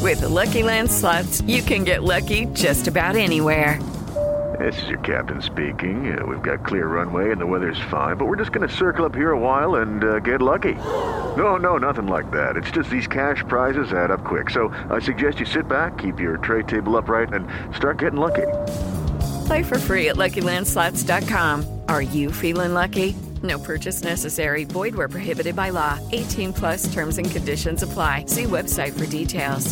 With the Lucky Land Slots, you can get lucky just about anywhere. This is your captain speaking. We've got clear runway and the weather's fine, but we're just going to circle up here a while and get lucky. No, nothing like that. It's just these cash prizes add up quick. So I suggest you sit back, keep your tray table upright, and start getting lucky. Play for free at LuckyLandSlots.com. Are you feeling lucky? No purchase necessary. Void where prohibited by law. 18 plus terms and conditions apply. See website for details.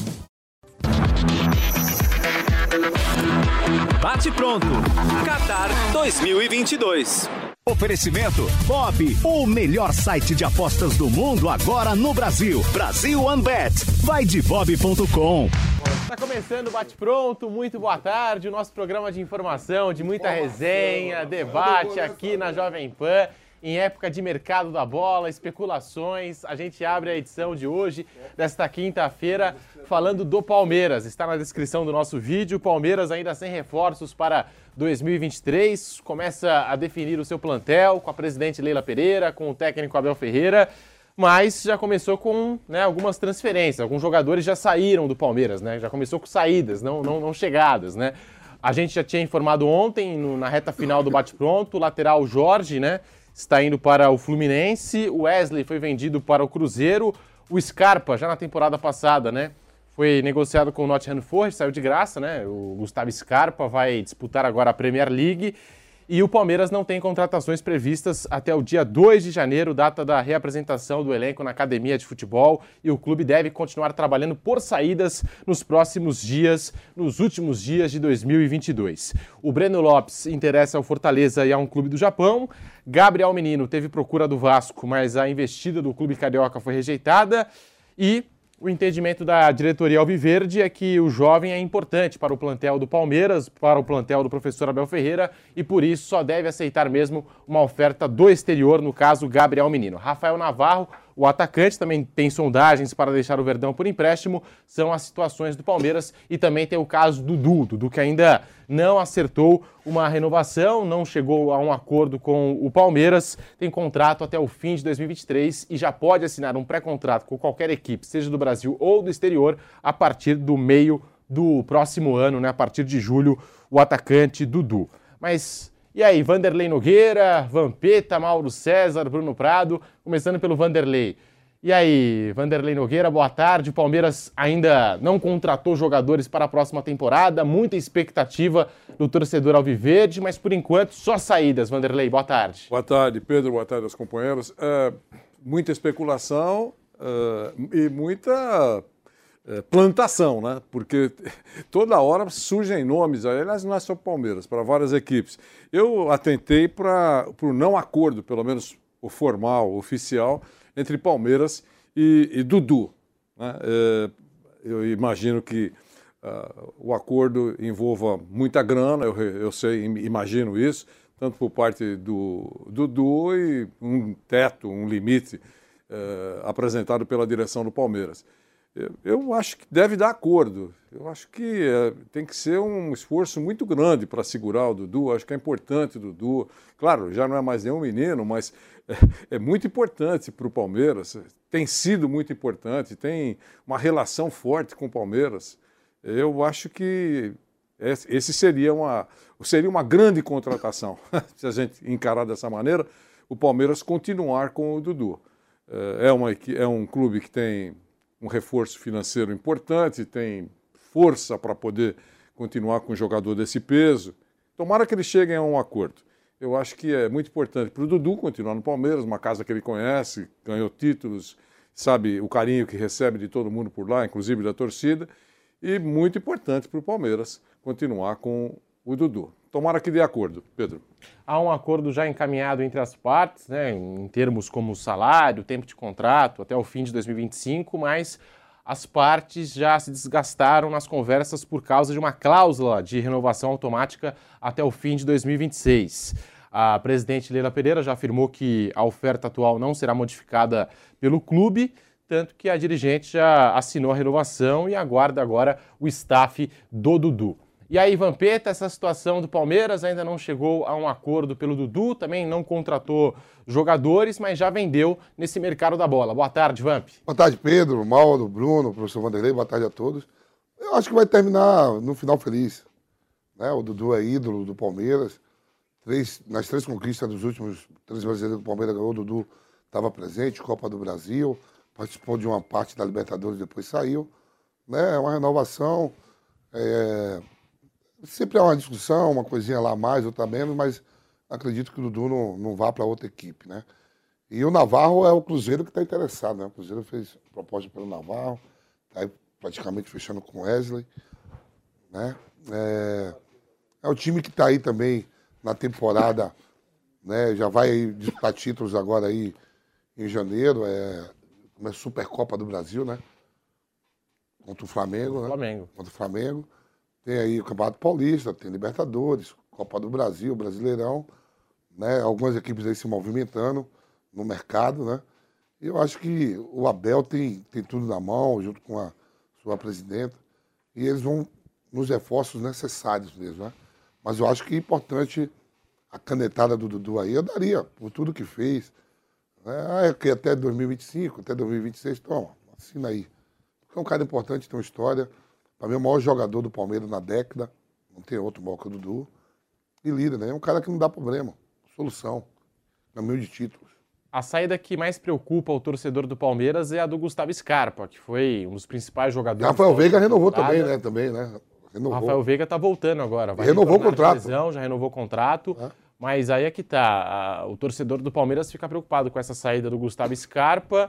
Bate pronto. Qatar 2022. Oferecimento Bob, o melhor site de apostas do mundo agora no Brasil. Brasil OneBet. Vai de bob.com. Está começando o Bate Pronto, muito boa tarde, o nosso programa de informação, de muita resenha, debate aqui na Jovem Pan, em época de mercado da bola, especulações. A gente abre a edição de hoje, desta quinta-feira, falando do Palmeiras. Está na descrição do nosso vídeo. Palmeiras ainda sem reforços para 2023, começa a definir o seu plantel com a presidente Leila Pereira, com o técnico Abel Ferreira, mas já começou com algumas transferências. Alguns jogadores já saíram do Palmeiras, já começou com saídas, não chegadas. A gente já tinha informado ontem, na reta final do bate-pronto, o lateral Jorge está indo para o Fluminense, o Wesley foi vendido para o Cruzeiro, o Scarpa, já na temporada passada, foi negociado com o Nottingham Forest, saiu de graça, o Gustavo Scarpa vai disputar agora a Premier League. E o Palmeiras não tem contratações previstas até o dia 2 de janeiro, data da reapresentação do elenco na academia de futebol, e o clube deve continuar trabalhando por saídas nos próximos dias, nos últimos dias de 2022. O Breno Lopes interessa ao Fortaleza e a um clube do Japão. Gabriel Menino teve procura do Vasco, mas a investida do clube carioca foi rejeitada. E o entendimento da diretoria alviverde é que o jovem é importante para o plantel do Palmeiras, para o plantel do professor Abel Ferreira, e por isso só deve aceitar mesmo uma oferta do exterior, no caso Gabriel Menino. Rafael Navarro, o atacante, também tem sondagens para deixar o Verdão por empréstimo, são as situações do Palmeiras, e também tem o caso do Dudu que ainda não acertou uma renovação, não chegou a um acordo com o Palmeiras, tem contrato até o fim de 2023 e já pode assinar um pré-contrato com qualquer equipe, seja do Brasil ou do exterior, a partir do meio do próximo ano, a partir de julho, o atacante Dudu. Mas e aí, Vanderlei Nogueira, Vampeta, Mauro César, Bruno Prado, começando pelo Vanderlei. E aí, Vanderlei Nogueira, boa tarde. O Palmeiras ainda não contratou jogadores para a próxima temporada, muita expectativa do torcedor alviverde, mas por enquanto só saídas. Vanderlei, boa tarde. Boa tarde, Pedro, boa tarde aos companheiros. Muita especulação e muita plantação, porque toda hora surgem nomes, aliás, não é só Palmeiras, para várias equipes. Eu atentei para o não acordo, pelo menos o formal, oficial, entre Palmeiras e Dudu. Eu imagino que o acordo envolva muita grana, eu imagino isso, tanto por parte do Dudu e um teto, um limite apresentado pela direção do Palmeiras. Eu acho que deve dar acordo. Eu acho que tem que ser um esforço muito grande para segurar o Dudu. Acho que é importante o Dudu. Claro, já não é mais nenhum menino, mas é muito importante para o Palmeiras. Tem sido muito importante, tem uma relação forte com o Palmeiras. Eu acho que esse seria uma grande contratação. Se a gente encarar dessa maneira, o Palmeiras continuar com o Dudu. É um clube que tem um reforço financeiro importante, tem força para poder continuar com um jogador desse peso. Tomara que eles cheguem a um acordo. Eu acho que é muito importante para o Dudu continuar no Palmeiras, uma casa que ele conhece, ganhou títulos, sabe o carinho que recebe de todo mundo por lá, inclusive da torcida, e muito importante para o Palmeiras continuar com o Dudu. Tomara que dê acordo, Pedro. Há um acordo já encaminhado entre as partes, em termos como salário, tempo de contrato, até o fim de 2025, mas as partes já se desgastaram nas conversas por causa de uma cláusula de renovação automática até o fim de 2026. A presidente Leila Pereira já afirmou que a oferta atual não será modificada pelo clube, tanto que a dirigente já assinou a renovação e aguarda agora o staff do Dudu. E aí, Vampeta, essa situação do Palmeiras ainda não chegou a um acordo pelo Dudu, também não contratou jogadores, mas já vendeu nesse mercado da bola. Boa tarde, Vamp. Boa tarde, Pedro, Mauro, Bruno, professor Vanderlei, boa tarde a todos. Eu acho que vai terminar no final feliz. Né? O Dudu é ídolo do Palmeiras. Nas 3 conquistas dos últimos 3 brasileiros que o Palmeiras ganhou, o Dudu estava presente, Copa do Brasil, participou de uma parte da Libertadores, depois saiu. Né? É uma renovação. Sempre há uma discussão, uma coisinha lá a mais, outra a menos, mas acredito que o Dudu não vá para outra equipe. Né? E o Navarro é o Cruzeiro que está interessado. Né? O Cruzeiro fez proposta pelo Navarro, está praticamente fechando com o Wesley. Né? É o time que está aí também na temporada, né? Já vai disputar títulos agora aí em janeiro, uma Supercopa do Brasil, né? Contra o Flamengo. Contra o Flamengo. Tem aí o Campeonato Paulista, tem Libertadores, Copa do Brasil, Brasileirão, né? Algumas equipes aí se movimentando no mercado, né? E eu acho que o Abel tem tudo na mão, junto com a sua presidenta, e eles vão nos reforços necessários mesmo, né? Mas eu acho que é importante a canetada do Dudu aí, eu daria por tudo que fez. Né? Que até 2025, até 2026, toma, assina aí. Porque é um cara importante, tem uma história. Para mim, é o maior jogador do Palmeiras na década. Não tem outro maior que o Dudu. E líder, né? É um cara que não dá problema. Solução. Caminho de títulos. A saída que mais preocupa o torcedor do Palmeiras é a do Gustavo Scarpa, que foi um dos principais jogadores. Rafael Veiga renovou também, né? O Rafael Veiga está voltando agora. Renovou o contrato. Já renovou o contrato. Mas aí é que tá. O torcedor do Palmeiras fica preocupado com essa saída do Gustavo Scarpa.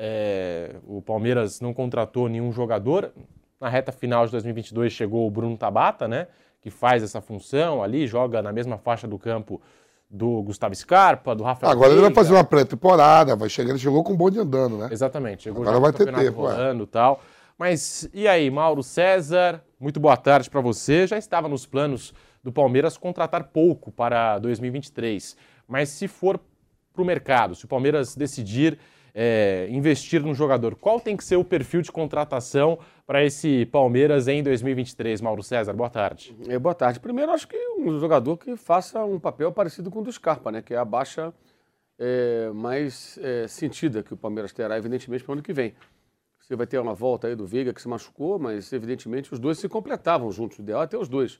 O Palmeiras não contratou nenhum jogador. Na reta final de 2022 chegou o Bruno Tabata, né? Que faz essa função ali, joga na mesma faixa do campo do Gustavo Scarpa, do Rafael Agora Veiga. Ele vai fazer uma pré-temporada, ele chegou com um bonde andando, né? Exatamente. Chegou agora já vai com o ter campeonato tempo, rolando e tal. Mas e aí, Mauro César? Muito boa tarde para você. Já estava nos planos do Palmeiras contratar pouco para 2023. Mas se for para o mercado, se o Palmeiras decidir investir no jogador, qual tem que ser o perfil de contratação para esse Palmeiras em 2023? Mauro César, boa tarde. Boa tarde. Primeiro, acho que um jogador que faça um papel parecido com o do Scarpa, né? Que é a baixa mais sentida que o Palmeiras terá, evidentemente, para o ano que vem. Você vai ter uma volta aí do Veiga, que se machucou, mas, evidentemente, os dois se completavam juntos. O ideal é ter os dois.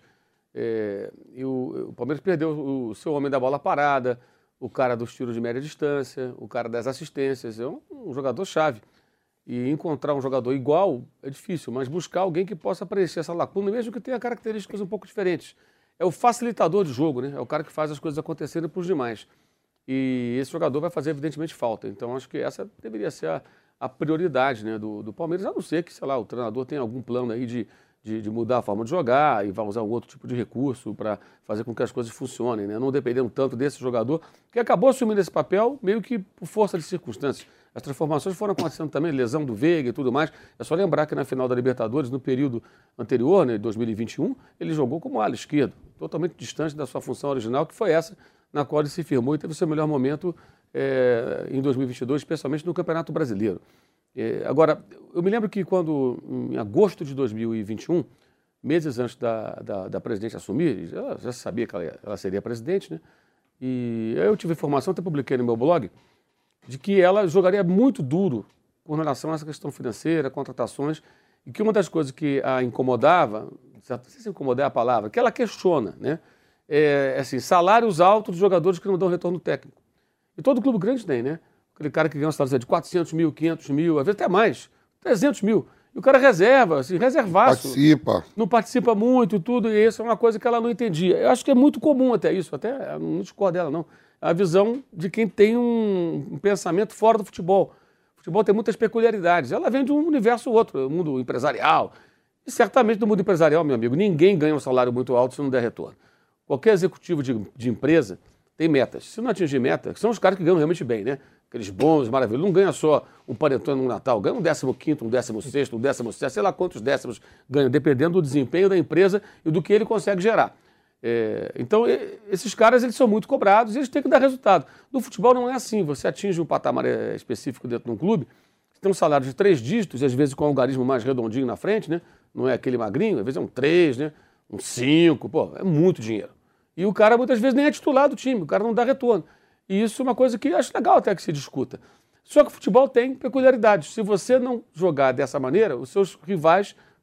E o Palmeiras perdeu o seu homem da bola parada, o cara dos tiros de média distância, o cara das assistências. É um jogador-chave. E encontrar um jogador igual é difícil, mas buscar alguém que possa preencher essa lacuna, mesmo que tenha características um pouco diferentes. É o facilitador de jogo, né? É o cara que faz as coisas acontecerem para os demais. E esse jogador vai fazer, evidentemente, falta. Então, acho que essa deveria ser a prioridade, né, do Palmeiras, a não ser que, sei lá, o treinador tenha algum plano aí de mudar a forma de jogar e vai usar um outro tipo de recurso para fazer com que as coisas funcionem, né? Não dependendo tanto desse jogador, que acabou assumindo esse papel meio que por força de circunstâncias. As transformações foram acontecendo também, lesão do Veiga e tudo mais. É só lembrar que na final da Libertadores, no período anterior, né, 2021, ele jogou como ala esquerdo, totalmente distante da sua função original, que foi essa na qual ele se firmou e teve o seu melhor momento em 2022, especialmente no Campeonato Brasileiro. Agora, eu me lembro que quando, em agosto de 2021, meses antes da presidente assumir, ela já sabia que ela seria presidente, né? E aí eu tive informação, até publiquei no meu blog, de que ela jogaria muito duro com relação a essa questão financeira, contratações, e que uma das coisas que a incomodava, não sei se incomodar é a palavra, que ela questiona, né? Assim, salários altos de jogadores que não dão retorno técnico. E todo clube grande tem, né? Aquele cara que ganha um salário de 400 mil, 500 mil, às vezes até mais, 300 mil. E o cara reserva, assim, reservaço. Participa. Não participa muito e tudo, e isso é uma coisa que ela não entendia. Eu acho que é muito comum até isso, até não discordo dela, não. A visão de quem tem um pensamento fora do futebol. O futebol tem muitas peculiaridades. Ela vem de um universo outro, o mundo empresarial. E certamente no mundo empresarial, meu amigo, ninguém ganha um salário muito alto se não der retorno. Qualquer executivo de empresa tem metas. Se não atingir meta, são os caras que ganham realmente bem, né? Aqueles bons, maravilhosos. Não ganha só um panetone no Natal, ganha um 15º, um 16º, um 17º, sei lá quantos décimos ganham, dependendo do desempenho da empresa e do que ele consegue gerar. Então, esses caras eles são muito cobrados e eles têm que dar resultado. No futebol não é assim. Você atinge um patamar específico dentro de um clube, você tem um salário de 3 dígitos, e às vezes com um algarismo mais redondinho na frente, né? Não é aquele magrinho, às vezes é um 3, né? Um 5, pô, é muito dinheiro. E o cara muitas vezes nem é titular do time, o cara não dá retorno. E isso é uma coisa que eu acho legal até que se discuta. Só que o futebol tem peculiaridades. Se você não jogar dessa maneira, os seus rivais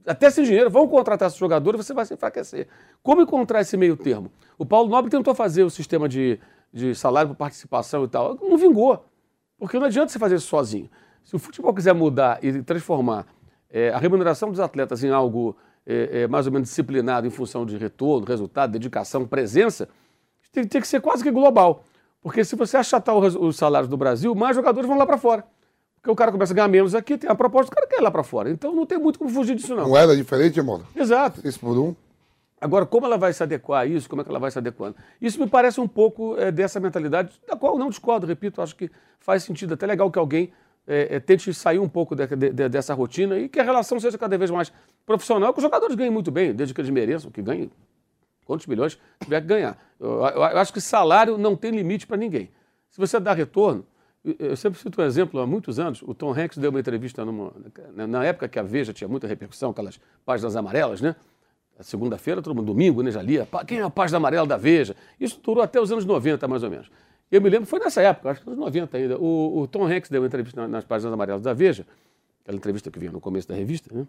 até sem dinheiro, vão contratar esse jogador e você vai se enfraquecer. Como encontrar esse meio termo? O Paulo Nobre tentou fazer o sistema de salário por participação e tal, não vingou, porque não adianta você fazer isso sozinho. Se o futebol quiser mudar e transformar a remuneração dos atletas em algo mais ou menos disciplinado em função de retorno, resultado, dedicação, presença, tem que ser quase que global. Porque se você achatar os salários do Brasil, mais jogadores vão lá para fora. Porque o cara começa a ganhar menos aqui, tem a proposta, o cara quer ir lá para fora. Então não tem muito como fugir disso, não. Não era diferente, irmão? Exato. 6 por 1. Agora, como ela vai se adequar a isso, como é que ela vai se adequando? Isso me parece um pouco dessa mentalidade, da qual eu não discordo, repito, acho que faz sentido. Até legal que alguém tente sair um pouco dessa rotina e que a relação seja cada vez mais profissional, que os jogadores ganhem muito bem, desde que eles mereçam, que ganhem quantos milhões tiver que ganhar. Eu acho que salário não tem limite para ninguém. Se você dá retorno, eu sempre cito um exemplo, há muitos anos, o Tom Hanks deu uma entrevista na época que a Veja tinha muita repercussão, aquelas páginas amarelas, né? A segunda-feira, todo mundo, domingo, né, já lia, quem é a página amarela da Veja? Isso durou até os anos 90, mais ou menos. Eu me lembro, foi nessa época, acho que nos 90 ainda, o Tom Hanks deu uma entrevista nas páginas amarelas da Veja, aquela entrevista que vinha no começo da revista, né?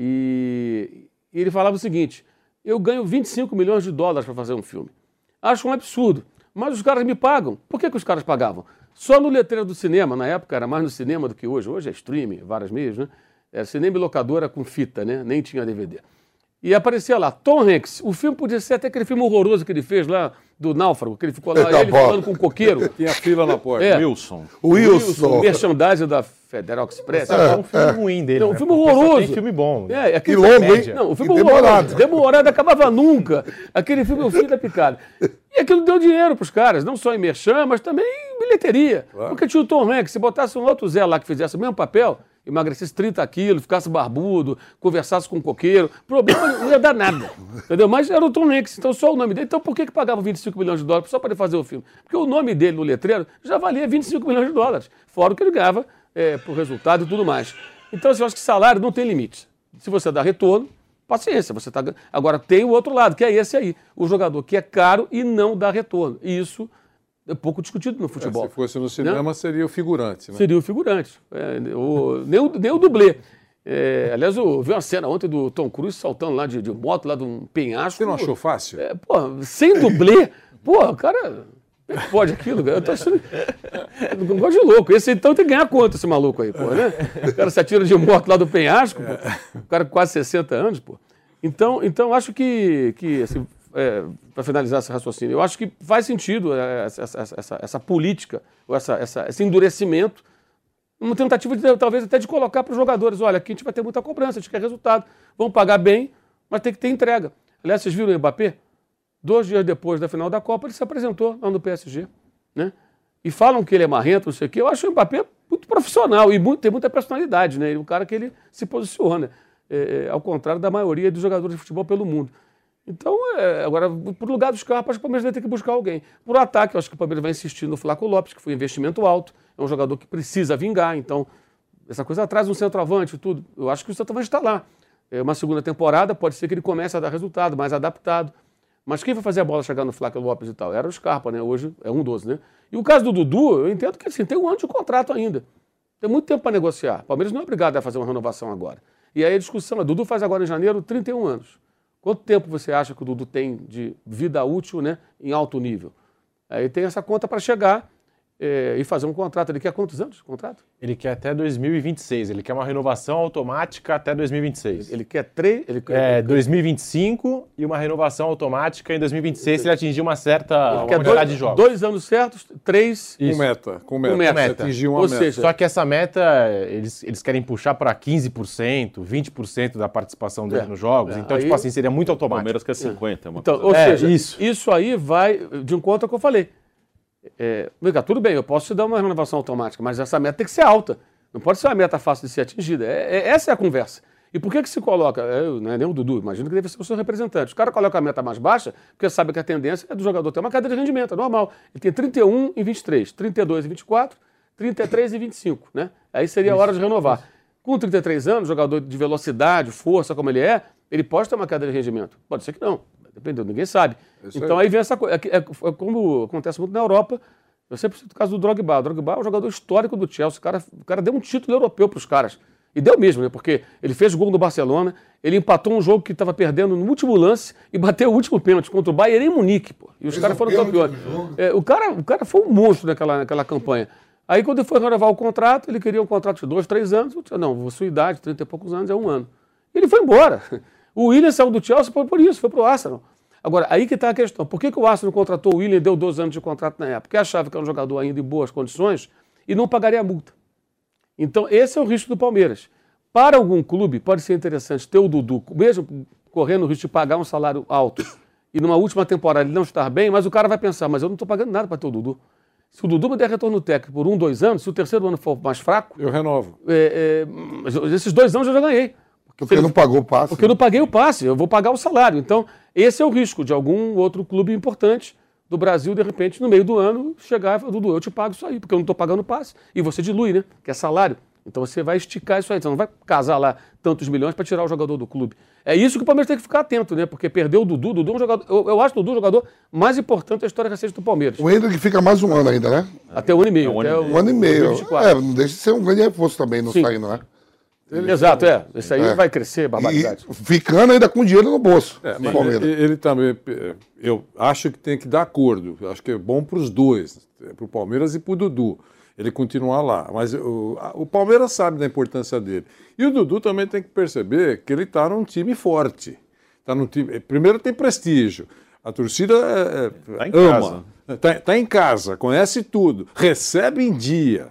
E ele falava o seguinte: eu ganho 25 milhões de dólares para fazer um filme. Acho um absurdo, mas os caras me pagam. Por que os caras pagavam? Só no letreiro do cinema, na época era mais no cinema do que hoje. Hoje é streaming, vários meios, né? Era cinema e locadora com fita, né? Nem tinha DVD. E aparecia lá, Tom Hanks. O filme podia ser até aquele filme horroroso que ele fez lá, do Náufrago, que ele ficou lá, ele falando com um coqueiro. Tinha fila na porta. Wilson. Merchandising da Federal Express. É um filme ruim dele. Não, um filme horroroso. Tem filme bom. E longo, hein? Não, o filme horroroso. Demorado, acabava nunca. Aquele filme é o fim da picada. E aquilo deu dinheiro para os caras, não só em merchan, mas também em bilheteria. Claro. Porque tinha o Tom Hanks, se botasse um outro Zé lá que fizesse o mesmo papel, emagrecesse 30 quilos, ficasse barbudo, conversasse com um coqueiro, problema não ia dar nada, entendeu? Mas era o Tom Hanks, então só o nome dele. Então por que pagavam 25 milhões de dólares só para ele fazer o filme? Porque o nome dele no letreiro já valia 25 milhões de dólares, fora o que ele ganhava por resultado e tudo mais. Então eu acho que salário não tem limite. Se você dá retorno, paciência, você tá... Agora tem o outro lado, que é esse aí, o jogador que é caro e não dá retorno. E isso é pouco discutido no futebol. Se fosse no cinema, né? Seria o figurante. Né? Seria o figurante. Nem o dublê. Aliás, eu vi uma cena ontem do Tom Cruise saltando lá de moto, lá de um penhasco. Você não achou fácil? Sem dublê. O cara... Pode aquilo, cara. Eu tô achando... Eu não gosto de louco. Esse então tem que ganhar quanto, esse maluco aí, né? O cara se atira de moto lá do penhasco, o cara com quase 60 anos, Então acho que assim, para finalizar esse raciocínio, eu acho que faz sentido essa política, ou esse endurecimento, uma tentativa talvez até de colocar para os jogadores: olha, aqui a gente vai ter muita cobrança, a gente quer resultado, vamos pagar bem, mas tem que ter entrega. Aliás, vocês viram o Mbappé? 2 dias depois da final da Copa, ele se apresentou lá no PSG, né? E falam que ele é marrento, não sei o quê. Eu acho o Mbappé muito profissional e tem muita personalidade, né? Ele é um cara que ele se posiciona, ao contrário da maioria dos jogadores de futebol pelo mundo. Então, agora, por lugar dos Scarpa, acho que o Palmeiras vai ter que buscar alguém. Por ataque, eu acho que o Palmeiras vai insistir no Flaco Lopes, que foi um investimento alto, é um jogador que precisa vingar, então, essa coisa traz um centroavante e tudo. Eu acho que o centroavante está lá. Uma segunda temporada, pode ser que ele comece a dar resultado, mais adaptado. Mas quem vai fazer a bola chegar no Flaco Lopes e tal? Era o Scarpa, né? Hoje é 1-12, né? E o caso do Dudu, eu entendo que assim, tem 1 ano de contrato ainda. Tem muito tempo para negociar. O Palmeiras não é obrigado a fazer uma renovação agora. E aí a discussão é: Dudu faz agora em janeiro 31 anos. Quanto tempo você acha que o Dudu tem de vida útil, né, em alto nível? Aí tem essa conta para chegar e fazer um contrato. Ele quer quantos anos de contrato? Ele quer até 2026. Ele quer uma renovação automática até 2026. Ele quer 2025 e uma renovação automática em 2026 se ele atingir uma certa quantidade de jogos. 2 anos certos, 3... Com meta. Atingir uma meta. Seja, só que essa meta, eles querem puxar para 15%, 20% da participação dele nos jogos. Então, tipo assim, seria muito automático. O Palmeiras quer 50%. Então, ou seja, isso aí vai de encontro ao que eu falei. Tudo bem, eu posso te dar uma renovação automática, mas essa meta tem que ser alta. Não pode ser uma meta fácil de ser atingida. Essa é a conversa. E por que se coloca? Não é nem o Dudu, imagino que deve ser o seu representante. Os caras colocam a meta mais baixa porque sabe que a tendência é do jogador ter uma queda de rendimento, é normal. Ele tem 31 em 23, 32 em 24, 33 em 25, né? Aí seria a hora de renovar. Com 33 anos, jogador de velocidade, força como ele é, ele pode ter uma queda de rendimento. Pode ser que não. Dependeu, ninguém sabe. Então aí vem essa coisa. Como acontece muito na Europa. Eu sempre cito o caso do Drogba. O Drogba é um jogador histórico do Chelsea. O cara deu um título europeu para os caras. E deu mesmo, né? Porque ele fez o gol no Barcelona, ele empatou um jogo que estava perdendo no último lance e bateu o último pênalti contra o Bayern em Munique, pô. E os caras foram campeões. O cara foi um monstro naquela campanha. Aí quando ele foi renovar o contrato, ele queria um contrato de 2, 3 anos. Eu disse, não, sua idade, 30 e poucos anos, é 1 ano. E ele foi embora. O Willian saiu do Chelsea por isso, foi pro Arsenal. Agora, aí que está a questão. Por que o Arsenal contratou o Willian e deu 12 anos de contrato na época? Porque achava que era um jogador ainda em boas condições e não pagaria a multa. Então, esse é o risco do Palmeiras. Para algum clube, pode ser interessante ter o Dudu, mesmo correndo o risco de pagar um salário alto e numa última temporada ele não estar bem, mas o cara vai pensar, mas eu não estou pagando nada para ter o Dudu. Se o Dudu me der retorno técnico por 1, 2 anos, se o terceiro ano for mais fraco... Eu renovo. Esses 2 anos eu já ganhei. Porque não pagou o passe. Porque eu não paguei o passe, eu vou pagar o salário. Então, esse é o risco de algum outro clube importante do Brasil, de repente, no meio do ano, chegar e falar, Dudu, eu te pago isso aí, porque eu não estou pagando o passe. E você dilui, né? Que é salário. Então você vai esticar isso aí. Você não vai casar lá tantos milhões para tirar o jogador do clube. É isso que o Palmeiras tem que ficar atento, né? Porque perdeu o Dudu. Dudu é um jogador. Eu acho o Dudu o jogador mais importante da história recente do Palmeiras. O Hendrick fica mais 1 ano ainda, né? Até 1 ano e meio. Um ano e meio. Não deixa de ser um grande reforço também, não saindo, né? Exato, Esse aí vai crescer, barbaridade. E ficando ainda com dinheiro no bolso. Mas ele também, eu acho que tem que dar acordo. Eu acho que é bom para os dois, para o Palmeiras e para o Dudu. Ele continuar lá. Mas o Palmeiras sabe da importância dele. E o Dudu também tem que perceber que ele está num time forte. Tá num time, primeiro tem prestígio. A torcida ama. Está em casa, conhece tudo. Recebe em dia.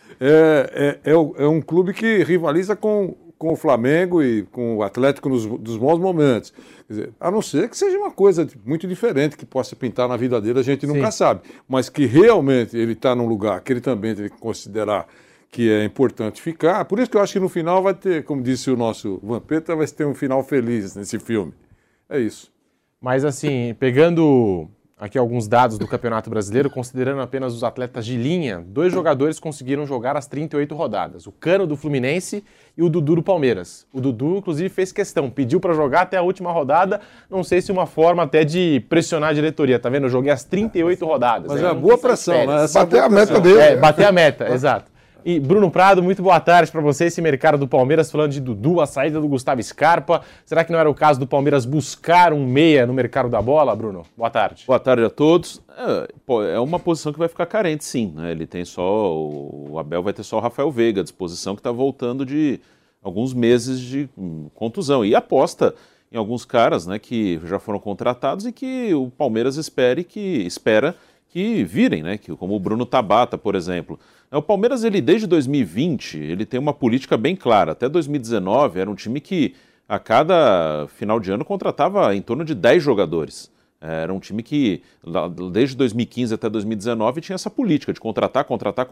É um clube que rivaliza com o Flamengo e com o Atlético dos bons momentos. Quer dizer, a não ser que seja uma coisa muito diferente que possa pintar na vida dele, a gente nunca sabe. Mas que realmente ele está num lugar que ele também tem que considerar que é importante ficar. Por isso que eu acho que no final vai ter, como disse o nosso Vampeta, vai ter um final feliz nesse filme. É isso. Mas assim, pegando aqui alguns dados do Campeonato Brasileiro, considerando apenas os atletas de linha, 2 jogadores conseguiram jogar as 38 rodadas. O Cano do Fluminense e o Dudu do Palmeiras. O Dudu, inclusive, fez questão, pediu para jogar até a última rodada, não sei se uma forma até de pressionar a diretoria, tá vendo? Eu joguei as 38 rodadas. Mas é boa pressão, né? Bater a meta dele. Bater a meta, exato. E Bruno Prado, muito boa tarde para você. Esse mercado do Palmeiras, falando de Dudu, a saída do Gustavo Scarpa. Será que não era o caso do Palmeiras buscar um meia no mercado da bola, Bruno? Boa tarde. Boa tarde a todos. É uma posição que vai ficar carente, sim. Né? Ele tem só... O Abel vai ter só o Rafael Veiga à disposição, que está voltando de alguns meses de contusão. E aposta em alguns caras, né, que já foram contratados e que o Palmeiras espera que virem, né? Como o Bruno Tabata, por exemplo. O Palmeiras, desde 2020, ele tem uma política bem clara. Até 2019, era um time que, a cada final de ano, contratava em torno de 10 jogadores. Era um time que, desde 2015 até 2019, tinha essa política de contratar,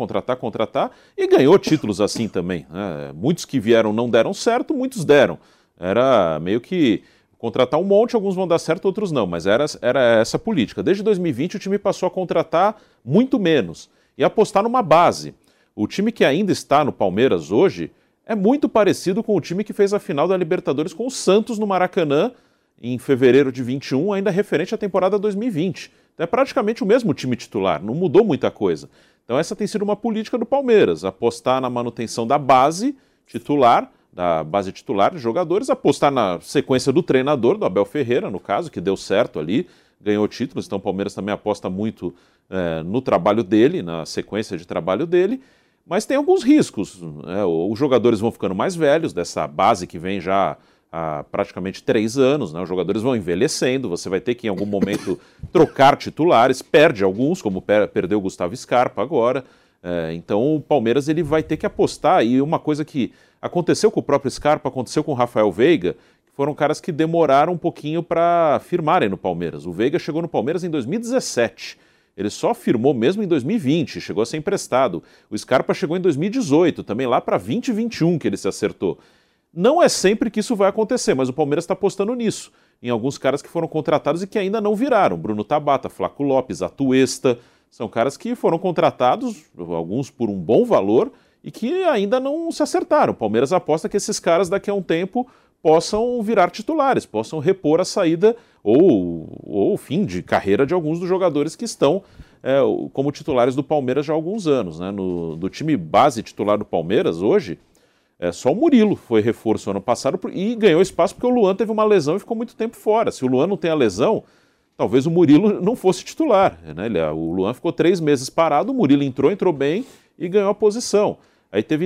e ganhou títulos assim também. Né? Muitos que vieram não deram certo, muitos deram. Era meio que contratar um monte, alguns vão dar certo, outros não, mas era essa política. Desde 2020 o time passou a contratar muito menos e apostar numa base. O time que ainda está no Palmeiras hoje é muito parecido com o time que fez a final da Libertadores com o Santos no Maracanã em fevereiro de 21, ainda referente à temporada 2020. Então é praticamente o mesmo time titular, não mudou muita coisa. Então essa tem sido uma política do Palmeiras, apostar na manutenção da base titular de jogadores, apostar na sequência do treinador, do Abel Ferreira, no caso, que deu certo ali, ganhou títulos, então o Palmeiras também aposta muito no trabalho dele, na sequência de trabalho dele, mas tem alguns riscos. Os jogadores vão ficando mais velhos, dessa base que vem já há praticamente 3 anos, né? Os jogadores vão envelhecendo, você vai ter que em algum momento trocar titulares, perde alguns, como perdeu o Gustavo Scarpa agora. Então o Palmeiras ele vai ter que apostar, e uma coisa que aconteceu com o próprio Scarpa, aconteceu com o Rafael Veiga, que foram caras que demoraram um pouquinho para firmarem no Palmeiras. O Veiga chegou no Palmeiras em 2017, ele só firmou mesmo em 2020, chegou a ser emprestado. O Scarpa chegou em 2018, também lá para 2021 que ele se acertou. Não é sempre que isso vai acontecer, mas o Palmeiras está apostando nisso, em alguns caras que foram contratados e que ainda não viraram. Bruno Tabata, Flaco Lopes, Atuesta, são caras que foram contratados, alguns por um bom valor, e que ainda não se acertaram. O Palmeiras aposta que esses caras daqui a um tempo possam virar titulares, possam repor a saída ou o fim de carreira de alguns dos jogadores que estão como titulares do Palmeiras já há alguns anos. Né? Do time base titular do Palmeiras hoje, Só o Murilo foi reforço ano passado e ganhou espaço porque o Luan teve uma lesão e ficou muito tempo fora. Se o Luan não tem a lesão, talvez o Murilo não fosse titular, né? O Luan ficou 3 meses parado, o Murilo entrou bem e ganhou a posição. Aí teve em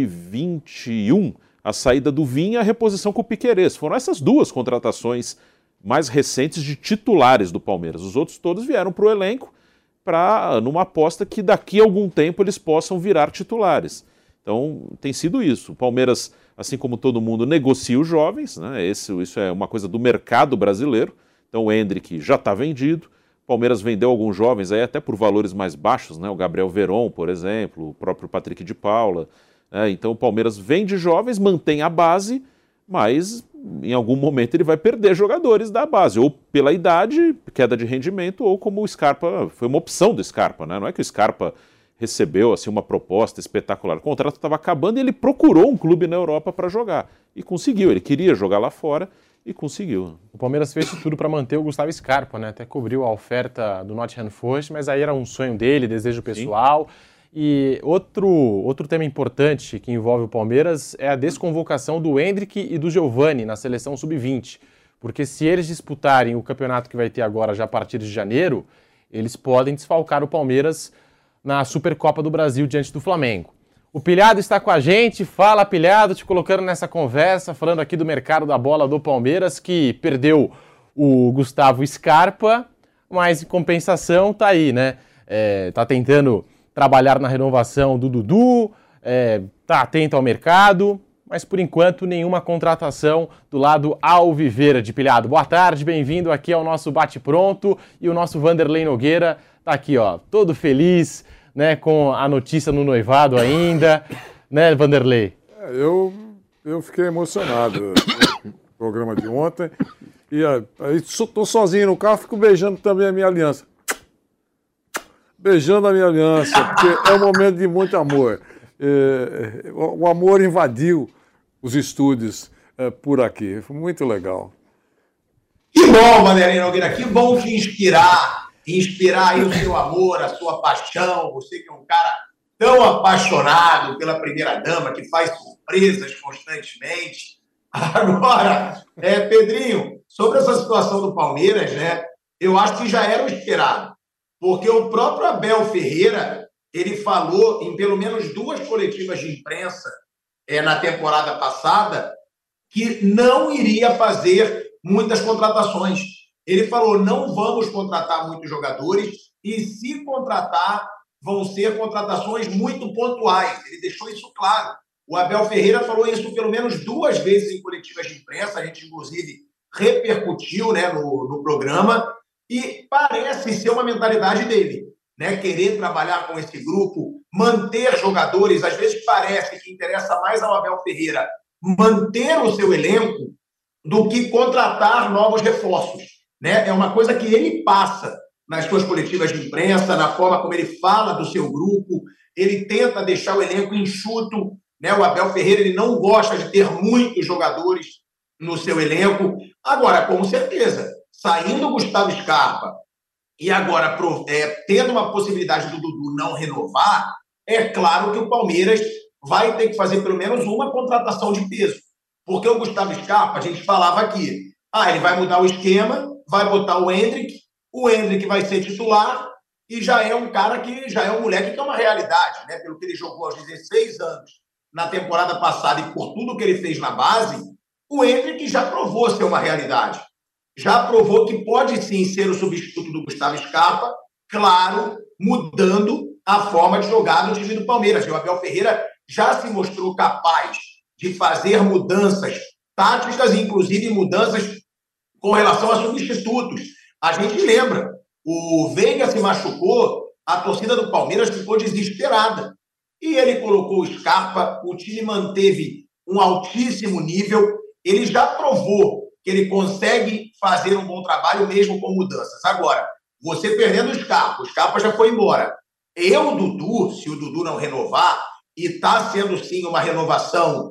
2021 a saída do Vinha e a reposição com o Piquerez. Foram essas 2 contratações mais recentes de titulares do Palmeiras. Os outros todos vieram para o elenco numa aposta que daqui a algum tempo eles possam virar titulares. Então tem sido isso. O Palmeiras, assim como todo mundo, negocia os jovens, né? Isso é uma coisa do mercado brasileiro. Então o Endrick já está vendido. O Palmeiras vendeu alguns jovens aí até por valores mais baixos, né? O Gabriel Veron, por exemplo, o próprio Patrick de Paula. Então o Palmeiras vende jovens, mantém a base, mas em algum momento ele vai perder jogadores da base, ou pela idade, queda de rendimento, ou como o Scarpa, foi uma opção do Scarpa, né? Não é que o Scarpa recebeu assim, uma proposta espetacular. O contrato estava acabando e ele procurou um clube na Europa para jogar. E conseguiu, ele queria jogar lá fora e conseguiu. O Palmeiras fez de tudo para manter o Gustavo Scarpa, né? Até cobriu a oferta do Nottingham Forest, mas aí era um sonho dele, desejo pessoal. Sim. E outro tema importante que envolve o Palmeiras é a desconvocação do Endrick e do Giovani na seleção sub-20. Porque se eles disputarem o campeonato que vai ter agora já a partir de janeiro, eles podem desfalcar o Palmeiras na Supercopa do Brasil diante do Flamengo. O Pilhado está com a gente. Fala, Pilhado, te colocando nessa conversa, falando aqui do mercado da bola do Palmeiras, que perdeu o Gustavo Scarpa, mas em compensação tá aí, né? Tá tentando trabalhar na renovação do Dudu, tá atento ao mercado, mas por enquanto nenhuma contratação do lado alviverde. Pilhado, boa tarde, bem-vindo aqui ao nosso Bate-Pronto, e o nosso Vanderlei Nogueira tá aqui, ó, todo feliz, né, com a notícia no noivado ainda, né, Vanderlei? Eu fiquei emocionado no programa de ontem, e aí estou sozinho no carro, fico beijando também a minha aliança. Beijando a minha aliança, porque é um momento de muito amor. O amor invadiu os estúdios por aqui. Foi muito legal. Que bom, Vanderlei Nogueira, que bom te inspirar aí o seu amor, a sua paixão. Você que é um cara tão apaixonado pela primeira-dama, que faz surpresas constantemente. Agora, Pedrinho, sobre essa situação do Palmeiras, né, eu acho que já era o esperado. Porque o próprio Abel Ferreira, ele falou em pelo menos 2 coletivas de imprensa na temporada passada que não iria fazer muitas contratações. Ele falou, não vamos contratar muitos jogadores e se contratar, vão ser contratações muito pontuais. Ele deixou isso claro. O Abel Ferreira falou isso pelo menos 2 vezes em coletivas de imprensa, a gente inclusive repercutiu, né, no programa. E parece ser uma mentalidade dele, né? Querer trabalhar com esse grupo, manter jogadores. Às vezes parece que interessa mais ao Abel Ferreira manter o seu elenco do que contratar novos reforços, né? É uma coisa que ele passa nas suas coletivas de imprensa, na forma como ele fala do seu grupo. Ele tenta deixar o elenco enxuto, né? O Abel Ferreira, ele não gosta de ter muitos jogadores no seu elenco. Agora, com certeza, saindo o Gustavo Scarpa e agora tendo uma possibilidade do Dudu não renovar, é claro que o Palmeiras vai ter que fazer pelo menos uma contratação de peso. Porque o Gustavo Scarpa, a gente falava aqui, ele vai mudar o esquema, vai botar o Endrick vai ser titular e já é um cara que já é um moleque que é uma realidade, né? Pelo que ele jogou aos 16 anos na temporada passada e por tudo que ele fez na base, o Endrick já provou ser uma realidade. Já provou que pode sim ser o substituto do Gustavo Scarpa, claro, mudando a forma de jogar do time do Palmeiras. O Abel Ferreira já se mostrou capaz de fazer mudanças táticas, inclusive mudanças com relação a substitutos. A gente lembra, o Veiga se machucou, a torcida do Palmeiras ficou desesperada. E ele colocou o Scarpa, o time manteve um altíssimo nível, ele já provou que ele consegue fazer um bom trabalho mesmo com mudanças. Agora, você perdendo o Scarpa já foi embora. O Dudu, se o Dudu não renovar, e está sendo sim uma renovação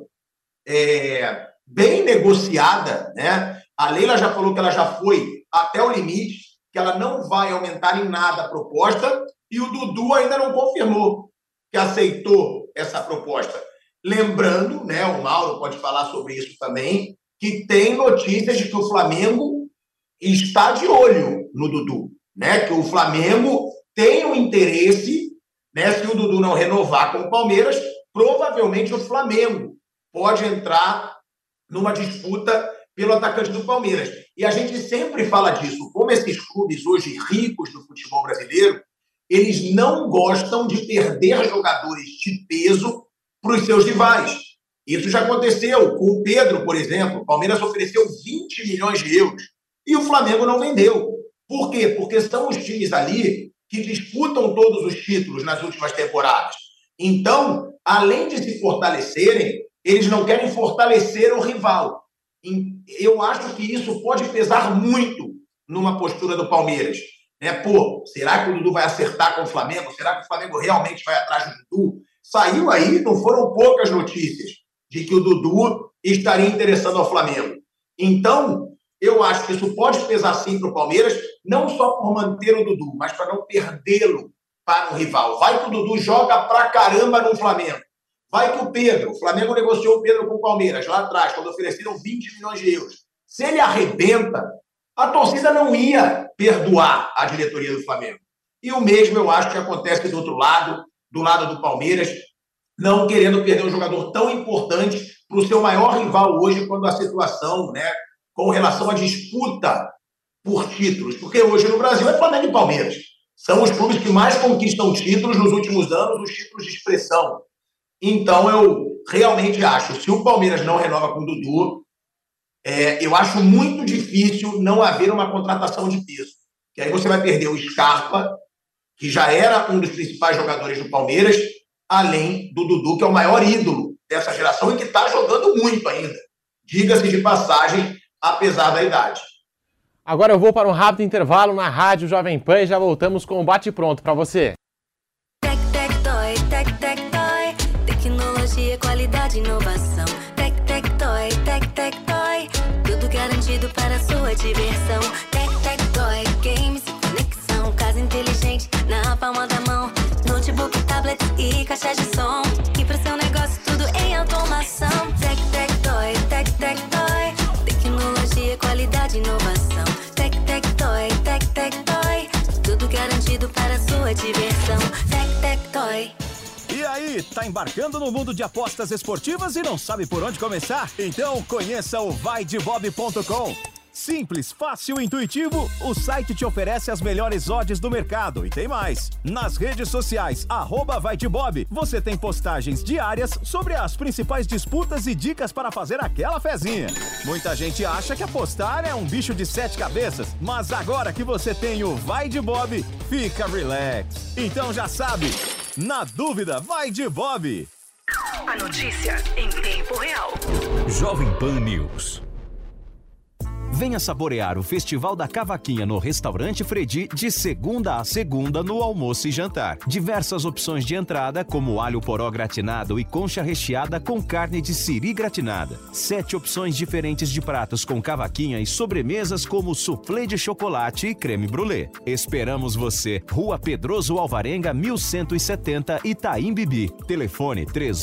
bem negociada, né? A Leila já falou que ela já foi até o limite, que ela não vai aumentar em nada a proposta, e o Dudu ainda não confirmou que aceitou essa proposta. Lembrando, né, o Mauro pode falar sobre isso também, que tem notícias de que o Flamengo está de olho no Dudu, né? Que o Flamengo tem um interesse, né? Se o Dudu não renovar com o Palmeiras, provavelmente o Flamengo pode entrar numa disputa pelo atacante do Palmeiras. E a gente sempre fala disso, como esses clubes hoje ricos do futebol brasileiro, eles não gostam de perder jogadores de peso para os seus rivais. Isso já aconteceu com o Pedro, por exemplo. O Palmeiras ofereceu 20 milhões de euros e o Flamengo não vendeu. Por quê? Porque são os times ali que disputam todos os títulos nas últimas temporadas. Então, além de se fortalecerem, eles não querem fortalecer o rival. Eu acho que isso pode pesar muito numa postura do Palmeiras. Pô, será que o Dudu vai acertar com o Flamengo? Será que o Flamengo realmente vai atrás do Dudu? Saiu aí, não foram poucas notícias de que o Dudu estaria interessando ao Flamengo. Então, eu acho que isso pode pesar sim para o Palmeiras, não só por manter o Dudu, mas para não perdê-lo para um rival. Vai que o Dudu joga pra caramba no Flamengo. Vai que o Flamengo negociou o Pedro com o Palmeiras lá atrás, quando ofereceram 20 milhões de euros. Se ele arrebenta, a torcida não ia perdoar a diretoria do Flamengo. E o mesmo eu acho que acontece do outro lado, do lado do Palmeiras, não querendo perder um jogador tão importante para o seu maior rival hoje, quando a situação, né, com relação à disputa por títulos. Porque hoje no Brasil é Flamengo e Palmeiras. São os clubes que mais conquistam títulos nos últimos anos, os títulos de expressão. Então, eu realmente acho, se o Palmeiras não renova com o Dudu, eu acho muito difícil não haver uma contratação de peso. Que aí você vai perder o Scarpa, que já era um dos principais jogadores do Palmeiras, além do Dudu, que é o maior ídolo dessa geração e que está jogando muito ainda. Diga-se de passagem, apesar da idade. Agora eu vou para um rápido intervalo na Rádio Jovem Pan e já voltamos com o Bate Pronto para você. Tecnologia, qualidade, inovação. Toy. Tudo garantido para a sua diversão. Toy. Games, conexão. Casa inteligente na palma da mão. Notebook, tablet e caixa de som. E para seu negócio tudo em automação. Toy. Tecnologia, qualidade, inovação. Toy. Tudo garantido para a sua diversão. Toy. E aí, tá embarcando no mundo de apostas esportivas e não sabe por onde começar? Então conheça o vaidebob.com. Simples, fácil e intuitivo, o site te oferece as melhores odds do mercado e tem mais. Nas redes sociais, @vaidebob, você tem postagens diárias sobre as principais disputas e dicas para fazer aquela fezinha. Muita gente acha que apostar é um bicho de 7 cabeças, mas agora que você tem o Vai de Bob, fica relax. Então já sabe, na dúvida, vai de Bob. A notícia em tempo real. Jovem Pan News. Venha saborear o Festival da Cavaquinha no Restaurante Fredi de segunda a segunda no almoço e jantar. Diversas opções de entrada, como alho poró gratinado e concha recheada com carne de siri gratinada. 7 opções diferentes de pratos com cavaquinha e sobremesas como soufflé de chocolate e creme brulee. Esperamos você. Rua Pedroso Alvarenga, 1170, Itaim Bibi. Telefone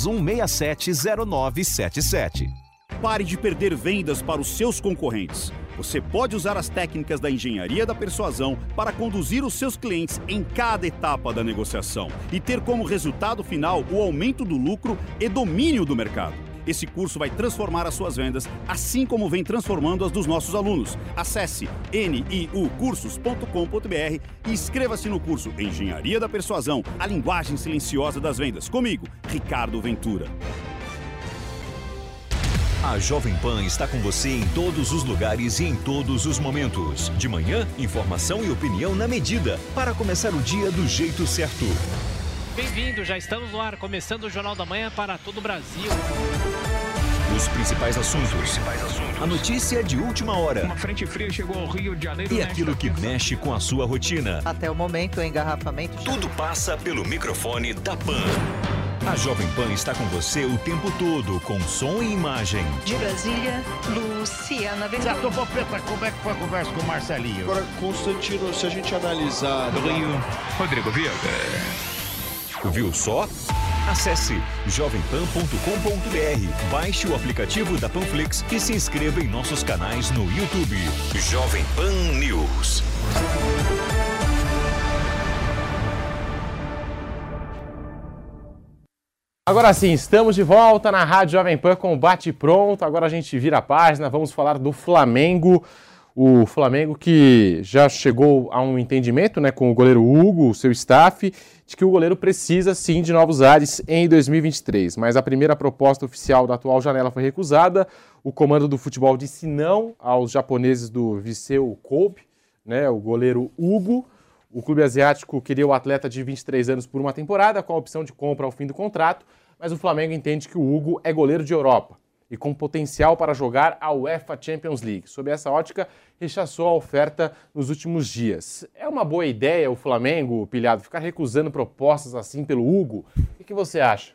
31670977. Pare de perder vendas para os seus concorrentes. Você pode usar as técnicas da engenharia da persuasão para conduzir os seus clientes em cada etapa da negociação e ter como resultado final o aumento do lucro e domínio do mercado. Esse curso vai transformar as suas vendas, assim como vem transformando as dos nossos alunos. Acesse niucursos.com.br e inscreva-se no curso Engenharia da Persuasão, a linguagem silenciosa das vendas. Comigo, Ricardo Ventura. A Jovem Pan está com você em todos os lugares e em todos os momentos. De manhã, informação e opinião na medida, para começar o dia do jeito certo. Bem-vindo, já estamos no ar, começando o Jornal da Manhã para todo o Brasil. Os principais assuntos. A notícia de última hora. Uma frente fria chegou ao Rio de Janeiro. E aquilo que mexe com a sua rotina. Até o momento, o engarrafamento. Tudo passa pelo microfone da Pan. A Jovem Pan está com você o tempo todo, com som e imagem. De Brasília, Luciana Ventura. Certo, Popeta, como é que foi a conversa com o Marcelinho? Agora, Constantino, se a gente analisar... Do Rio, Rodrigo Viega. Viu só? Acesse jovempan.com.br, baixe o aplicativo da Panflix e se inscreva em nossos canais no YouTube. Jovem Pan News. Agora sim, estamos de volta na Rádio Jovem Pan com o Bate Pronto. Agora a gente vira a página, vamos falar do Flamengo. O Flamengo que já chegou a um entendimento, né, com o goleiro Hugo, o seu staff, de que o goleiro precisa sim de novos ares em 2023. Mas a primeira proposta oficial da atual janela foi recusada. O comando do futebol disse não aos japoneses do Viseu Kobe, né, o goleiro Hugo. O clube asiático queria o atleta de 23 anos por uma temporada, com a opção de compra ao fim do contrato, mas o Flamengo entende que o Hugo é goleiro de Europa e com potencial para jogar a UEFA Champions League. Sob essa ótica, rechaçou a oferta nos últimos dias. É uma boa ideia o Flamengo, Pilhado, ficar recusando propostas assim pelo Hugo? O que você acha?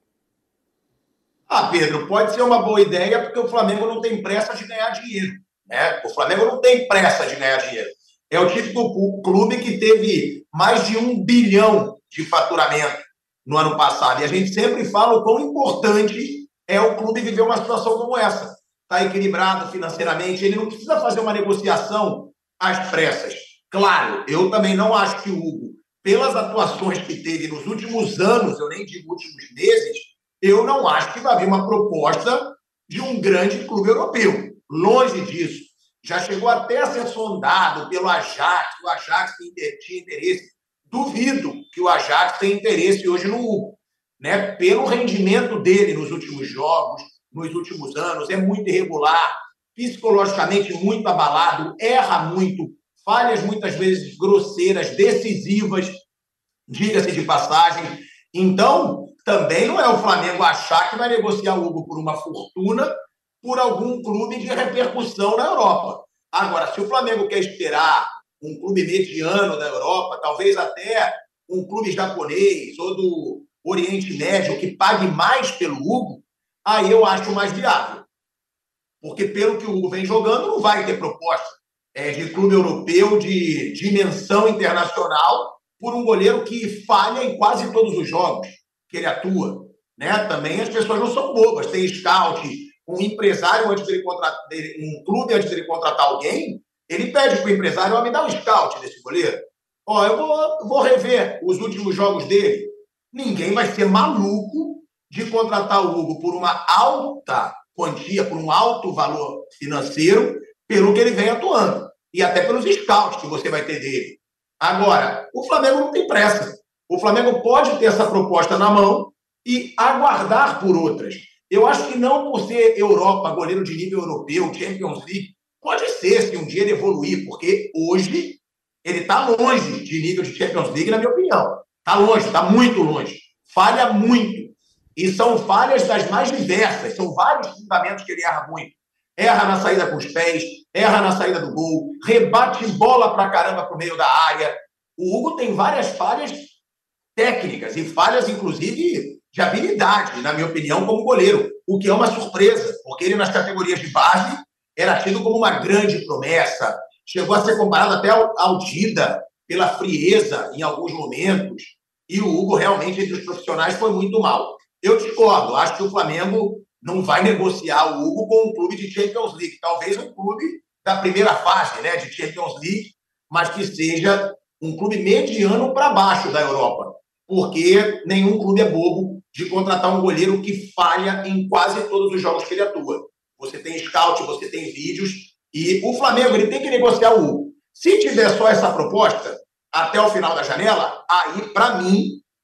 Pedro, pode ser uma boa ideia porque o Flamengo não tem pressa de ganhar dinheiro, né? O Flamengo não tem pressa de ganhar dinheiro. É o tipo do clube que teve mais de 1 bilhão de faturamento no ano passado. E a gente sempre fala o quão importante é o clube viver uma situação como essa. Está equilibrado financeiramente, ele não precisa fazer uma negociação às pressas. Claro, eu também não acho que o Hugo, pelas atuações que teve nos últimos anos, eu nem digo últimos meses, eu não acho que vai vir uma proposta de um grande clube europeu. Longe disso. Já chegou até a ser sondado pelo Ajax, o Ajax tinha interesse. Duvido que o Ajax tenha interesse hoje no Hugo, né? Pelo rendimento dele nos últimos jogos, nos últimos anos, é muito irregular, psicologicamente muito abalado, erra muito, falhas muitas vezes grosseiras, decisivas, diga-se de passagem. Então, também não é o Flamengo achar que vai negociar o Hugo por uma fortuna por algum clube de repercussão na Europa. Agora, se o Flamengo quer esperar um clube mediano da Europa, talvez até um clube japonês ou do Oriente Médio que pague mais pelo Hugo, aí eu acho mais viável. Porque pelo que o Hugo vem jogando, não vai ter proposta de clube europeu de dimensão internacional por um goleiro que falha em quase todos os jogos que ele atua, né? Também as pessoas não são bobas. Tem scout, um empresário antes dele contratar, um clube antes dele contratar alguém, ele pede para o empresário, me dá um scout desse goleiro. Eu vou rever os últimos jogos dele. Ninguém vai ser maluco de contratar o Hugo por uma alta quantia, por um alto valor financeiro, pelo que ele vem atuando. E até pelos scouts que você vai ter dele. Agora, o Flamengo não tem pressa. O Flamengo pode ter essa proposta na mão e aguardar por outras. Eu acho que não por ser Europa, goleiro de nível europeu, Champions League, pode ser se um dia ele evoluir, porque hoje ele está longe de nível de Champions League, na minha opinião. Está longe, está muito longe. Falha muito. E são falhas das mais diversas. São vários fundamentos que ele erra muito. Erra na saída com os pés, erra na saída do gol, rebate bola pra caramba pro meio da área. O Hugo tem várias falhas técnicas e falhas, inclusive, de habilidade, na minha opinião, como goleiro. O que é uma surpresa, porque ele, nas categorias de base, era tido como uma grande promessa. Chegou a ser comparado até ao Dida, pela frieza em alguns momentos. E o Hugo, realmente, entre os profissionais, foi muito mal. Eu discordo. Acho que o Flamengo não vai negociar o Hugo com um clube de Champions League. Talvez um clube da primeira fase, né, de Champions League, mas que seja um clube mediano para baixo da Europa. Porque nenhum clube é bobo de contratar um goleiro que falha em quase todos os jogos que ele atua. Você tem scout, você tem vídeos, e o Flamengo ele tem que negociar o Hugo. Se tiver só essa proposta, até o final da janela, aí, para mim,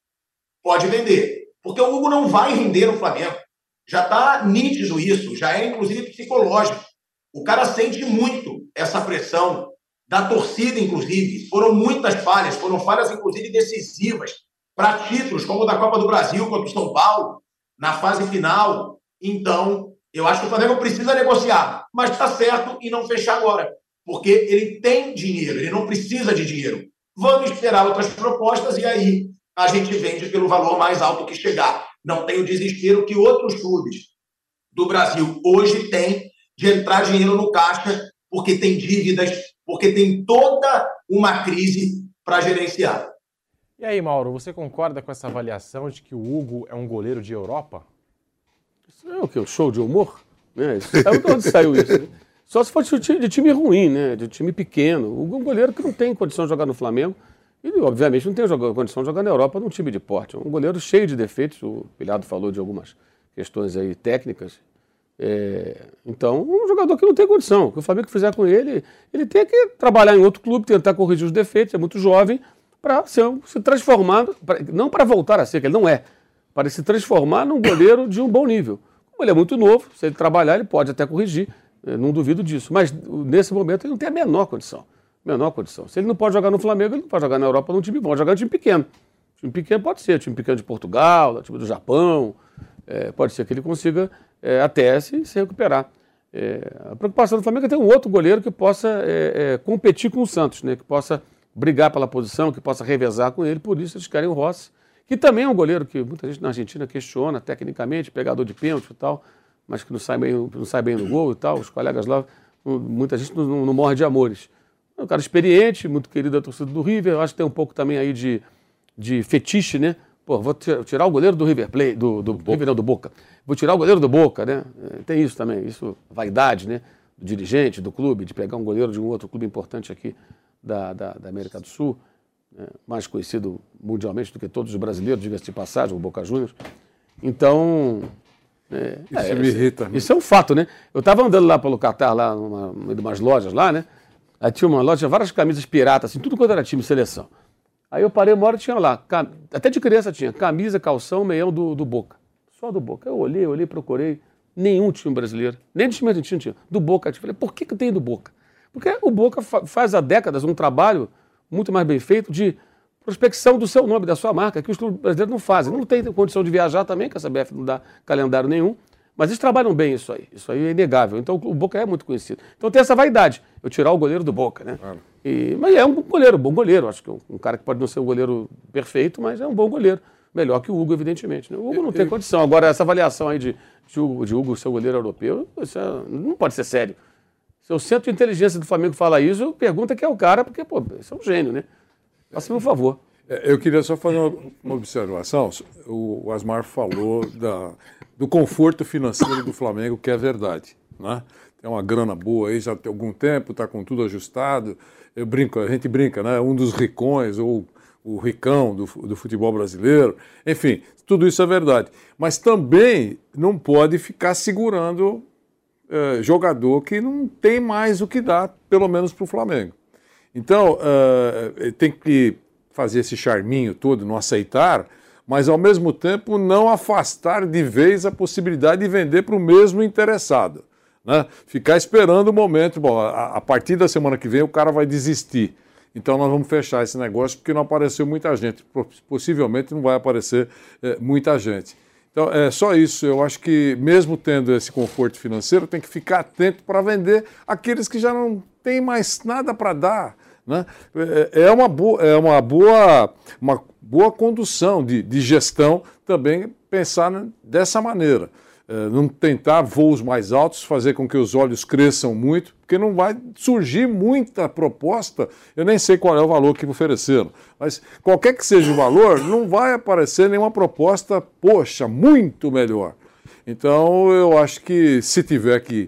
pode vender. Porque o Hugo não vai render no Flamengo. Já está nítido isso, já é, inclusive, psicológico. O cara sente muito essa pressão da torcida, inclusive. Foram muitas falhas, foram falhas, inclusive, decisivas para títulos, como o da Copa do Brasil contra o São Paulo, na fase final. Então, eu acho que o Flamengo precisa negociar, mas está certo em não fechar agora, porque ele tem dinheiro, ele não precisa de dinheiro. Vamos esperar outras propostas e aí a gente vende pelo valor mais alto que chegar. Não tem o desespero que outros clubes do Brasil hoje têm de entrar dinheiro no caixa, porque tem dívidas, porque tem toda uma crise para gerenciar. E aí, Mauro, você concorda com essa avaliação de que o Hugo é um goleiro de Europa? Isso é o quê? Um show de humor? Né? De onde saiu isso? Né? Só se fosse de time ruim, né? De time pequeno. O Hugo é um goleiro que não tem condição de jogar no Flamengo e, obviamente, não tem condição de jogar na Europa num time de porte. É um goleiro cheio de defeitos. O Pilhado falou de algumas questões aí técnicas. Então, um jogador que não tem condição. O que o Flamengo fizer com ele, ele tem que trabalhar em outro clube, tentar corrigir os defeitos, é muito jovem, para se transformar, não para voltar a ser, que ele não é, para se transformar num goleiro de um bom nível. Como ele é muito novo, se ele trabalhar, ele pode até corrigir, não duvido disso. Mas, nesse momento, ele não tem a menor condição. Se ele não pode jogar no Flamengo, ele não pode jogar na Europa num time bom, pode jogar num time pequeno. Time pequeno pode ser, time pequeno de Portugal, time do Japão, pode ser que ele consiga até se recuperar. A preocupação do Flamengo é ter um outro goleiro que possa competir com o Santos, né? Que possa brigar pela posição, que possa revezar com ele. Por isso eles querem o Rossi, que também é um goleiro que muita gente na Argentina questiona tecnicamente, pegador de pênalti e tal, mas que não sai bem no gol e tal. Os colegas lá, muita gente não morre de amores. É um cara experiente, muito querido da torcida do River. Eu acho que tem um pouco também aí de fetiche, né? Pô, vou tirar o goleiro do River Plate, do River, não, do Boca. Vou tirar o goleiro do Boca, né? Tem isso também, isso, vaidade, né? Do dirigente, do clube, de pegar um goleiro de um outro clube importante aqui da América do Sul, né? Mais conhecido mundialmente do que todos os brasileiros, diga-se de passagem, o Boca Juniors. Então, isso me irrita. Isso é um fato, né? Eu estava andando lá pelo Catar, lá numa de umas lojas lá, né? Aí tinha uma loja, várias camisas piratas, assim, tudo quanto era time de seleção. Aí eu parei uma hora e tinha lá, até de criança tinha, camisa, calção, meião do Boca. Só do Boca. Eu olhei, procurei, nenhum time brasileiro, nem do time argentino tinha. Do Boca, eu falei, por que tem do Boca? Porque o Boca faz há décadas um trabalho muito mais bem feito de prospecção do seu nome, da sua marca, que os clubes brasileiros não fazem. Não tem condição de viajar também, que a CBF não dá calendário nenhum, mas eles trabalham bem isso aí é inegável. Então o Boca é muito conhecido. Então tem essa vaidade, eu tirar o goleiro do Boca, né? Claro. Mas é um bom goleiro, acho que um cara que pode não ser um goleiro perfeito, mas é um bom goleiro. Melhor que o Hugo, evidentemente. Né? O Hugo não tem condição. Agora, essa avaliação aí de Hugo ser o goleiro europeu, isso não pode ser sério. Se o Centro de Inteligência do Flamengo fala isso, pergunta quem é o cara, porque, pô, isso é um gênio, né? Faça por favor. Eu queria só fazer uma observação. O Asmar falou do conforto financeiro do Flamengo, que é verdade, né? Tem uma grana boa aí, já tem algum tempo, está com tudo ajustado. A gente brinca, né? Um dos ricões, ou o ricão do futebol brasileiro. Enfim, tudo isso é verdade. Mas também não pode ficar segurando jogador que não tem mais o que dar, pelo menos para o Flamengo. Então, tem que fazer esse charminho todo, não aceitar, mas ao mesmo tempo não afastar de vez a possibilidade de vender para o mesmo interessado. Né? Ficar esperando o momento, bom, a partir da semana que vem o cara vai desistir. Então nós vamos fechar esse negócio porque não apareceu muita gente. Possivelmente não vai aparecer muita gente. Então é só isso. Eu acho que mesmo tendo esse conforto financeiro, tem que ficar atento para vender aqueles que já não têm mais nada para dar. Né? É uma boa condução de gestão também pensar dessa maneira. Não tentar voos mais altos, fazer com que os olhos cresçam muito, porque não vai surgir muita proposta, eu nem sei qual é o valor que ofereceram, mas qualquer que seja o valor, não vai aparecer nenhuma proposta, poxa, muito melhor. Então eu acho que se tiver que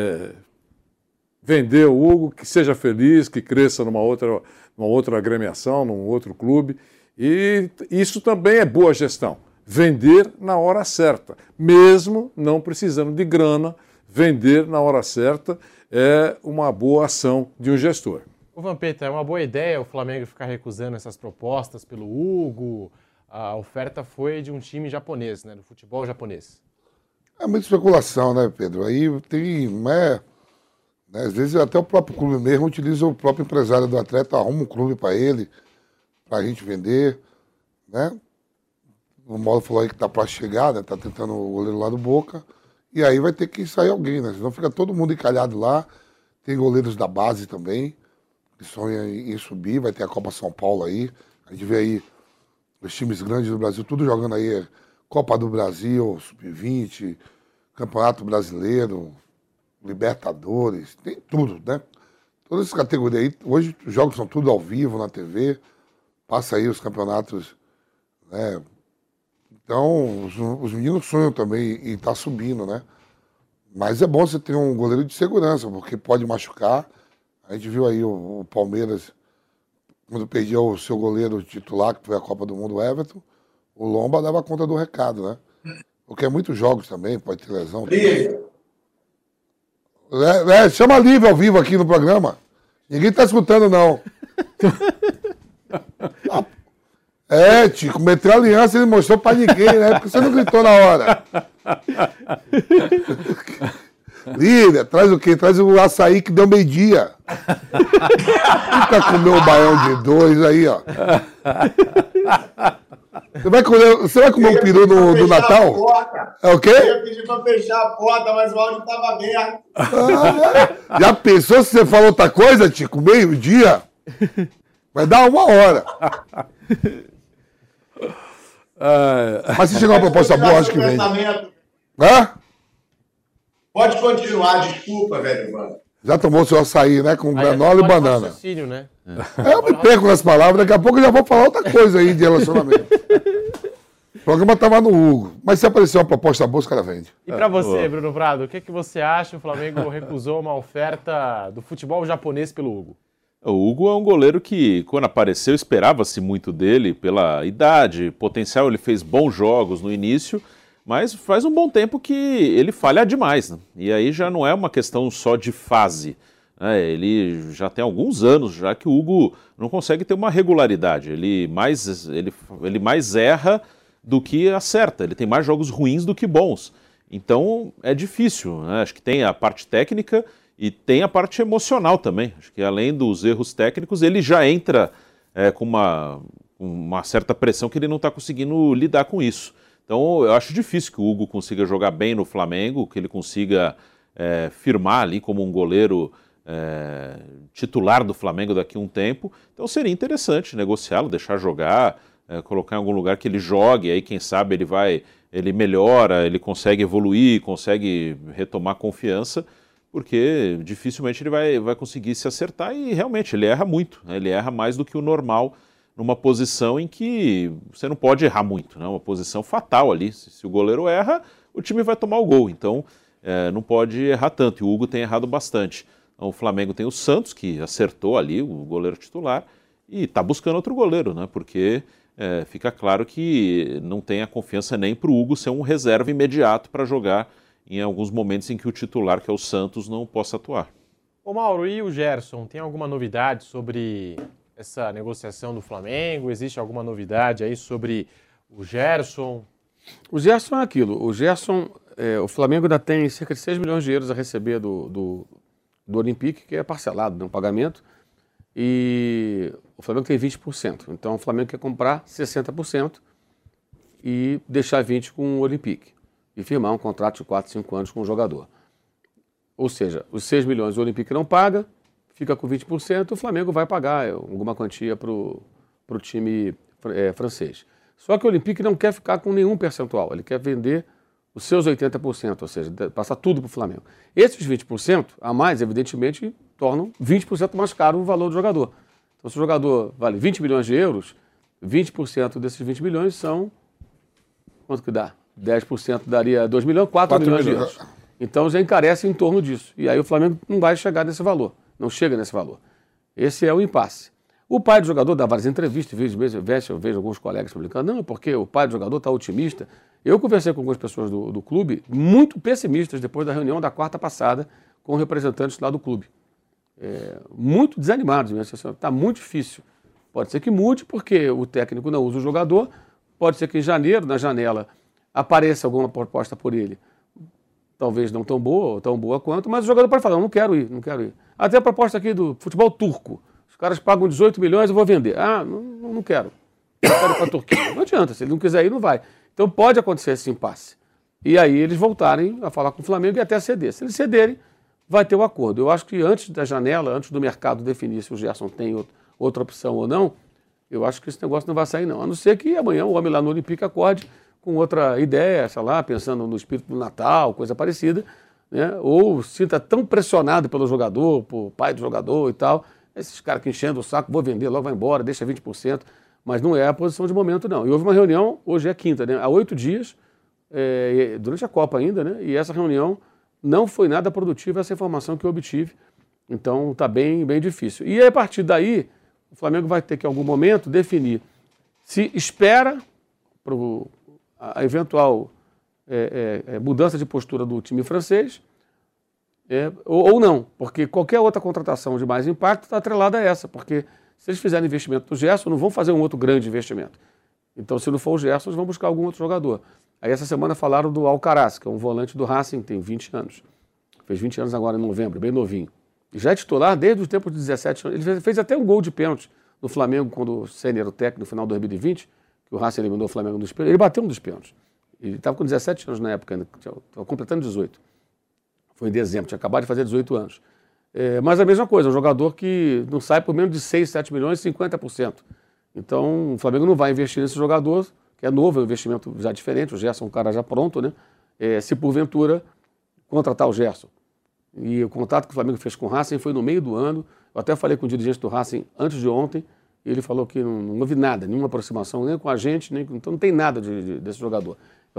vender o Hugo, que seja feliz, que cresça numa outra agremiação, num outro clube, e isso também é boa gestão. Vender na hora certa, mesmo não precisando de grana, vender na hora certa é uma boa ação de um gestor. Ô Vampeta, é uma boa ideia o Flamengo ficar recusando essas propostas pelo Hugo? A oferta foi de um time japonês, né, do futebol japonês. É muita especulação, né, Pedro? Aí tem, né, às vezes até o próprio clube mesmo utiliza o próprio empresário do atleta, arruma um clube para ele, para a gente vender, né? O Mauro falou aí que tá para chegar, né? Tá tentando o goleiro lá do Boca. E aí vai ter que sair alguém, né? Senão fica todo mundo encalhado lá. Tem goleiros da base também, que sonham em subir. Vai ter a Copa São Paulo aí. A gente vê aí os times grandes do Brasil, tudo jogando aí. Copa do Brasil, Sub-20, Campeonato Brasileiro, Libertadores, tem tudo, né? Todas essas categorias aí. Hoje os jogos são tudo ao vivo na TV. passa aí os campeonatos, né? Então, os meninos sonham também em estar subindo, né? Mas é bom você ter um goleiro de segurança, porque pode machucar. A gente viu aí o Palmeiras, quando perdeu o seu goleiro titular, que foi a Copa do Mundo, o Everton, o Lomba dava conta do recado, né? Porque é muitos jogos também, pode ter lesão. Chama a Lívia ao vivo aqui no programa. Ninguém tá escutando, não. Tico, meteu a aliança e ele mostrou pra ninguém, né? Porque você não gritou na hora. Lívia, traz o quê? Traz o açaí que deu meio-dia. Fica comer um baião de 2 aí, ó. Você vai comer um peru do Natal? É o quê? Eu ia pedir pra fechar a porta, mas o áudio tava aberto. Já pensou se você falou outra coisa, Tico? Meio-dia? Vai dar 1 hora. Mas se chegar uma proposta boa, acho que vem. Pode continuar, desculpa, velho, mano. Já tomou seu açaí, né? Com granola e banana. Né? Eu me perco nas palavras, daqui a pouco eu já vou falar outra coisa aí de relacionamento. O programa tava no Hugo. Mas se aparecer uma proposta boa, os caras vendem. E pra você, Bruno Prado, o que você acha? O Flamengo recusou uma oferta do futebol japonês pelo Hugo. O Hugo é um goleiro que, quando apareceu, esperava-se muito dele pela idade, potencial. Ele fez bons jogos no início, mas faz um bom tempo que ele falha demais, né? E aí já não é uma questão só de fase, né? Ele já tem alguns anos já que o Hugo não consegue ter uma regularidade. Ele mais erra do que acerta. Ele tem mais jogos ruins do que bons. Então é difícil, né? Acho que tem a parte técnica e tem a parte emocional também. Acho que além dos erros técnicos, ele já entra com uma certa pressão que ele não está conseguindo lidar com isso. Então eu acho difícil que o Hugo consiga jogar bem no Flamengo, que ele consiga firmar ali como um goleiro titular do Flamengo daqui a um tempo. Então seria interessante negociá-lo, deixar jogar, colocar em algum lugar que ele jogue, aí quem sabe ele melhora, ele consegue evoluir, consegue retomar confiança, porque dificilmente ele vai conseguir se acertar e realmente ele erra muito, né? Ele erra mais do que o normal numa posição em que você não pode errar muito, né? Uma posição fatal ali. Se o goleiro erra, o time vai tomar o gol. Então, não pode errar tanto. E o Hugo tem errado bastante. Então, o Flamengo tem o Santos, que acertou ali o goleiro titular, e está buscando outro goleiro, né? Porque fica claro que não tem a confiança nem para o Hugo ser um reserva imediato para jogar em alguns momentos em que o titular, que é o Santos, não possa atuar. Ô Mauro, e o Gerson? Tem alguma novidade sobre essa negociação do Flamengo? Existe alguma novidade aí sobre o Gerson? O Gerson é aquilo. O Gerson, o Flamengo ainda tem cerca de 6 milhões de euros a receber do Olympique, que é parcelado, né, um pagamento. E o Flamengo tem 20%. Então o Flamengo quer comprar 60% e deixar 20% com o Olympique. E firmar um contrato de 4, 5 anos com o jogador. Ou seja, os 6 milhões o Olympique não paga, fica com 20%, o Flamengo vai pagar alguma quantia para o time francês. Só que o Olympique não quer ficar com nenhum percentual, ele quer vender os seus 80%, ou seja, passar tudo para o Flamengo. Esses 20% a mais, evidentemente, tornam 20% mais caro o valor do jogador. Então, se o jogador vale 20 milhões de euros, 20% desses 20 milhões são... Quanto que dá? 10% daria 2 milhões, 4 milhões de euros. Então já encarece em torno disso. E aí o Flamengo não vai chegar nesse valor. Não chega nesse valor. Esse é o impasse. O pai do jogador dá várias entrevistas, eu vejo alguns colegas publicando, não, é porque o pai do jogador está otimista. Eu conversei com algumas pessoas do clube, muito pessimistas, depois da reunião da quarta passada, com representantes lá do clube. Muito desanimados, está muito difícil. Pode ser que mude, porque o técnico não usa o jogador, pode ser que em janeiro, na janela, apareça alguma proposta por ele. Talvez não tão boa, ou tão boa quanto, mas o jogador pode falar, não quero ir. Até a proposta aqui do futebol turco. Os caras pagam 18 milhões, eu vou vender. Não quero. Eu quero ir para a Turquia. Não adianta, se ele não quiser ir, não vai. Então pode acontecer esse impasse. E aí eles voltarem a falar com o Flamengo e até ceder. Se eles cederem, vai ter um acordo. Eu acho que antes da janela, antes do mercado definir se o Gerson tem outra opção ou não, eu acho que esse negócio não vai sair não. A não ser que amanhã o homem lá no Olympique acorde com outra ideia, sei lá, pensando no espírito do Natal, coisa parecida, né? Ou sinta tão pressionado pelo jogador, por pai do jogador e tal, esses caras que enchendo o saco, vou vender, logo vai embora, deixa 20%. Mas não é a posição de momento, não. E houve uma reunião, hoje é quinta, né? Há 8 dias, durante a Copa ainda, né? E essa reunião não foi nada produtiva, essa informação que eu obtive. Então está bem difícil. E a partir daí, o Flamengo vai ter que, em algum momento, definir se espera para a eventual mudança de postura do time francês ou não. Porque qualquer outra contratação de mais impacto está atrelada a essa. Porque se eles fizerem investimento no Gerson, não vão fazer um outro grande investimento. Então, se não for o Gerson, eles vão buscar algum outro jogador. Aí essa semana falaram do Alcaraz, que é um volante do Racing, tem 20 anos. Fez 20 anos agora em novembro, bem novinho. E já é titular desde os tempos de 17 anos. Ele fez até um gol de pênalti no Flamengo, quando o Ceni era o técnico no final de 2020, que o Racing eliminou o Flamengo nos pênaltis. Ele bateu um dos pênaltis. Ele estava com 17 anos na época, ainda, estava completando 18. Foi em dezembro, tinha acabado de fazer 18 anos. Mas a mesma coisa, um jogador que não sai por menos de 6, 7 milhões, 50%. Então, o Flamengo não vai investir nesse jogador, que é novo, é um investimento já diferente, o Gerson é um cara já pronto, né? Se porventura contratar o Gerson. E o contato que o Flamengo fez com o Racing foi no meio do ano. Eu até falei com o dirigente do Racing antes de ontem, e ele falou que não houve nada, nenhuma aproximação, nem com a gente, então não tem nada desse jogador.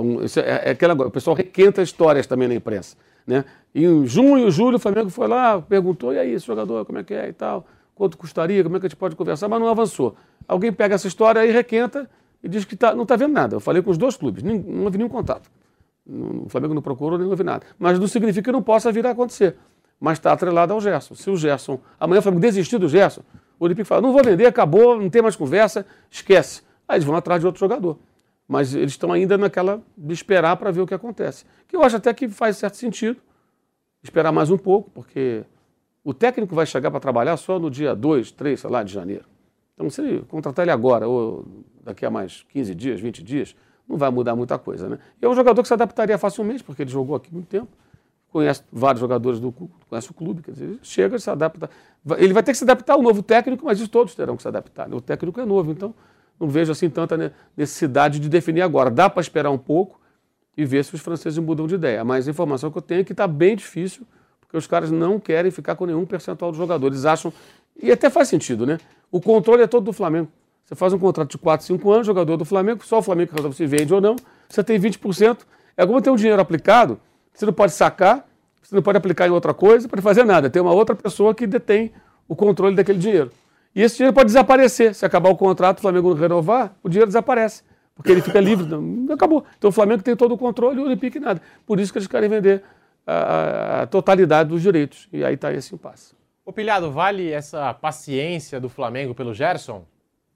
O pessoal requenta histórias também na imprensa. Né? E em junho, julho, o Flamengo foi lá, perguntou, e aí, esse jogador, como é que é e tal? Quanto custaria, como é que a gente pode conversar? Mas não avançou. Alguém pega essa história aí, requenta e diz que não está vendo nada. Eu falei com os dois clubes, não houve nenhum contato. O Flamengo não procurou, nem houve nada. Mas não significa que não possa vir a acontecer. Mas está atrelado ao Gerson. Se o Gerson, amanhã o Flamengo desistir do Gerson, o Olympique fala, não vou vender, acabou, não tem mais conversa, esquece. Aí eles vão atrás de outro jogador. Mas eles estão ainda naquela de esperar para ver o que acontece. Que eu acho até que faz certo sentido esperar mais um pouco, porque o técnico vai chegar para trabalhar só no dia 2, 3, sei lá, de janeiro. Então, se ele contratar ele agora, ou daqui a mais 15 dias, 20 dias, não vai mudar muita coisa, né? E é um jogador que se adaptaria facilmente, porque ele jogou aqui muito tempo, conhece vários jogadores do clube, conhece o clube, quer dizer, ele chega, se adapta. Ele vai ter que se adaptar ao novo técnico, mas isso todos terão que se adaptar, né? O técnico é novo, então não vejo assim tanta necessidade de definir agora. Dá para esperar um pouco e ver se os franceses mudam de ideia. Mas a informação que eu tenho é que está bem difícil, porque os caras não querem ficar com nenhum percentual do jogador. Eles acham, e até faz sentido, né? O controle é todo do Flamengo. Você faz um contrato de 4, 5 anos, jogador do Flamengo, só o Flamengo que resolve se vende ou não, você tem 20%. É como ter um dinheiro aplicado, você não pode sacar, você não pode aplicar em outra coisa, não pode fazer nada. Tem uma outra pessoa que detém o controle daquele dinheiro. E esse dinheiro pode desaparecer. Se acabar o contrato, o Flamengo não renovar, o dinheiro desaparece. Porque ele fica livre. Acabou. Então o Flamengo tem todo o controle e o Olympique nada. Por isso que eles querem vender a totalidade dos direitos. E aí está esse impasse. Ô Pilhado, vale essa paciência do Flamengo pelo Gerson?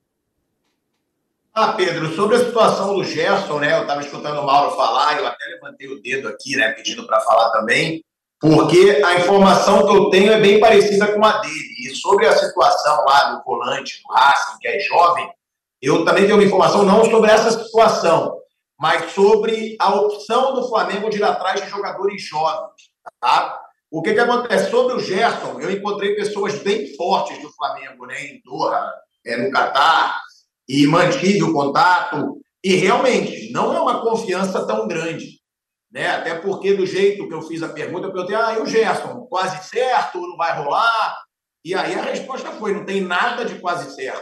Pedro, sobre a situação do Gerson, né? Eu estava escutando o Mauro falar, eu até levantei o dedo aqui, né? Pedindo para falar também, porque a informação que eu tenho é bem parecida com a dele. E sobre a situação lá do volante, do Racing, que é jovem, eu também tenho uma informação não sobre essa situação, mas sobre a opção do Flamengo de ir atrás de jogadores jovens, tá? O que acontece? Sobre o Gerson, eu encontrei pessoas bem fortes do Flamengo, né? Em Doha, no Catar, e mantive o contato, e realmente não é uma confiança tão grande, né? Até porque do jeito que eu fiz a pergunta, eu perguntei, e o Gerson, quase certo, não vai rolar? E aí a resposta foi, não tem nada de quase certo,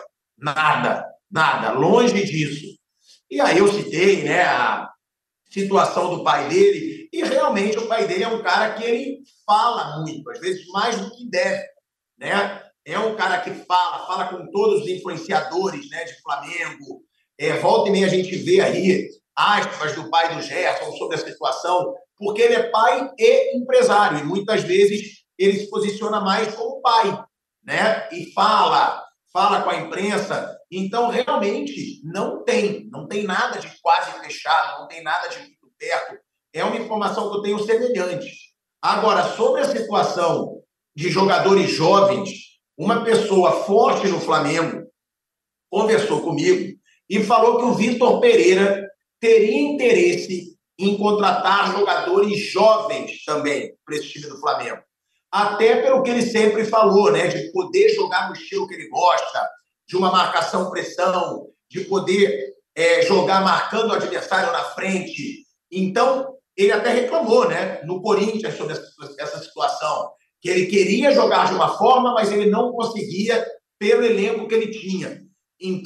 nada, longe disso. E aí eu citei, né, a situação do pai dele, e realmente o pai dele é um cara que ele fala muito, às vezes mais do que deve, né? É um cara que fala com todos os influenciadores, né, de Flamengo. Volta e meia a gente vê aí aspas do pai do Gerson sobre a situação, porque ele é pai e empresário, e muitas vezes ele se posiciona mais como pai, né? E fala com a imprensa. Então, realmente, não tem nada de quase fechado, não tem nada de muito perto. É uma informação que eu tenho semelhante. Agora, sobre a situação de jogadores jovens, uma pessoa forte no Flamengo conversou comigo e falou que o Vitor Pereira teria interesse em contratar jogadores jovens também para esse time do Flamengo. Até pelo que ele sempre falou, né? De poder jogar no estilo que ele gosta, de uma marcação-pressão, de poder jogar marcando o adversário na frente. Então, ele até reclamou, né? No Corinthians sobre essa situação, que ele queria jogar de uma forma, mas ele não conseguia pelo elenco que ele tinha. Então,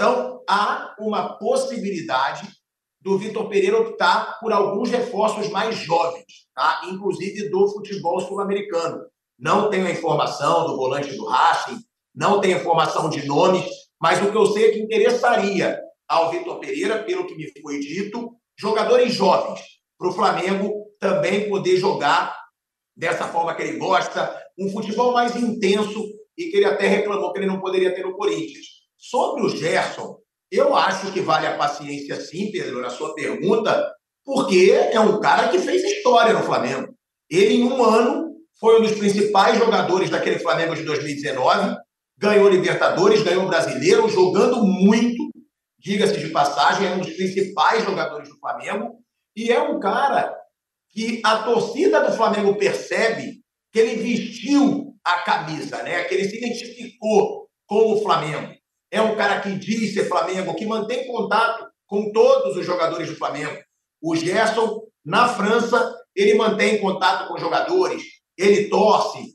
há uma possibilidade do Vitor Pereira optar por alguns reforços mais jovens, tá? Inclusive do futebol sul-americano. Não tenho a informação do volante do Racing, não tenho informação de nomes, mas o que eu sei é que interessaria ao Vitor Pereira, pelo que me foi dito, jogadores jovens, para o Flamengo também poder jogar dessa forma que ele gosta, um futebol mais intenso e que ele até reclamou que ele não poderia ter no Corinthians. Sobre o Gerson, eu acho que vale a paciência sim, Pedro, na sua pergunta, porque é um cara que fez história no Flamengo. Ele, em um ano, foi um dos principais jogadores daquele Flamengo de 2019, ganhou Libertadores, ganhou Brasileiro, jogando muito, diga-se de passagem, é um dos principais jogadores do Flamengo, e é um cara que a torcida do Flamengo percebe que ele vestiu a camisa, né? Que ele se identificou com o Flamengo. É um cara que diz ser Flamengo, que mantém contato com todos os jogadores do Flamengo. O Gerson, na França, ele mantém contato com os jogadores, ele torce,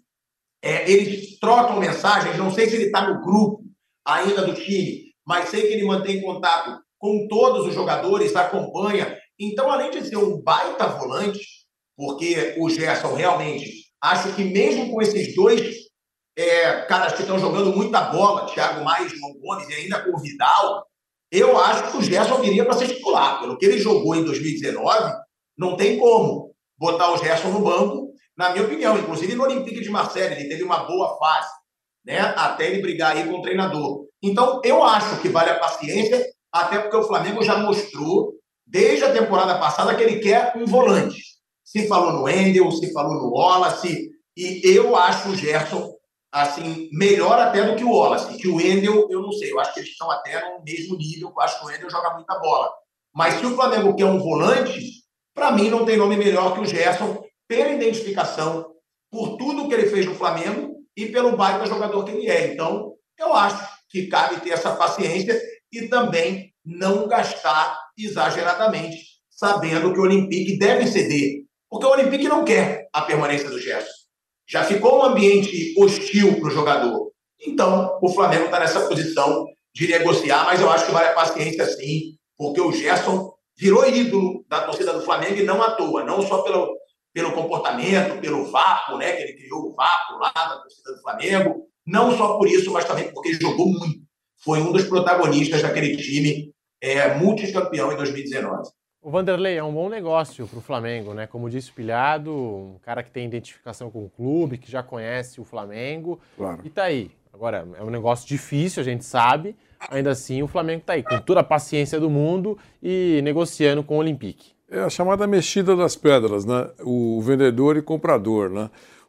eles trocam mensagens, não sei se ele está no grupo ainda do time, mas sei que ele mantém contato com todos os jogadores, acompanha. Então, além de ser um baita volante, porque o Gerson realmente, acho que mesmo com esses dois caras que estão jogando muita bola, Thiago Maia e João Gomes, e ainda com o Vidal, eu acho que o Gerson viria para ser titular. Pelo que ele jogou em 2019, não tem como botar o Gerson no banco, na minha opinião. Inclusive no Olympique de Marseille, ele teve uma boa fase, né? Até ele brigar aí com o treinador. Então, eu acho que vale a paciência, até porque o Flamengo já mostrou, desde a temporada passada, que ele quer um volante. Se falou no Wendel, se falou no Wallace, e eu acho o Gerson assim, melhor até do que o Wallace, que o Wendel, eu não sei, eu acho que eles estão até no mesmo nível, eu acho que o Wendel joga muita bola. Mas se o Flamengo quer um volante, para mim não tem nome melhor que o Gerson, pela identificação, por tudo que ele fez no Flamengo e pelo baita jogador que ele é. Então, eu acho que cabe ter essa paciência e também não gastar exageradamente, sabendo que o Olympique deve ceder, porque o Olympique não quer a permanência do Gerson. Já ficou um ambiente hostil para o jogador. Então, o Flamengo está nessa posição de negociar, mas eu acho que vale a paciência sim, porque o Gerson virou ídolo da torcida do Flamengo e não à toa, não só pelo comportamento, pelo vapo, né, que ele criou o vapo lá da torcida do Flamengo, não só por isso, mas também porque ele jogou muito. Foi um dos protagonistas daquele time multicampeão em 2019. O Vanderlei, é um bom negócio para o Flamengo, né? Como disse o Pilhado, um cara que tem identificação com o clube, que já conhece o Flamengo. Claro. E tá aí. Agora, é um negócio difícil, a gente sabe. Ainda assim, o Flamengo tá aí, com toda a paciência do mundo e negociando com o Olympique. É a chamada mexida das pedras, né? O vendedor e comprador, né?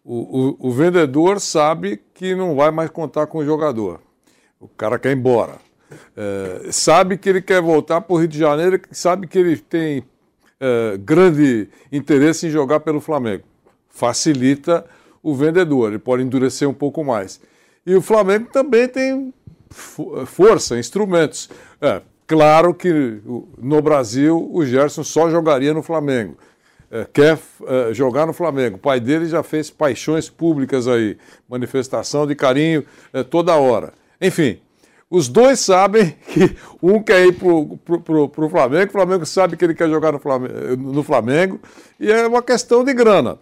O vendedor sabe que não vai mais contar com o jogador. O cara quer ir embora. Sabe que ele quer voltar para o Rio de Janeiro, sabe que ele tem grande interesse em jogar pelo Flamengo. Facilita o vendedor, ele pode endurecer um pouco mais. E o Flamengo também tem força, instrumentos. Claro que no Brasil o Gerson só jogaria no Flamengo. Quer jogar no Flamengo. O pai dele já fez paixões públicas aí, manifestação de carinho toda hora. Enfim, os dois sabem que um quer ir pro Flamengo, o Flamengo sabe que ele quer jogar no Flamengo, e é uma questão de grana.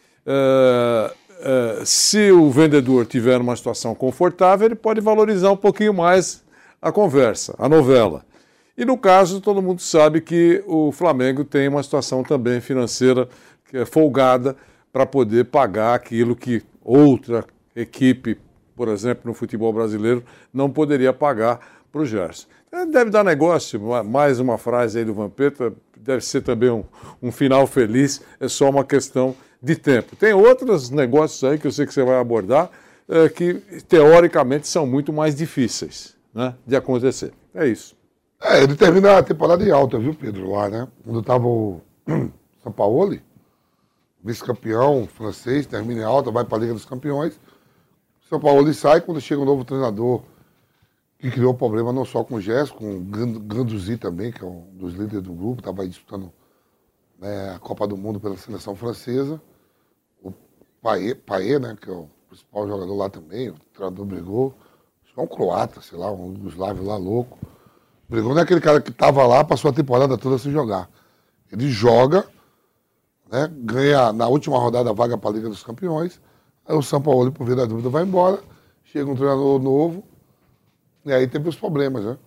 Se o vendedor tiver uma situação confortável, ele pode valorizar um pouquinho mais a conversa, a novela. E no caso, todo mundo sabe que o Flamengo tem uma situação também financeira folgada para poder pagar aquilo que outra equipe, por exemplo, no futebol brasileiro, não poderia pagar para o Gerson. Deve dar negócio, mais uma frase aí do Vampeta, deve ser também um final feliz, é só uma questão de tempo. Tem outros negócios aí que eu sei que você vai abordar, que teoricamente são muito mais difíceis, né, de acontecer. É isso. Ele termina a temporada em alta, viu, Pedro, lá, né? Quando estava o Sampaoli, vice-campeão francês, termina em alta, vai para a Liga dos Campeões. O Sampaoli sai quando chega um novo treinador que criou problema não só com o Gerson, com o Guendouzi também, que é um dos líderes do grupo, estava disputando a Copa do Mundo pela seleção francesa. O Payet, né, que é o principal jogador lá também, o treinador brigou. Acho que é um croata, sei lá, um yugoslavo lá louco. Brigou não é aquele cara que estava lá, passou a temporada toda sem jogar. Ele joga, né, ganha na última rodada a vaga para a Liga dos Campeões, aí o São Paulo, por vir da dúvida, vai embora, chega um treinador novo, e aí teve os problemas, né?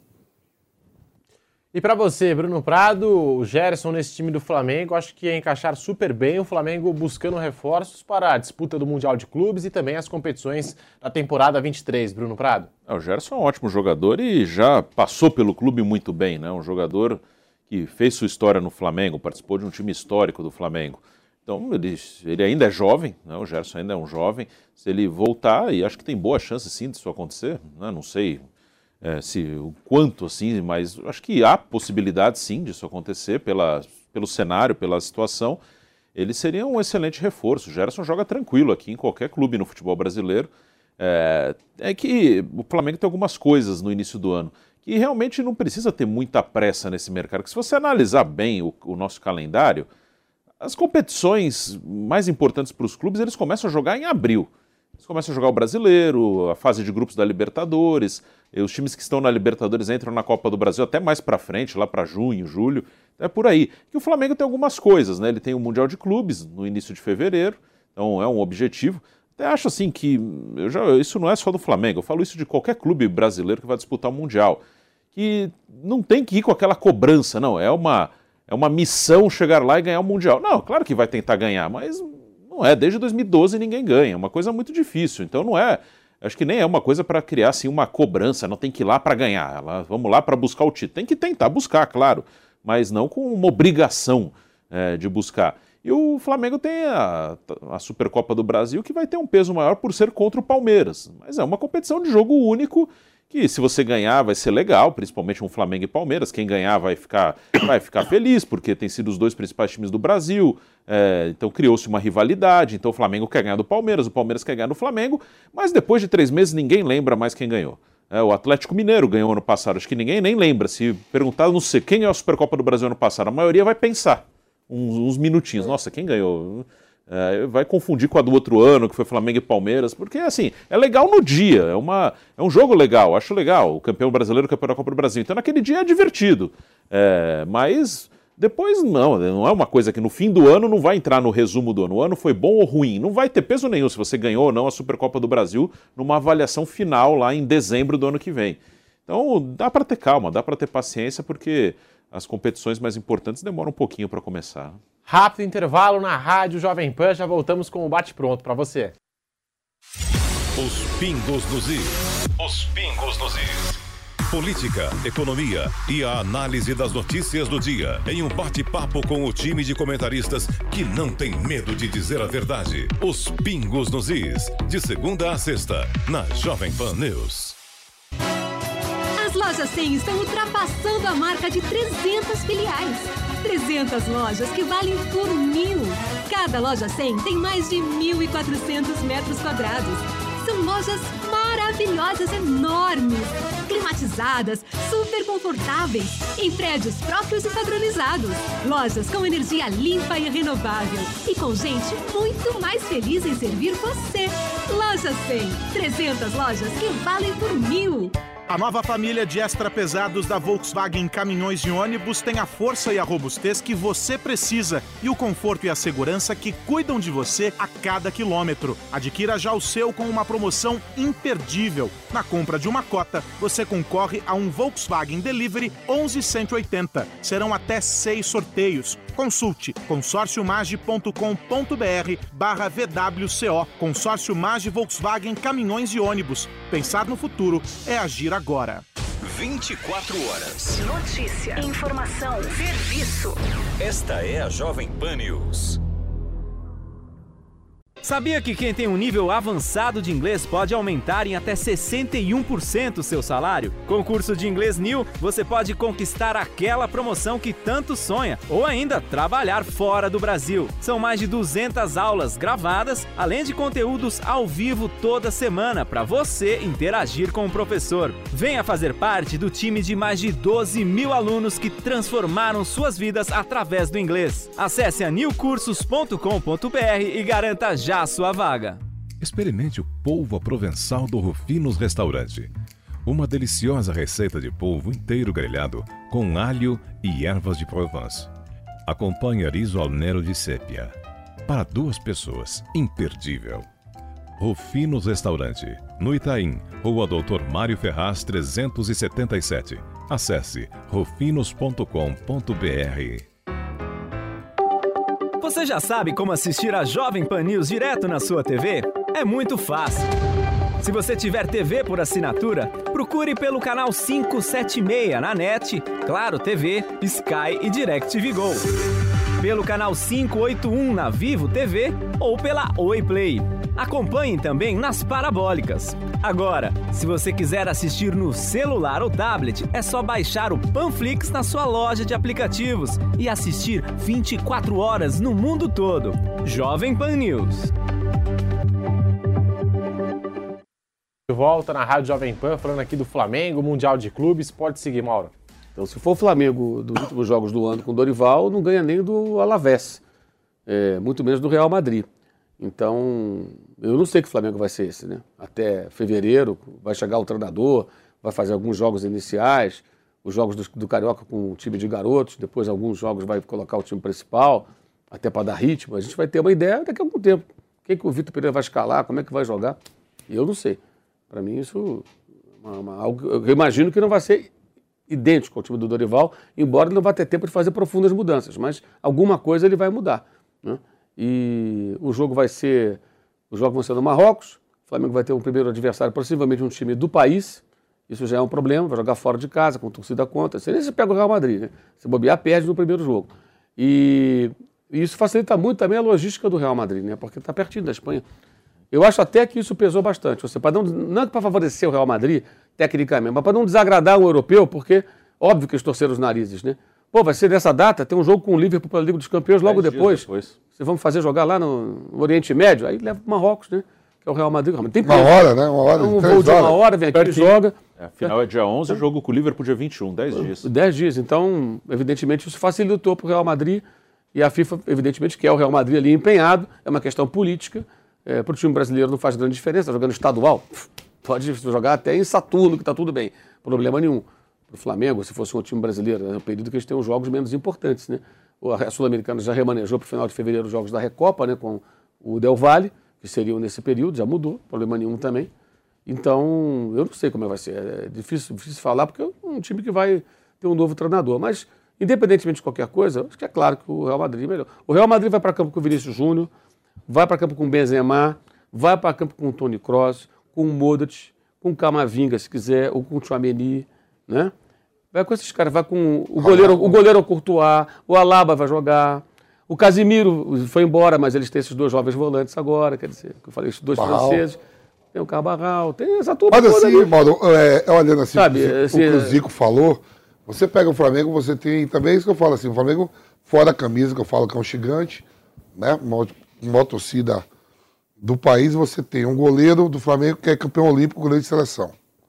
E para você, Bruno Prado, o Gerson nesse time do Flamengo, acho que ia encaixar super bem o Flamengo buscando reforços para a disputa do Mundial de Clubes e também as competições da temporada 23, Bruno Prado. O Gerson é um ótimo jogador e já passou pelo clube muito bem, né? Um jogador que fez sua história no Flamengo, participou de um time histórico do Flamengo. Então ele ainda é jovem, né? O Gerson ainda é um jovem. Se ele voltar, e acho que tem boa chance sim disso acontecer, né? Não sei o quanto assim, mas acho que há possibilidade sim disso acontecer pelo cenário, pela situação. Ele seria um excelente reforço. O Gerson joga tranquilo aqui em qualquer clube no futebol brasileiro. É que o Flamengo tem algumas coisas no início do ano que realmente não precisa ter muita pressa nesse mercado. Porque se você analisar bem o nosso calendário, as competições mais importantes para os clubes, eles começam a jogar em abril. Eles começam a jogar o Brasileiro, a fase de grupos da Libertadores, e os times que estão na Libertadores entram na Copa do Brasil até mais para frente, lá para junho, julho, é por aí. E o Flamengo tem algumas coisas, né? Ele tem o Mundial de Clubes no início de fevereiro, então é um objetivo. Até acho assim que, isso não é só do Flamengo, eu falo isso de qualquer clube brasileiro que vai disputar o Mundial, que não tem que ir com aquela cobrança, não, é uma missão chegar lá e ganhar o Mundial. Não, claro que vai tentar ganhar, mas não é, desde 2012 ninguém ganha, é uma coisa muito difícil, então não é, acho que nem é uma coisa para criar assim uma cobrança, não tem que ir lá para ganhar, vamos lá para buscar o título, tem que tentar buscar, claro, mas não com uma obrigação de buscar. E o Flamengo tem a Supercopa do Brasil, que vai ter um peso maior por ser contra o Palmeiras, mas é uma competição de jogo único, que se você ganhar vai ser legal, principalmente um Flamengo e Palmeiras, quem ganhar vai ficar feliz, porque tem sido os dois principais times do Brasil, então criou-se uma rivalidade, então o Flamengo quer ganhar do Palmeiras, o Palmeiras quer ganhar do Flamengo, mas depois de 3 meses ninguém lembra mais quem ganhou. O Atlético Mineiro ganhou ano passado, acho que ninguém nem lembra, se perguntar, não sei, quem ganhou a Supercopa do Brasil ano passado, a maioria vai pensar uns minutinhos, nossa, quem ganhou? Vai confundir com a do outro ano, que foi Flamengo e Palmeiras, porque assim, é legal no dia, é um jogo legal, acho legal, o campeão brasileiro, o campeão da Copa do Brasil, então naquele dia é divertido, mas depois não é uma coisa que no fim do ano não vai entrar no resumo do ano, o ano foi bom ou ruim, não vai ter peso nenhum se você ganhou ou não a Supercopa do Brasil numa avaliação final lá em dezembro do ano que vem. Então dá para ter calma, dá para ter paciência, porque as competições mais importantes demoram um pouquinho para começar. Rápido intervalo na Rádio Jovem Pan, já voltamos com o bate-pronto para você. Os pingos nos is. Os pingos nos is. Política, economia e a análise das notícias do dia em um bate-papo com o time de comentaristas que não tem medo de dizer a verdade. Os pingos nos is, de segunda a sexta, na Jovem Pan News. As lojas 100 estão ultrapassando a marca de 300 filiais. 300 lojas que valem por 1.000. Cada loja 100 tem mais de 1.400 metros quadrados. São lojas maravilhosas, enormes, climatizadas, super confortáveis, em prédios próprios e padronizados. Lojas com energia limpa e renovável. E com gente muito mais feliz em servir você. Loja 100. 300 lojas que valem por 1.000. A nova família de extra pesados da Volkswagen Caminhões e Ônibus tem a força e a robustez que você precisa e o conforto e a segurança que cuidam de você a cada quilômetro. Adquira já o seu com uma promoção imperdível. Na compra de uma cota, você concorre a um Volkswagen Delivery 11180. Serão até 6 sorteios. Consulte consórciomage.com.br/VWCO. Consórcio Mage Volkswagen Caminhões e Ônibus. Pensar no futuro é agir agora. 24 horas. Notícia, informação, serviço. Esta é a Jovem Pan News. Sabia que quem tem um nível avançado de inglês pode aumentar em até 61% o seu salário? Com o curso de Inglês New, você pode conquistar aquela promoção que tanto sonha, ou ainda trabalhar fora do Brasil. São mais de 200 aulas gravadas, além de conteúdos ao vivo toda semana para você interagir com o professor. Venha fazer parte do time de mais de 12 mil alunos que transformaram suas vidas através do inglês. Acesse a newcursos.com.br e garanta já a sua vaga. Experimente o polvo à provençal do Rufinos Restaurante. uma deliciosa receita de polvo inteiro grelhado com alho e ervas de Provence. Acompanhe riso al nero de sépia. Para 2 pessoas, imperdível. Rufinos Restaurante, no Itaim, Rua Doutor Mário Ferraz 377. Acesse rufinos.com.br. Você já sabe como assistir a Jovem Pan News direto na sua TV? É muito fácil. Se você tiver TV por assinatura, procure pelo canal 576 na NET, Claro TV, Sky e DirecTV Go. Pelo canal 581 na Vivo TV ou pela Oi Play. Acompanhe também nas parabólicas. Agora, se você quiser assistir no celular ou tablet, é só baixar o Panflix na sua loja de aplicativos e assistir 24 horas no mundo todo. Jovem Pan News. De volta na Rádio Jovem Pan, falando aqui do Flamengo, Mundial de Clubes. Pode seguir, Mauro. Então, se for o Flamengo dos últimos jogos do ano com o Dorival, não ganha nem do Alavés, muito menos do Real Madrid. Então, eu não sei que Flamengo vai ser esse, né? Até fevereiro vai chegar o treinador, vai fazer alguns jogos iniciais, os jogos do Carioca com o time de garotos, depois alguns jogos vai colocar o time principal, até para dar ritmo. A gente vai ter uma ideia daqui a algum tempo. Quem que o Vitor Pereira vai escalar, como é que vai jogar? Eu não sei. Para mim, isso algo, eu imagino que não vai ser idêntico ao time do Dorival, embora ele não vá ter tempo de fazer profundas mudanças, mas alguma coisa ele vai mudar, né? E o jogo vai ser, os jogos vão ser no Marrocos, o Flamengo vai ter um primeiro adversário, possivelmente um time do país, isso já é um problema, vai jogar fora de casa, com torcida contra, você pega o Real Madrid, né? Se bobear, perde no primeiro jogo. E isso facilita muito também a logística do Real Madrid, né? Porque está pertinho da Espanha. Eu acho até que isso pesou bastante. Não é para favorecer o Real Madrid, tecnicamente, mas para não desagradar o europeu, porque, óbvio que eles torceram os narizes, né? Pô, vai ser nessa data, tem um jogo com o Liverpool pela Liga dos Campeões logo depois. Vocês vão fazer jogar lá no Oriente Médio, aí leva para o Marrocos, né? Que é o Real Madrid. Tem uma hora, né? Uma hora. Um voo de uma hora, vem aqui e joga. A final é dia 11, jogo com o Liverpool dia 21, 10 dias. 10 dias. Então, evidentemente, isso facilitou para o Real Madrid. E a FIFA, evidentemente, quer o Real Madrid ali empenhado. É uma questão política. Para o time brasileiro não faz grande diferença. Jogando estadual, pode jogar até em Saturno, que está tudo bem. Problema nenhum. Para o Flamengo, se fosse um time brasileiro, é um período que eles têm os jogos menos importantes, né? A Sul-Americana já remanejou para o final de fevereiro os jogos da Recopa, né? Com o Del Valle, que seriam nesse período, já mudou, problema nenhum também. Então, eu não sei como vai ser. É difícil falar, porque é um time que vai ter um novo treinador. Mas, independentemente de qualquer coisa, acho que é claro que o Real Madrid é melhor. O Real Madrid vai para campo com o Vinícius Júnior, vai para campo com o Benzema, vai para campo com o Toni Kroos, com o Modric, com o Camavinga, se quiser, ou com o Tchouaméni, né? Vai com esses caras, vai com o goleiro Courtois, o Alaba vai jogar, o Casemiro foi embora, mas eles têm esses 2 jovens volantes agora, quer dizer, que eu falei, esses 2 franceses, tem o Carvajal, tem essa turma. Mas assim, ali. Mauro, olhando assim, sabe, o que o Zico falou, você pega o Flamengo, você tem também isso que eu falo assim, o Flamengo fora a camisa, que eu falo que é um gigante, né, uma torcida do país, você tem um goleiro do Flamengo que é campeão olímpico, goleiro de seleção.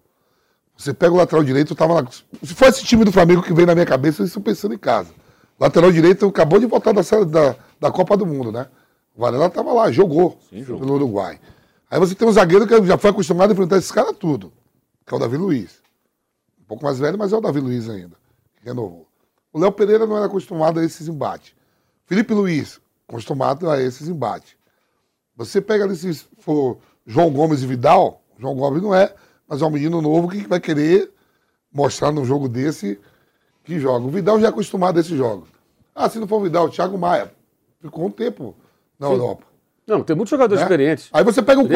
Você pega o lateral direito, eu tava lá. Se for esse time do Flamengo que vem na minha cabeça, eu estou pensando em casa. Lateral direito acabou de voltar da Copa do Mundo, né? O Varela estava lá, jogou pelo Uruguai. Aí você tem um zagueiro que já foi acostumado a enfrentar esses caras tudo, que é o Davi Luiz. Um pouco mais velho, mas é o Davi Luiz ainda, que renovou. O Léo Pereira não era acostumado a esses embates. Felipe Luiz, acostumado a esses embates. Você pega ali, se for João Gomes e Vidal, João Gomes não é, mas é um menino novo que vai querer mostrar num jogo desse que joga. O Vidal já é acostumado a esses jogos. Ah, se não for o Vidal, o Thiago Maia ficou um tempo na Europa. Não, tem muitos jogadores experientes. Aí você pega o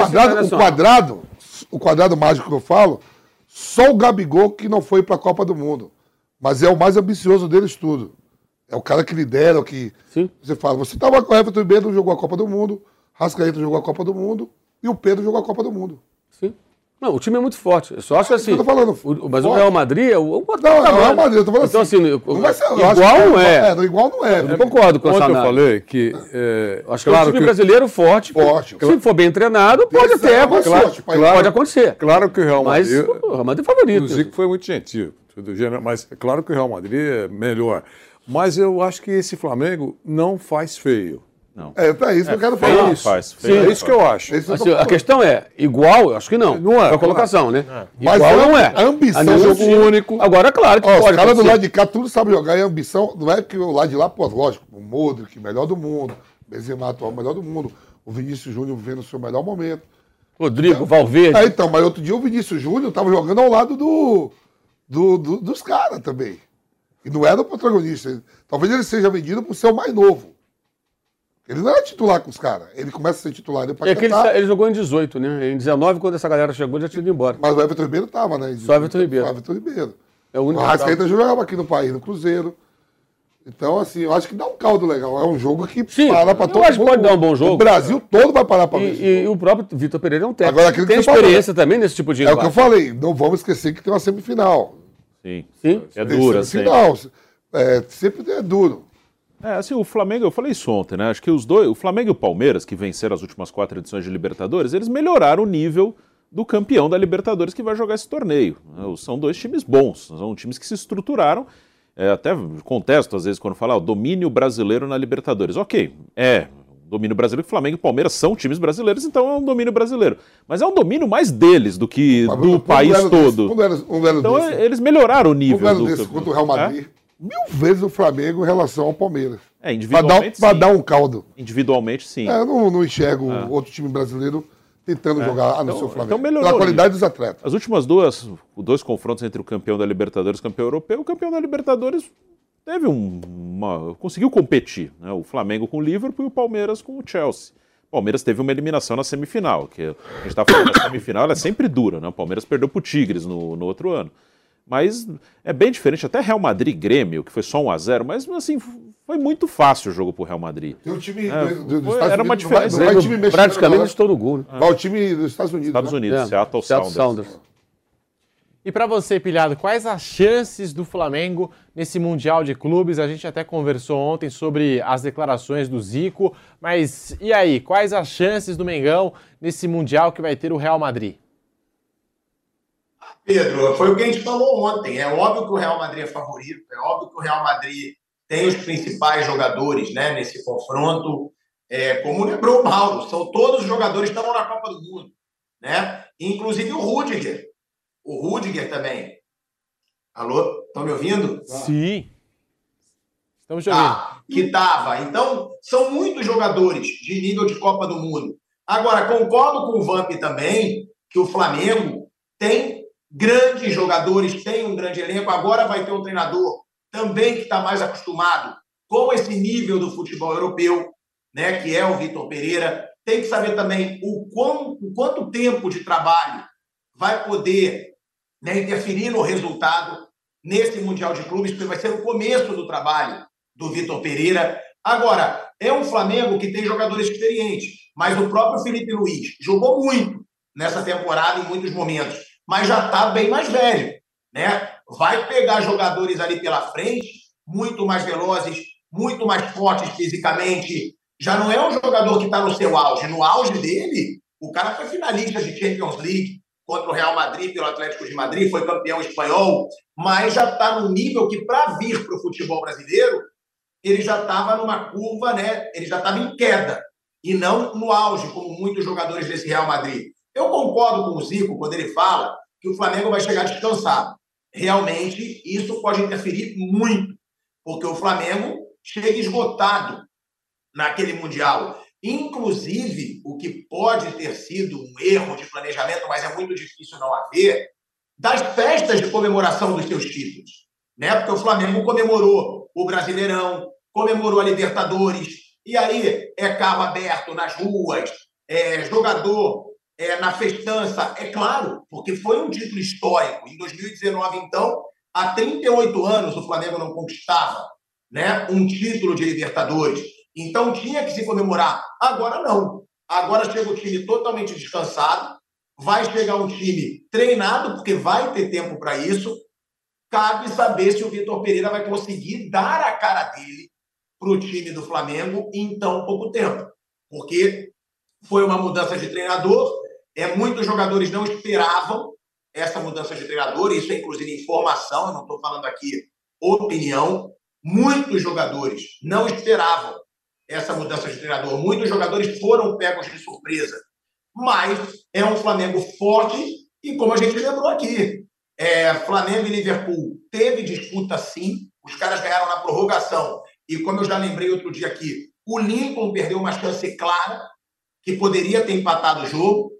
quadrado mágico que eu falo, só o Gabigol que não foi para a Copa do Mundo. Mas é o mais ambicioso deles tudo. É o cara que lidera, o que... Sim. Você fala, você estava com o Everton Ribeiro, jogou a Copa do Mundo, Rascaeta jogou a Copa do Mundo e o Pedro jogou a Copa do Mundo. Sim. Não, o time é muito forte. Eu só acho que assim. Eu tô falando, mas forte. O Real Madrid é o Não, é o Real Madrid, eu tô falando então, assim. Não vai ser, igual não é. Igual não é. Eu concordo com essa análise. Eu falei que. Acho que é um time brasileiro forte. Se for bem treinado, pode até acontecer. Pode acontecer. Claro que o Real Madrid. Mas o Real Madrid é favorito. O Zico foi muito gentil, mas é claro que o Real Madrid é melhor. Mas eu acho que esse Flamengo não faz feio. Não. É isso que eu quero falar. É isso que eu acho. Assim, a questão é, igual, eu acho que não. Não é. A colocação, né? Mas Igual não é. A ambição é jogo único. Agora, claro que os pode caras do acontecer. lado de cá tudo sabe jogar. E a ambição não é que o lado de lá, pô, lógico, o Modric, melhor do mundo. Benzema atual, melhor do mundo. O Vinícius Júnior vivendo o seu melhor momento. Rodrigo, Valverde. Então, mas outro dia o Vinícius Júnior tava jogando ao lado dos caras também. E não era o protagonista. Talvez ele seja vendido por ser o mais novo. Ele não era titular com os caras. Ele começa a ser titular depois ele jogou em 18, né? Em 19, quando essa galera chegou, já tinha ido embora. Mas o Everton Ribeiro tava, né? Só o Everton Ribeiro. Só o Everton Ribeiro. É o único o Arrascaeta jogava aqui no país, no Cruzeiro. Então, assim, eu acho que dá um caldo legal. É um jogo que para pra todo mundo. Eu acho que pode dar um bom jogo. O Brasil todo vai parar pra ver. E o próprio Vitor Pereira é um técnico. Agora, tem experiência também nesse tipo de embate. É o que eu falei. Não vamos esquecer que tem uma semifinal. Sim. É dura, semifinal. Sempre é duro. Assim, o Flamengo, eu falei isso ontem, né? Acho que os dois, o Flamengo e o Palmeiras, que venceram as últimas 4 edições de Libertadores, eles melhoraram o nível do campeão da Libertadores que vai jogar esse torneio. São 2 times bons, são times que se estruturaram. Até contesto, às vezes, quando fala o domínio brasileiro na Libertadores. Ok, domínio brasileiro, que Flamengo e Palmeiras são times brasileiros, então é um domínio brasileiro. Mas é um domínio mais deles do que do país todo. Então eles melhoraram o nível do contra o Real Madrid. 1000 vezes o Flamengo em relação ao Palmeiras. Individualmente Pra dar um caldo. Individualmente, sim. Eu não enxergo outro time brasileiro tentando jogar no seu Flamengo. Então melhorou. Pela qualidade dos atletas. As últimas dois confrontos entre o campeão da Libertadores e o campeão europeu, o campeão da Libertadores teve conseguiu competir. Né? O Flamengo com o Liverpool e o Palmeiras com o Chelsea. O Palmeiras teve uma eliminação na semifinal, que a gente está falando da semifinal, ela é sempre dura, né? O Palmeiras perdeu para o Tigres no outro ano. Mas é bem diferente, até Real Madrid e Grêmio, que foi só 1-0, mas assim, foi muito fácil o jogo pro Real Madrid. Tem um time era uma diferença. Praticamente estou no gol. Né? Vai o time dos Estados Unidos. Estados Unidos, Seattle Sounders. E para você, Pilhado, quais as chances do Flamengo nesse Mundial de Clubes? A gente até conversou ontem sobre as declarações do Zico, mas e aí, quais as chances do Mengão nesse Mundial que vai ter o Real Madrid? Pedro, foi o que a gente falou ontem. É óbvio que o Real Madrid é favorito, é óbvio que o Real Madrid tem os principais jogadores, né, nesse confronto. Como lembrou o Mauro, são todos os jogadores que estavam na Copa do Mundo, né? Inclusive o Rudiger. O Rudiger também. Alô? Estão me ouvindo? Sim. Estamos te ouvindo. Que estava. Então, são muitos jogadores de nível de Copa do Mundo. Agora, concordo com o Vamp também que o Flamengo tem grandes jogadores, tem um grande elenco. Agora vai ter um treinador também que está mais acostumado com esse nível do futebol europeu, né, que é o Vitor Pereira. Tem que saber também o quanto tempo de trabalho vai poder, né, interferir no resultado nesse Mundial de Clubes, porque vai ser o começo do trabalho do Vitor Pereira. Agora, é um Flamengo que tem jogadores experientes, mas o próprio Felipe Luiz jogou muito nessa temporada em muitos momentos, mas já está bem mais velho, né? Vai pegar jogadores ali pela frente, muito mais velozes, muito mais fortes fisicamente. Já não é um jogador que está no seu auge. No auge dele, o cara foi finalista de Champions League contra o Real Madrid pelo Atlético de Madrid, foi campeão espanhol, mas já está no nível que, para vir para o futebol brasileiro, ele já estava numa curva, né? Ele já estava em queda, e não no auge, como muitos jogadores desse Real Madrid. Eu concordo com o Zico quando ele fala que o Flamengo vai chegar descansado. Realmente, isso pode interferir muito, porque o Flamengo chega esgotado naquele Mundial. Inclusive, o que pode ter sido um erro de planejamento, mas é muito difícil não haver, das festas de comemoração dos seus títulos, né? Porque o Flamengo comemorou o Brasileirão, comemorou a Libertadores, e aí é carro aberto nas ruas, jogador na festança, é claro, porque foi um título histórico. Em 2019, então, há 38 anos o Flamengo não conquistava, né, um título de Libertadores. Então tinha que se comemorar. Agora não. Agora chega o time totalmente descansado, vai chegar um time treinado, porque vai ter tempo para isso. Cabe saber se o Vitor Pereira vai conseguir dar a cara dele para o time do Flamengo em tão pouco tempo. Porque foi uma mudança de treinador, muitos jogadores não esperavam essa mudança de treinador, isso é inclusive informação, eu não estou falando aqui opinião. Muitos jogadores não esperavam essa mudança de treinador. Muitos jogadores foram pegos de surpresa. Mas é um Flamengo forte e, como a gente lembrou aqui, Flamengo e Liverpool teve disputa sim, os caras ganharam na prorrogação. E como eu já lembrei outro dia aqui, o Lincoln perdeu uma chance clara que poderia ter empatado o jogo.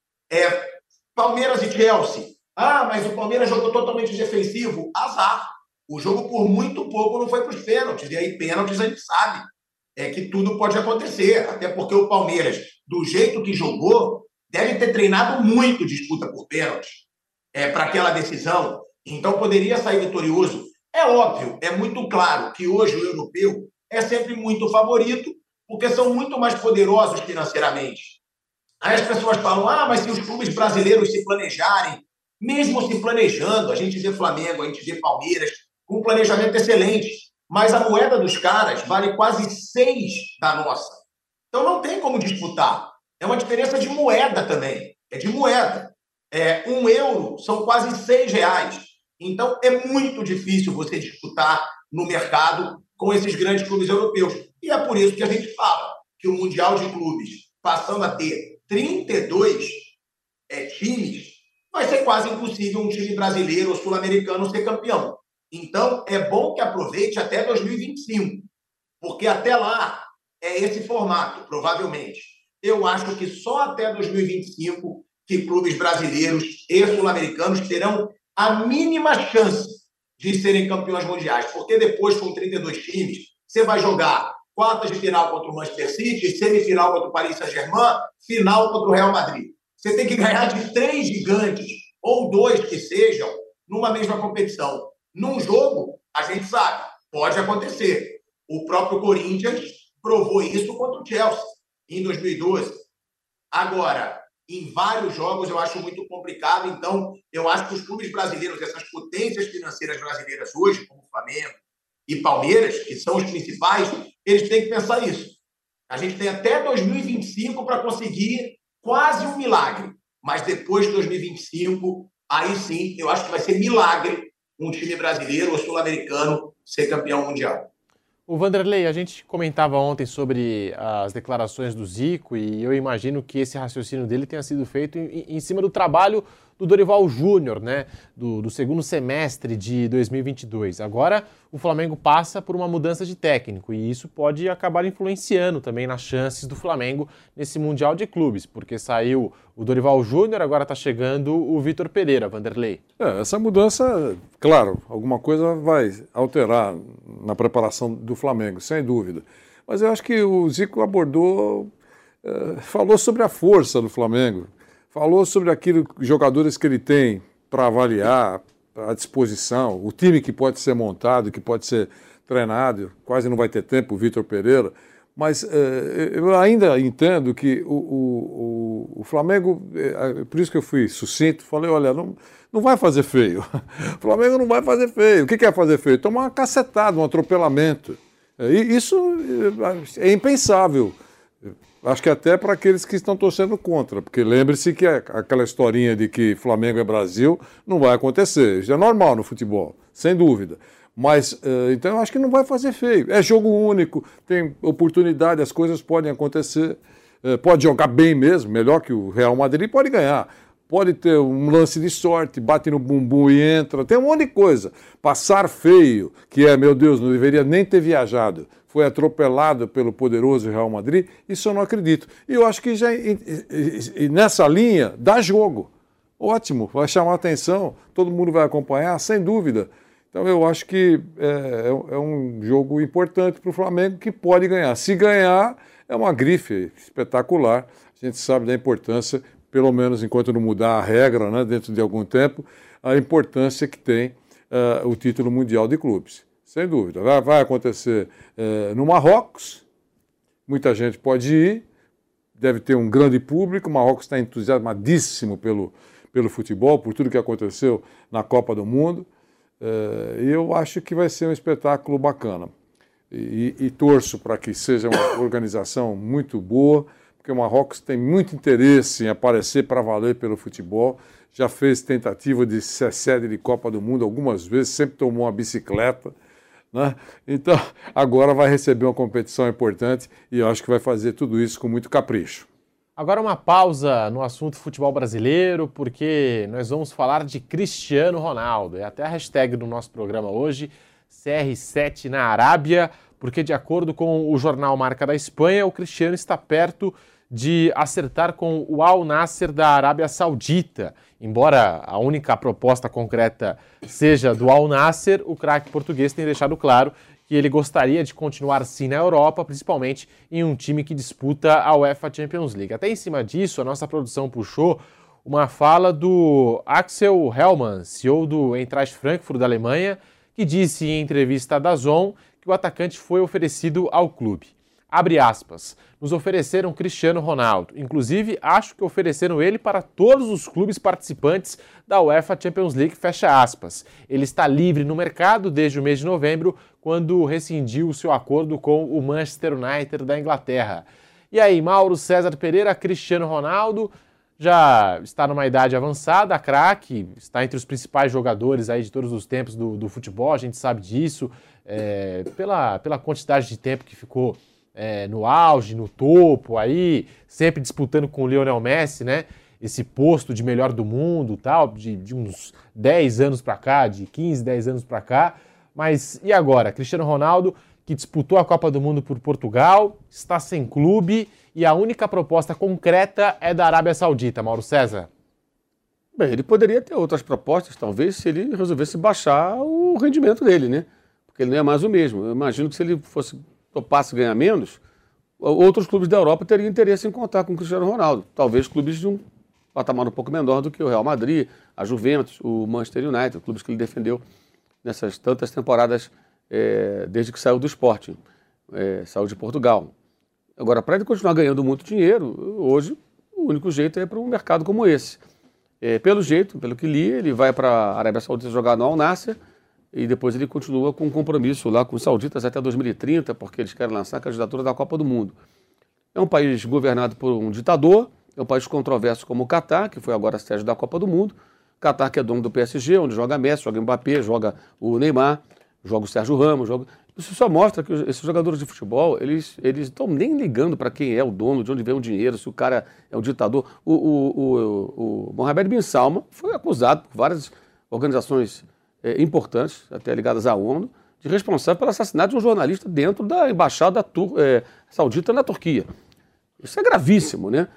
Palmeiras e Chelsea. Mas o Palmeiras jogou totalmente defensivo. Azar. O jogo, por muito pouco, não foi para os pênaltis. E aí, pênaltis, a gente sabe que tudo pode acontecer. Até porque o Palmeiras, do jeito que jogou, deve ter treinado muito disputa por pênaltis para aquela decisão. Então, poderia sair vitorioso. É óbvio, é muito claro que hoje o europeu é sempre muito favorito, porque são muito mais poderosos financeiramente. Aí as pessoas falam, mas se os clubes brasileiros se planejarem, mesmo se planejando, a gente vê Flamengo, a gente vê Palmeiras, com um planejamento excelente, mas a moeda dos caras vale quase 6 da nossa. Então não tem como disputar. É uma diferença de moeda também. É de moeda. 1 euro são quase 6 reais. Então é muito difícil você disputar no mercado com esses grandes clubes europeus. E é por isso que a gente fala que o Mundial de Clubes, passando a ter 32 times, vai ser quase impossível um time brasileiro ou sul-americano ser campeão. Então, é bom que aproveite até 2025, porque até lá é esse formato, provavelmente. Eu acho que só até 2025 que clubes brasileiros e sul-americanos terão a mínima chance de serem campeões mundiais, porque depois, com 32 times, você vai jogar quartas de final contra o Manchester City, semifinal contra o Paris Saint-Germain, final contra o Real Madrid. Você tem que ganhar de 3 gigantes, ou 2 que sejam, numa mesma competição. Num jogo, a gente sabe, pode acontecer. O próprio Corinthians provou isso contra o Chelsea, em 2012. Agora, em vários jogos, eu acho muito complicado. Então, eu acho que os clubes brasileiros, essas potências financeiras brasileiras hoje, como Flamengo e Palmeiras, que são os principais, eles têm que pensar isso. A gente tem até 2025 para conseguir quase um milagre. Mas depois de 2025, aí sim, eu acho que vai ser milagre um time brasileiro ou sul-americano ser campeão mundial. O Vanderlei, a gente comentava ontem sobre as declarações do Zico e eu imagino que esse raciocínio dele tenha sido feito em cima do trabalho do Dorival Júnior, né, do segundo semestre de 2022. Agora, o Flamengo passa por uma mudança de técnico e isso pode acabar influenciando também nas chances do Flamengo nesse Mundial de Clubes, porque saiu o Dorival Júnior, agora está chegando o Vitor Pereira, Vanderlei. Essa mudança, claro, alguma coisa vai alterar na preparação do Flamengo, sem dúvida. Mas eu acho que o Zico abordou, falou sobre a força do Flamengo, falou sobre aquilo, jogadores que ele tem para avaliar, à disposição, o time que pode ser montado, que pode ser treinado, quase não vai ter tempo o Vitor Pereira, mas eu ainda entendo que o Flamengo, por isso que eu fui sucinto, falei, olha, não vai fazer feio, o Flamengo não vai fazer feio, o que é fazer feio? Tomar uma cacetada, um atropelamento, isso é impensável. Acho que até para aqueles que estão torcendo contra, porque lembre-se que aquela historinha de que Flamengo é Brasil não vai acontecer. Isso é normal no futebol, sem dúvida. Mas, então, eu acho que não vai fazer feio. É jogo único, tem oportunidade, as coisas podem acontecer. Pode jogar bem mesmo, melhor que o Real Madrid, pode ganhar. Pode ter um lance de sorte, bate no bumbum e entra. Tem um monte de coisa. Passar feio, que meu Deus, não deveria nem ter viajado. Foi atropelado pelo poderoso Real Madrid, isso eu não acredito. E eu acho que já nessa linha dá jogo. Ótimo, vai chamar atenção, todo mundo vai acompanhar, sem dúvida. Então eu acho que é um jogo importante para o Flamengo que pode ganhar. Se ganhar, é uma grife espetacular. A gente sabe da importância, pelo menos enquanto não mudar a regra, né, dentro de algum tempo, a importância que tem o título mundial de clubes. Sem dúvida. Vai acontecer no Marrocos, muita gente pode ir, deve ter um grande público, o Marrocos está entusiasmadíssimo pelo futebol, por tudo que aconteceu na Copa do Mundo, e eu acho que vai ser um espetáculo bacana. E torço para que seja uma organização muito boa, porque o Marrocos tem muito interesse em aparecer para valer pelo futebol, já fez tentativa de ser sede de Copa do Mundo algumas vezes, sempre tomou uma bicicleta. né? Então, agora vai receber uma competição importante e eu acho que vai fazer tudo isso com muito capricho. Agora uma pausa no assunto futebol brasileiro, porque nós vamos falar de Cristiano Ronaldo. É até a hashtag do nosso programa hoje, CR7 na Arábia, porque de acordo com o jornal Marca da Espanha, o Cristiano está perto de acertar com o Al Nassr da Arábia Saudita. Embora a única proposta concreta seja do Al Nassr, o craque português tem deixado claro que ele gostaria de continuar sim na Europa, principalmente em um time que disputa a UEFA Champions League. Até em cima disso, a nossa produção puxou uma fala do Axel Hellmann, CEO do Eintracht Frankfurt da Alemanha, que disse em entrevista à DAZN que o atacante foi oferecido ao clube. Abre aspas, nos ofereceram Cristiano Ronaldo. Inclusive, acho que ofereceram ele para todos os clubes participantes da UEFA Champions League, fecha aspas. Ele está livre no mercado desde o mês de novembro, quando rescindiu o seu acordo com o Manchester United da Inglaterra. E aí, Mauro César Pereira, Cristiano Ronaldo já está numa idade avançada, craque, está entre os principais jogadores aí de todos os tempos do futebol, a gente sabe disso, pela quantidade de tempo que ficou no auge, no topo, aí sempre disputando com o Lionel Messi, né? Esse posto de melhor do mundo, tal, de uns 10 anos para cá, de 15, 10 anos para cá. Mas e agora? Cristiano Ronaldo, que disputou a Copa do Mundo por Portugal, está sem clube e a única proposta concreta é da Arábia Saudita, Mauro César. Bem, ele poderia ter outras propostas, talvez, se ele resolvesse baixar o rendimento dele, né? Porque ele não é mais o mesmo. Eu imagino que se ele topasse ganhar menos, outros clubes da Europa teriam interesse em contar com o Cristiano Ronaldo. Talvez clubes de um patamar um pouco menor do que o Real Madrid, a Juventus, o Manchester United, clubes que ele defendeu nessas tantas temporadas desde que saiu do Sporting, saiu de Portugal. Agora, para ele continuar ganhando muito dinheiro, hoje o único jeito é para um mercado como esse. Pelo jeito, pelo que li, ele vai para a Arábia Saudita jogar no Al Nassr e depois ele continua com um compromisso lá com os sauditas até 2030, porque eles querem lançar a candidatura da Copa do Mundo. É um país governado por um ditador, é um país controverso como o Catar, que foi agora sede da Copa do Mundo. Catar, que é dono do PSG, onde joga Messi, joga Mbappé, joga o Neymar, joga o Sérgio Ramos. Isso só mostra que esses jogadores de futebol, eles estão nem ligando para quem é o dono, de onde vem o dinheiro, se o cara é um ditador. O Mohammed bin Salman foi acusado por várias organizações importantes, até ligadas à ONU, de responsável pelo assassinato de um jornalista dentro da embaixada saudita na Turquia. Isso é gravíssimo, né?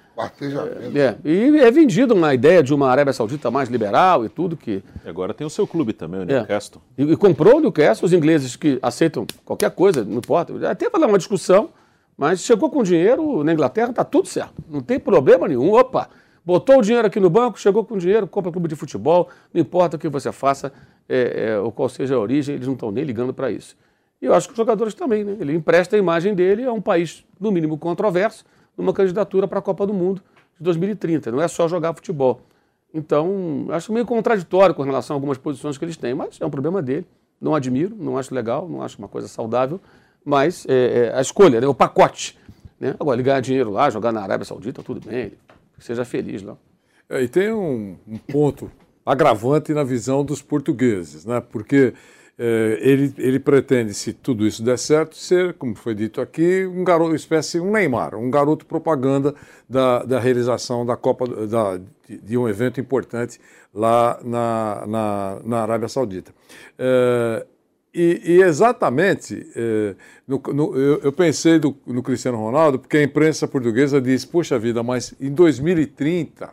E é vendido uma ideia de uma Arábia Saudita mais liberal e tudo que... E agora tem o seu clube também, o Newcastle. E comprou o Newcastle, os ingleses que aceitam qualquer coisa, não importa. Até vai lá uma discussão, mas chegou com dinheiro na Inglaterra, está tudo certo. Não tem problema nenhum. Opa, botou o dinheiro aqui no banco, chegou com dinheiro, compra clube de futebol, não importa o que você faça, ou qual seja a origem, eles não estão nem ligando para isso. E eu acho que os jogadores também, né? Ele empresta a imagem dele a um país, no mínimo, controverso, numa candidatura para a Copa do Mundo de 2030. Não é só jogar futebol. Então, acho meio contraditório com relação a algumas posições que eles têm, mas é um problema dele. Não admiro, não acho legal, não acho uma coisa saudável, mas a escolha, né? O pacote. Né? Agora, ele ganhar dinheiro lá, jogar na Arábia Saudita, tudo bem, que seja feliz lá. E tem um ponto agravante na visão dos portugueses, né? Porque ele pretende, se tudo isso der certo, ser, como foi dito aqui, um garoto, espécie um Neymar, um garoto propaganda da realização da Copa, de um evento importante lá na Arábia Saudita. E exatamente, eu pensei no Cristiano Ronaldo, porque a imprensa portuguesa diz, poxa vida, mas em 2030,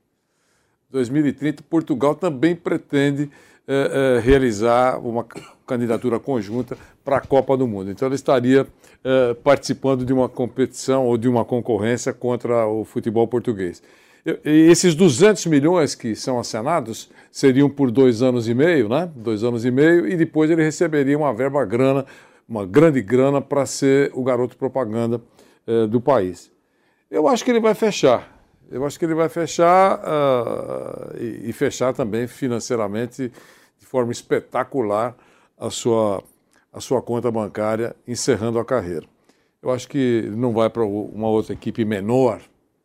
Portugal também pretende realizar uma candidatura conjunta para a Copa do Mundo. Então ele estaria participando de uma competição ou de uma concorrência contra o futebol português. E esses 200 milhões que são acenados seriam por 2 anos e meio, né? 2 anos e meio, e depois ele receberia uma uma grande grana para ser o garoto propaganda do país. Eu acho que ele vai fechar. E fechar também financeiramente de forma espetacular a sua conta bancária, encerrando a carreira. Eu acho que não vai para uma outra equipe menor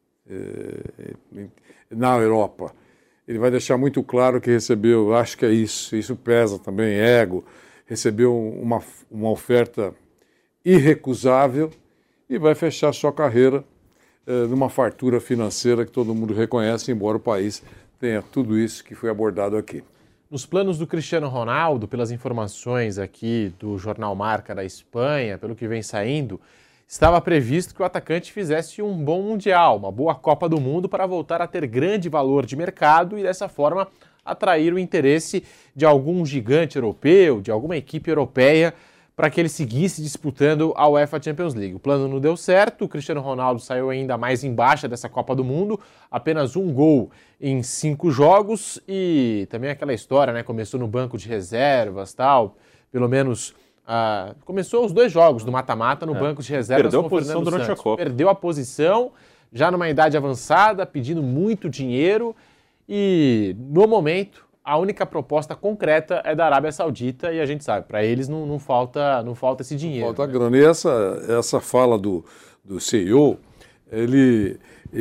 na Europa. Ele vai deixar muito claro que recebeu, acho que é isso pesa também, ego, recebeu uma oferta irrecusável e vai fechar sua carreira numa fartura financeira que todo mundo reconhece, embora o país tenha tudo isso que foi abordado aqui. Nos planos do Cristiano Ronaldo, pelas informações aqui do jornal Marca da Espanha, pelo que vem saindo, estava previsto que o atacante fizesse um bom Mundial, uma boa Copa do Mundo para voltar a ter grande valor de mercado e dessa forma atrair o interesse de algum gigante europeu, de alguma equipe europeia, para que ele seguisse disputando a UEFA Champions League. O plano não deu certo, o Cristiano Ronaldo saiu ainda mais em baixa dessa Copa do Mundo, apenas 1 gol em 5 jogos e também aquela história, né? Começou no banco de reservas, tal, pelo menos começou os 2 jogos do mata-mata no banco de reservas. Perdeu a posição durante a Copa. Perdeu a posição, já numa idade avançada, pedindo muito dinheiro e, no momento, a única proposta concreta é da Arábia Saudita e a gente sabe, para eles não falta esse dinheiro. Não falta grana. E essa fala do CEO, ele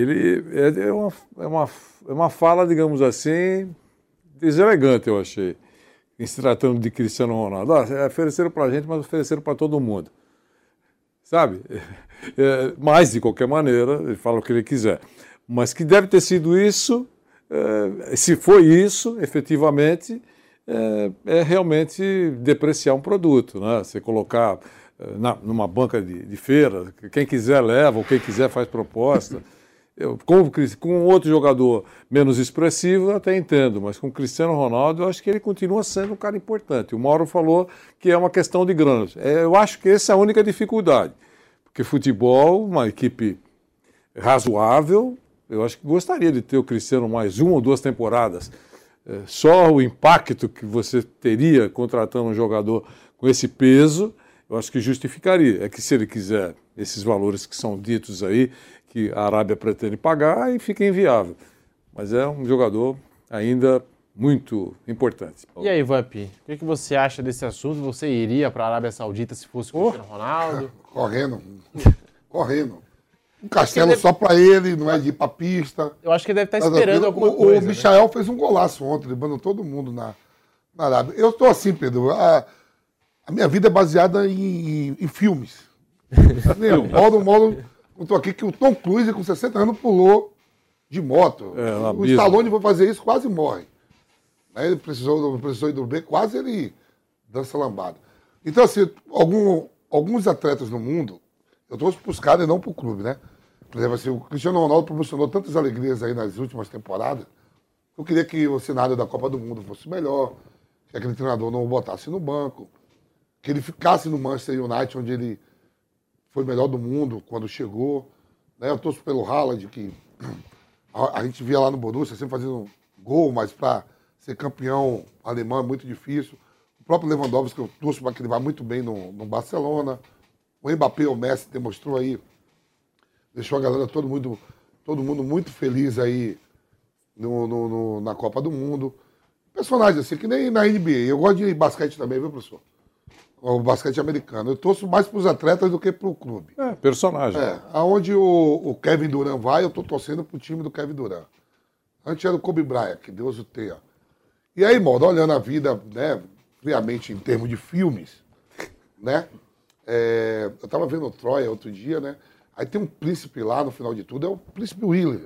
é uma fala, digamos assim, deselegante, eu achei, em se tratando de Cristiano Ronaldo. Ofereceram para a gente, mas ofereceram para todo mundo. Sabe? Mas, de qualquer maneira, ele fala o que ele quiser. Mas que deve ter sido isso. Se foi isso, efetivamente, é realmente depreciar um produto, né? Você colocar numa banca de feira, quem quiser leva, ou quem quiser faz proposta. Com outro jogador menos expressivo, eu até entendo, mas com o Cristiano Ronaldo, eu acho que ele continua sendo um cara importante. O Mauro falou que é uma questão de grana. Eu acho que essa é a única dificuldade, porque futebol, uma equipe razoável, eu acho que gostaria de ter o Cristiano mais 1 ou 2 temporadas. Só o impacto que você teria contratando um jogador com esse peso, eu acho que justificaria. É que se ele quiser esses valores que são ditos aí, que a Arábia pretende pagar, aí fica inviável. Mas é um jogador ainda muito importante. E aí, Vampi, o que você acha desse assunto? Você iria para a Arábia Saudita se fosse o Cristiano Ronaldo? Correndo. Um castelo só para ele, não é de ir para pista. Eu acho que ele deve estar esperando alguma coisa. O Michael fez um golaço ontem, levando todo mundo na Arábia. Eu estou assim, Pedro. A minha vida é baseada em filmes. Moro, eu estou aqui que o Tom Cruise, com 60 anos, pulou de moto. O Stallone foi fazer isso, quase morre. Aí ele precisou ir do bem, quase ele dança lambada. Então, assim, alguns atletas no mundo, eu trouxe para os caras e não para o clube, né? Por exemplo, assim, o Cristiano Ronaldo proporcionou tantas alegrias aí nas últimas temporadas. Eu queria que o cenário da Copa do Mundo fosse melhor, que aquele treinador não o botasse no banco, que ele ficasse no Manchester United, onde ele foi o melhor do mundo quando chegou. Né? Eu torço pelo Haaland, que a gente via lá no Borussia sempre fazendo gol, mas para ser campeão alemão é muito difícil. O próprio Lewandowski, que eu torço para que ele vá muito bem no Barcelona. O Mbappé, o Messi, demonstrou aí, deixou a galera, todo mundo muito feliz aí na Copa do Mundo. Personagens assim, que nem na NBA. Eu gosto de basquete também, viu, professor? O basquete americano. Eu torço mais para os atletas do que para o clube. Personagem. Aonde o Kevin Durant vai, eu estou torcendo para o time do Kevin Durant. Antes era o Kobe Bryant, que Deus o tenha. E aí, Mauro, olhando a vida, né, friamente em termos de filmes, né? Eu estava vendo o Troia outro dia, né? Aí tem um príncipe lá, no final de tudo, é o príncipe William.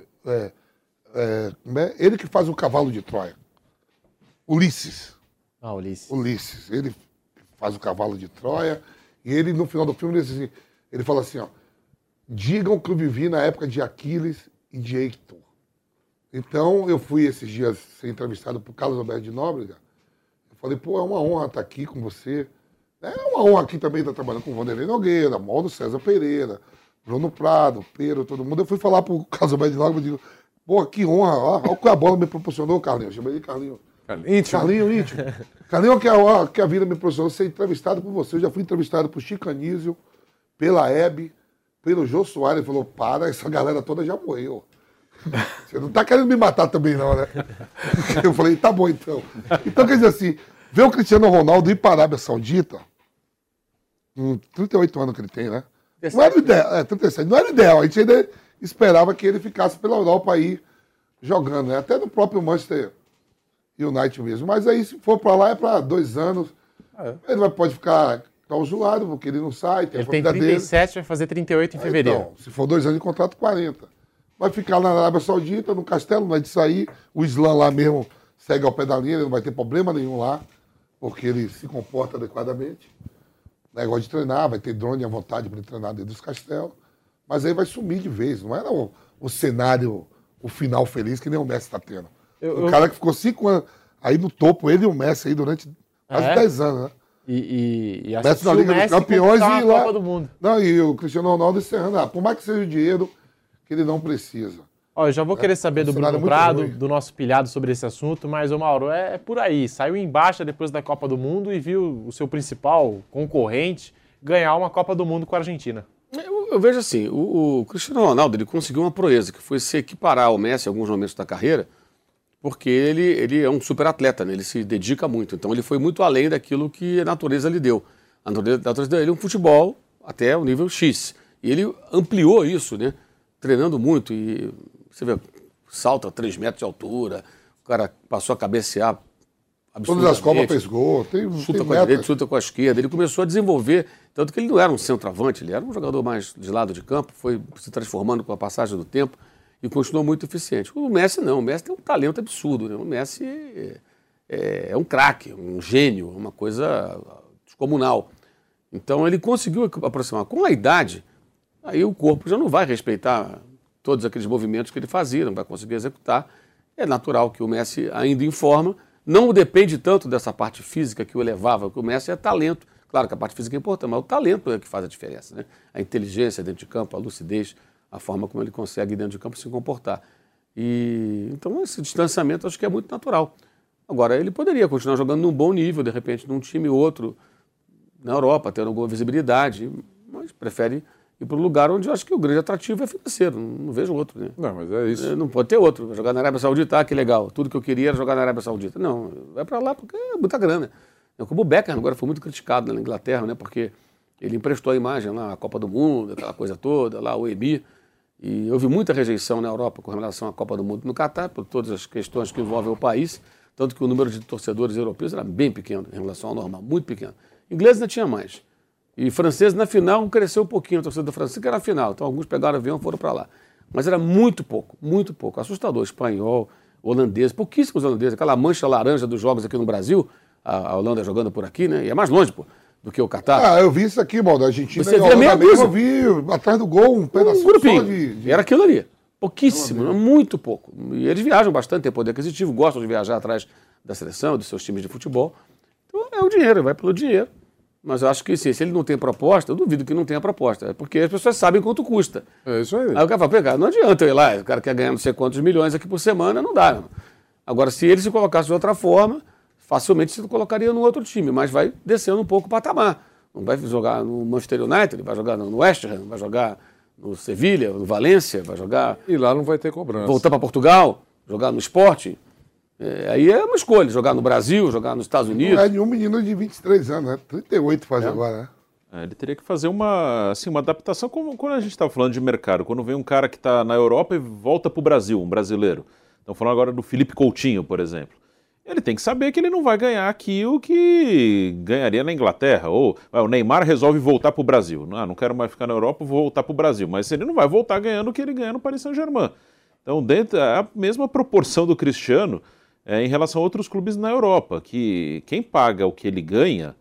Ele que faz o cavalo de Troia. Ulisses. Ulisses. Ele faz o cavalo de Troia. E ele, no final do filme, ele fala assim, ó. Digam que eu vivi na época de Aquiles e de Heitor. Então, eu fui esses dias ser entrevistado por Carlos Alberto de Nóbrega. Eu falei, pô, é uma honra estar aqui com você. É uma honra aqui também estar trabalhando com o Vanderlei Nogueira, Mauro César Pereira, Bruno Prado, Pedro, todo mundo. Eu fui falar pro Carlos Alberto de Nóbrega e digo, pô, que honra, olha o que a bola me proporcionou, Carlinhos. Eu chamei de Carlinhos. Carlinhos íntimo. Carlinhos, que a vida me proporcionou ser entrevistado por você. Eu já fui entrevistado por Chico Anísio, pela Hebe, pelo Jô Soares. Ele falou, para, essa galera toda já morreu. Você não tá querendo me matar também não, né? Eu falei, tá bom então. Então, quer dizer assim, ver o Cristiano Ronaldo ir para a Arábia Saudita, 38 anos que ele tem, né? Não era o ideal, 37, não era o ideal. A gente ainda esperava que ele ficasse pela Europa aí jogando, né? Até no próprio Manchester United mesmo. Mas aí, se for para lá, é para 2 anos. Ele pode ficar clausulado, porque ele não sai, tem Ele a tem família 37, vai fazer 38 em fevereiro. Então, se for 2 anos de contrato, 40. Vai ficar na Arábia Saudita, no castelo, não vai de sair. O Islã lá mesmo segue ao pé da linha, ele não vai ter problema nenhum lá, porque ele se comporta adequadamente. Negócio de treinar, vai ter drone à vontade para ele treinar dentro dos castelos. Mas aí vai sumir de vez. Não era o cenário, o final feliz que nem o Messi está tendo. O cara que ficou 5 anos aí no topo, ele e o Messi aí durante quase 10 anos, né? E Messi na Liga dos Campeões e lá. Copa do Mundo. Não, e o Cristiano Ronaldo encerrando. Por mais que seja o dinheiro que ele não precisa. Ó, eu já vou querer saber do Bruno muito Prado, ruim. do nosso pilhado sobre esse assunto, mas, ô Mauro, é por aí. Saiu em baixa depois da Copa do Mundo e viu o seu principal concorrente ganhar uma Copa do Mundo com a Argentina. Eu vejo assim, o Cristiano Ronaldo ele conseguiu uma proeza, que foi se equiparar ao Messi em alguns momentos da carreira, porque ele é um super atleta, né? Ele se dedica muito. Então ele foi muito além daquilo que a natureza lhe deu. A natureza deu ele um futebol até o nível X. E ele ampliou isso, né? Treinando muito. E você vê, salta 3 metros de altura, o cara passou a cabecear Todas as Copas fez gol. Chuta com a direita, chuta com a esquerda. Ele começou a desenvolver, tanto que ele não era um centroavante, ele era um jogador mais de lado de campo, foi se transformando com a passagem do tempo e continuou muito eficiente. O Messi não, o Messi tem um talento absurdo, né? O Messi é um craque, um gênio, uma coisa descomunal. Então ele conseguiu aproximar. Com a idade, aí o corpo já não vai respeitar todos aqueles movimentos que ele fazia, não vai conseguir executar. É natural que o Messi, ainda em forma, não depende tanto dessa parte física que o elevava, porque o Messi é talento. Claro que a parte física é importante, mas o talento é que faz a diferença, né? A inteligência dentro de campo, a lucidez, a forma como ele consegue dentro de campo se comportar. Então esse distanciamento acho que é muito natural. Agora, ele poderia continuar jogando num bom nível, de repente, num time ou outro na Europa, tendo alguma visibilidade, mas prefere ir para um lugar onde eu acho que o grande atrativo é financeiro. Não vejo outro, né? Não, mas é isso. Não pode ter outro. Vai jogar na Arábia Saudita, que legal. Tudo que eu queria era jogar na Arábia Saudita. Não, vai para lá porque é muita grana. Como o Beckham agora foi muito criticado na Inglaterra, né? Porque ele emprestou a imagem lá, a Copa do Mundo, aquela coisa toda, lá o EMI. E houve muita rejeição na Europa com relação à Copa do Mundo no Catar, por todas as questões que envolvem o país. Tanto que o número de torcedores europeus era bem pequeno em relação ao normal, muito pequeno. Inglês ainda tinha mais. E francês, na final, cresceu um pouquinho a torcida francesa, que era a final. Então, alguns pegaram o avião e foram para lá. Mas era muito pouco, muito pouco. Assustador. Espanhol, holandês, pouquíssimos holandeses. Aquela mancha laranja dos jogos aqui no Brasil, a Holanda jogando por aqui, né? E é mais longe, pô, do que o Catar. Eu vi isso aqui, mal, da Argentina. Você vê a mesma coisa. Eu vi atrás do gol um pedaço grupinho. Só de... Era aquilo ali. Pouquíssimo, muito pouco. E eles viajam bastante, têm poder aquisitivo, gostam de viajar atrás da seleção, dos seus times de futebol. Então, é o dinheiro, vai pelo dinheiro. Mas eu acho que sim, se ele não tem proposta, eu duvido que não tenha proposta. É porque as pessoas sabem quanto custa. É isso aí. Aí o cara fala, cara, não adianta eu ir lá, o cara quer ganhar não sei quantos milhões aqui por semana, não dá. Não. Agora, se ele se colocasse de outra forma, facilmente se colocaria num outro time, mas vai descendo um pouco o patamar. Não vai jogar no Manchester United, vai jogar no West Ham, vai jogar no Sevilha, no Valência, vai jogar... E lá não vai ter cobrança. Voltar para Portugal, jogar no Sporting. Aí é uma escolha, jogar no Brasil, jogar nos Estados Unidos. Não é nenhum menino de 23 anos, né? 38 faz agora, né? Ele teria que fazer uma adaptação, como quando a gente estava falando de mercado, quando vem um cara que está na Europa e volta para o Brasil, um brasileiro. Estamos falando agora do Felipe Coutinho, por exemplo. Ele tem que saber que ele não vai ganhar aqui o que ganharia na Inglaterra. Ou o Neymar resolve voltar para o Brasil. Não quero mais ficar na Europa, vou voltar para o Brasil. Mas ele não vai voltar ganhando o que ele ganha no Paris Saint-Germain. Então, dentro a mesma proporção do Cristiano em relação a outros clubes na Europa, que quem paga o que ele ganha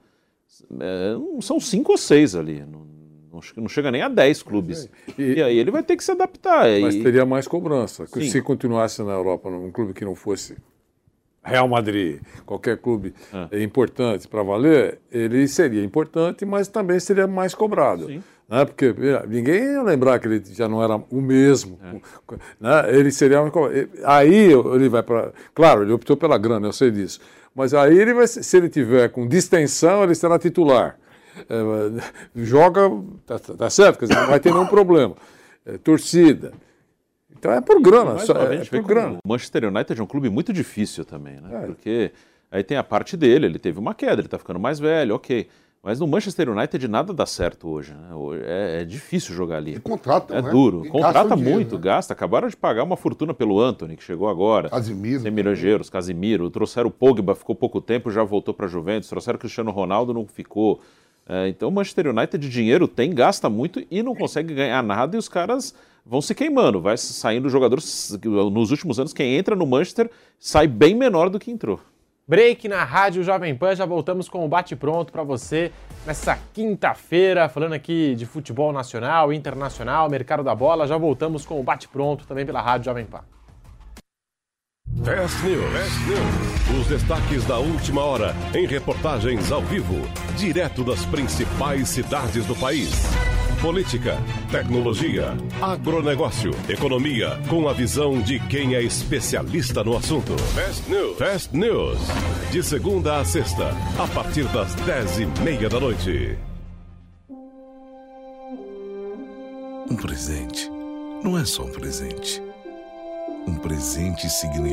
são 5 ou 6 ali. Não chega nem a 10 clubes. E aí ele vai ter que se adaptar. Mas teria mais cobrança. Sim. Se continuasse na Europa, num clube que não fosse Real Madrid, qualquer clube importante para valer, ele seria importante, mas também seria mais cobrado. Sim. Né? Porque ninguém ia lembrar que ele já não era o mesmo. Né? Ele seria mais cobrado. Aí ele vai para... Claro, ele optou pela grana, eu sei disso. Mas aí ele vai, se ele tiver com distensão, ele será titular. Joga, tá certo, quer dizer, não vai ter nenhum problema. Torcida. Então é por grana. O Manchester United é um clube muito difícil também, né? Porque aí tem a parte dele, ele teve uma queda, ele está ficando mais velho, ok. Mas no Manchester United nada dá certo hoje, né? É difícil jogar ali. Contratam, é né? duro. E Contrata dinheiro, muito, né? gasta. Acabaram de pagar uma fortuna pelo Antony, que chegou agora. Casemiro. 100 milhões de euros, Casemiro. Trouxeram o Pogba, ficou pouco tempo, já voltou para a Juventus. Trouxeram o Cristiano Ronaldo, não ficou. Então o Manchester United de dinheiro tem, gasta muito e não consegue ganhar nada e os caras vão se queimando. Vai saindo jogadores, nos últimos anos, quem entra no Manchester sai bem menor do que entrou. Break na Rádio Jovem Pan, já voltamos com o bate-pronto para você nessa quinta-feira, falando aqui de futebol nacional, internacional, mercado da bola, já voltamos com o bate-pronto também pela Rádio Jovem Pan. Fast News. Os destaques da última hora em reportagens ao vivo, direto das principais cidades do país. Política, tecnologia, agronegócio, economia, com a visão de quem é especialista no assunto. Fast News. De segunda a sexta, a partir das 10:30 da noite. Um presente não é só um presente. Um presente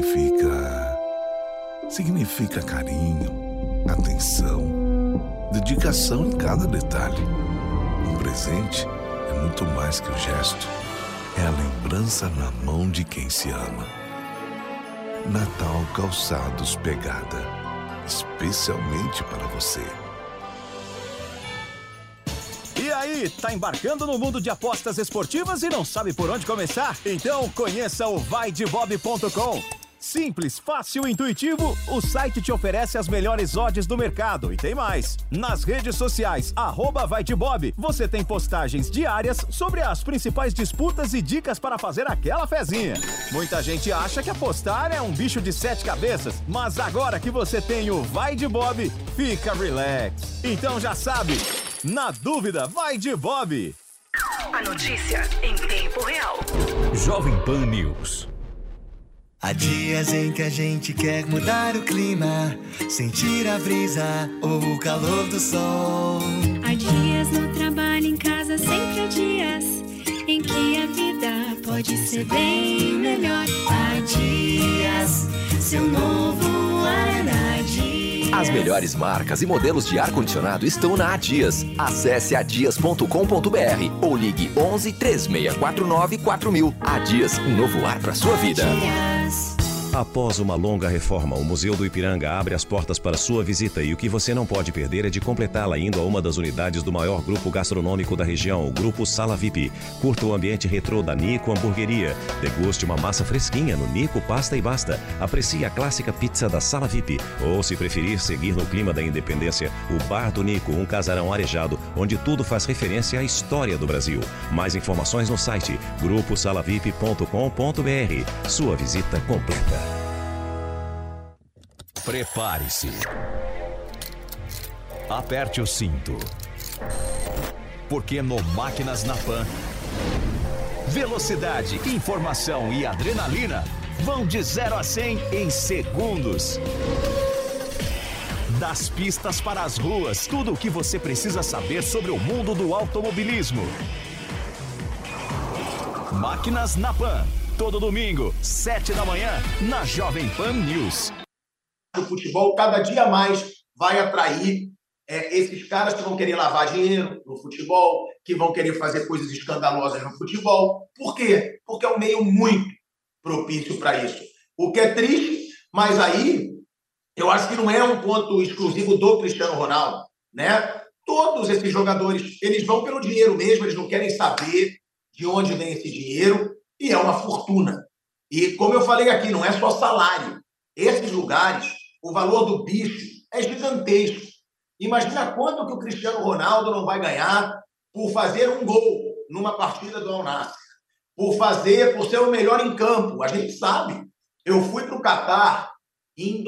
significa carinho, atenção, dedicação em cada detalhe. Um presente é muito mais que o gesto. É a lembrança na mão de quem se ama. Natal Calçados Pegada. Especialmente para você. E aí, tá embarcando no mundo de apostas esportivas e não sabe por onde começar? Então conheça o vaidebob.com. Simples, fácil e intuitivo, o site te oferece as melhores odds do mercado. E tem mais. Nas redes sociais, @vaidebob, você tem postagens diárias sobre as principais disputas e dicas para fazer aquela fezinha. Muita gente acha que apostar é um bicho de 7 cabeças, mas agora que você tem o Vai de Bob, fica relax. Então já sabe, na dúvida, vai de Bob. A notícia em tempo real. Jovem Pan News. Há dias em que a gente quer mudar o clima, sentir a brisa ou o calor do sol. Há dias no trabalho, em casa, sempre há dias em que a vida pode ser bem melhor. Há dias, seu novo ar na Dias. As melhores marcas e modelos de ar-condicionado estão na Adias. Acesse adias.com.br ou ligue 11 3649 4000. Adias, um novo ar para sua vida. Após uma longa reforma, o Museu do Ipiranga abre as portas para sua visita e o que você não pode perder é de completá-la indo a uma das unidades do maior grupo gastronômico da região, o Grupo Sala VIP. Curta o ambiente retrô da Nico Hamburgueria. Deguste uma massa fresquinha no Nico Pasta e Basta. Aprecie a clássica pizza da Sala VIP. Ou, se preferir seguir no clima da independência, o Bar do Nico, um casarão arejado, onde tudo faz referência à história do Brasil. Mais informações no site gruposalavip.com.br. Sua visita completa. Prepare-se. Aperte o cinto. Porque no Máquinas na Pan, velocidade, informação e adrenalina vão de 0 a 100 em segundos. Das pistas para as ruas, tudo o que você precisa saber sobre o mundo do automobilismo. Máquinas na Pan, todo domingo, 7 da manhã, na Jovem Pan News. O futebol cada dia mais vai atrair esses caras que vão querer lavar dinheiro no futebol, que vão querer fazer coisas escandalosas no futebol. Por quê? Porque é um meio muito propício para isso. O que é triste, mas aí eu acho que não é um ponto exclusivo do Cristiano Ronaldo, né? Todos esses jogadores, eles vão pelo dinheiro mesmo, eles não querem saber de onde vem esse dinheiro, e é uma fortuna. E como eu falei aqui, não é só salário. Esses lugares, o valor do bicho é gigantesco. Imagina quanto que o Cristiano Ronaldo não vai ganhar por fazer um gol numa partida do Al Nassr, por ser o melhor em campo. A gente sabe. Eu fui para o Catar em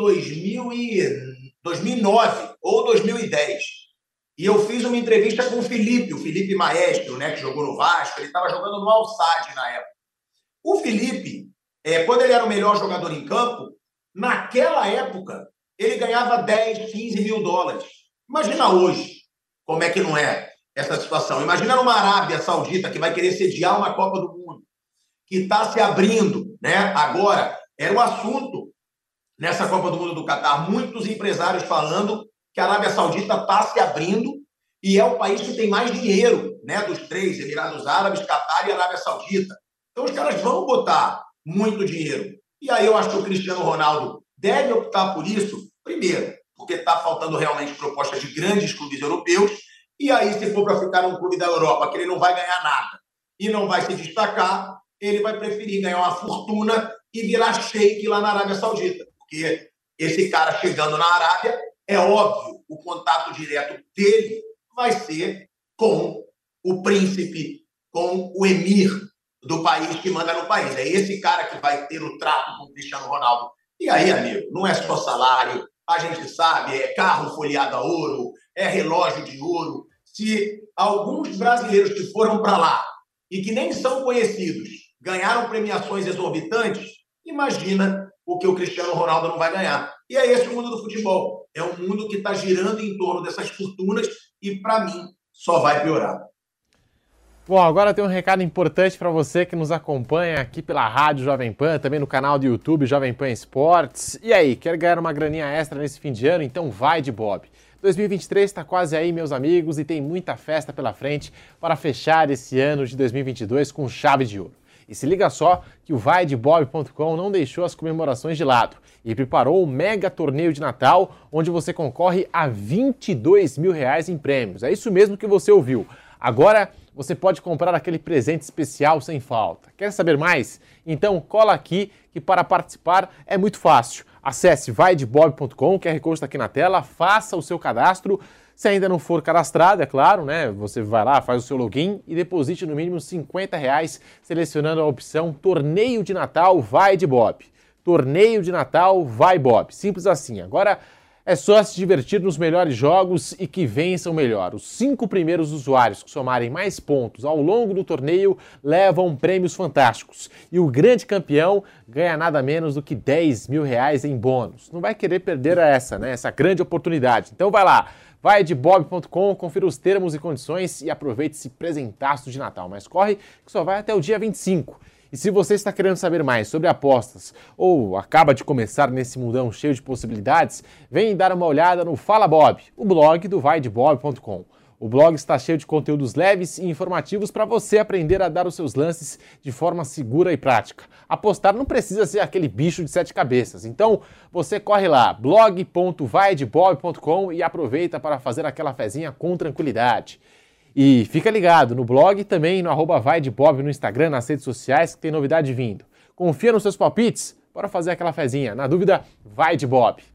2009 ou 2010 e eu fiz uma entrevista com o Felipe Maestro, né, que jogou no Vasco. Ele estava jogando no Al Sadd na época. O Felipe, quando ele era o melhor jogador em campo, naquela época, ele ganhava 10, 15 mil dólares. Imagina hoje como é que não é essa situação. Imagina numa Arábia Saudita que vai querer sediar uma Copa do Mundo, que está se abrindo, né? Agora, era um assunto nessa Copa do Mundo do Catar. Muitos empresários falando que a Arábia Saudita está se abrindo e é o país que tem mais dinheiro, né, dos três, Emirados Árabes, Catar e Arábia Saudita. Então os caras vão botar muito dinheiro. E aí eu acho que o Cristiano Ronaldo deve optar por isso, primeiro, porque está faltando realmente proposta de grandes clubes europeus, e aí se for para ficar num clube da Europa que ele não vai ganhar nada e não vai se destacar, ele vai preferir ganhar uma fortuna e virar sheik lá na Arábia Saudita. Porque esse cara chegando na Arábia, é óbvio, o contato direto dele vai ser com o príncipe, com o emir do país que manda no país. É esse cara que vai ter o trato com o Cristiano Ronaldo. E aí, amigo, não é só salário, a gente sabe, é carro folheado a ouro, é relógio de ouro. Se alguns brasileiros que foram para lá e que nem são conhecidos ganharam premiações exorbitantes, imagina o que o Cristiano Ronaldo não vai ganhar. E é esse o mundo do futebol. É um mundo que está girando em torno dessas fortunas e, para mim, só vai piorar. Bom, agora tem um recado importante para você que nos acompanha aqui pela Rádio Jovem Pan, também no canal do YouTube Jovem Pan Esportes. E aí, quer ganhar uma graninha extra nesse fim de ano? Então vai de Bob. 2023 está quase aí, meus amigos, e tem muita festa pela frente para fechar esse ano de 2022 com chave de ouro. E se liga só que o vaidebob.com não deixou as comemorações de lado e preparou o mega torneio de Natal, onde você concorre a R$22 mil em prêmios. É isso mesmo que você ouviu. Agora você pode comprar aquele presente especial sem falta. Quer saber mais? Então cola aqui que para participar é muito fácil. Acesse vaidebob.com, o QR Code está aqui na tela, faça o seu cadastro. Se ainda não for cadastrado, é claro, né? Você vai lá, faz o seu login e deposite no mínimo R$50, selecionando a opção Torneio de Natal Vai de Bob. Torneio de Natal Vai Bob. Simples assim. Agora é só se divertir nos melhores jogos e que vençam melhor. Os 5 primeiros usuários que somarem mais pontos ao longo do torneio levam prêmios fantásticos. E o grande campeão ganha nada menos do que R$10 mil em bônus. Não vai querer perder essa grande oportunidade. Então vai lá. Vai de bob.com, confira os termos e condições e aproveite esse presentaço de Natal. Mas corre que só vai até o dia 25. E se você está querendo saber mais sobre apostas ou acaba de começar nesse mundão cheio de possibilidades, vem dar uma olhada no Fala Bob, o blog do vaidebob.com. O blog está cheio de conteúdos leves e informativos para você aprender a dar os seus lances de forma segura e prática. Apostar não precisa ser aquele bicho de 7 cabeças. Então, você corre lá, blog.vaidebob.com e aproveita para fazer aquela fezinha com tranquilidade. E fica ligado no blog e também no @vaidebob no Instagram, nas redes sociais, que tem novidade vindo. Confia nos seus palpites para fazer aquela fezinha. Na dúvida, vai de Bob.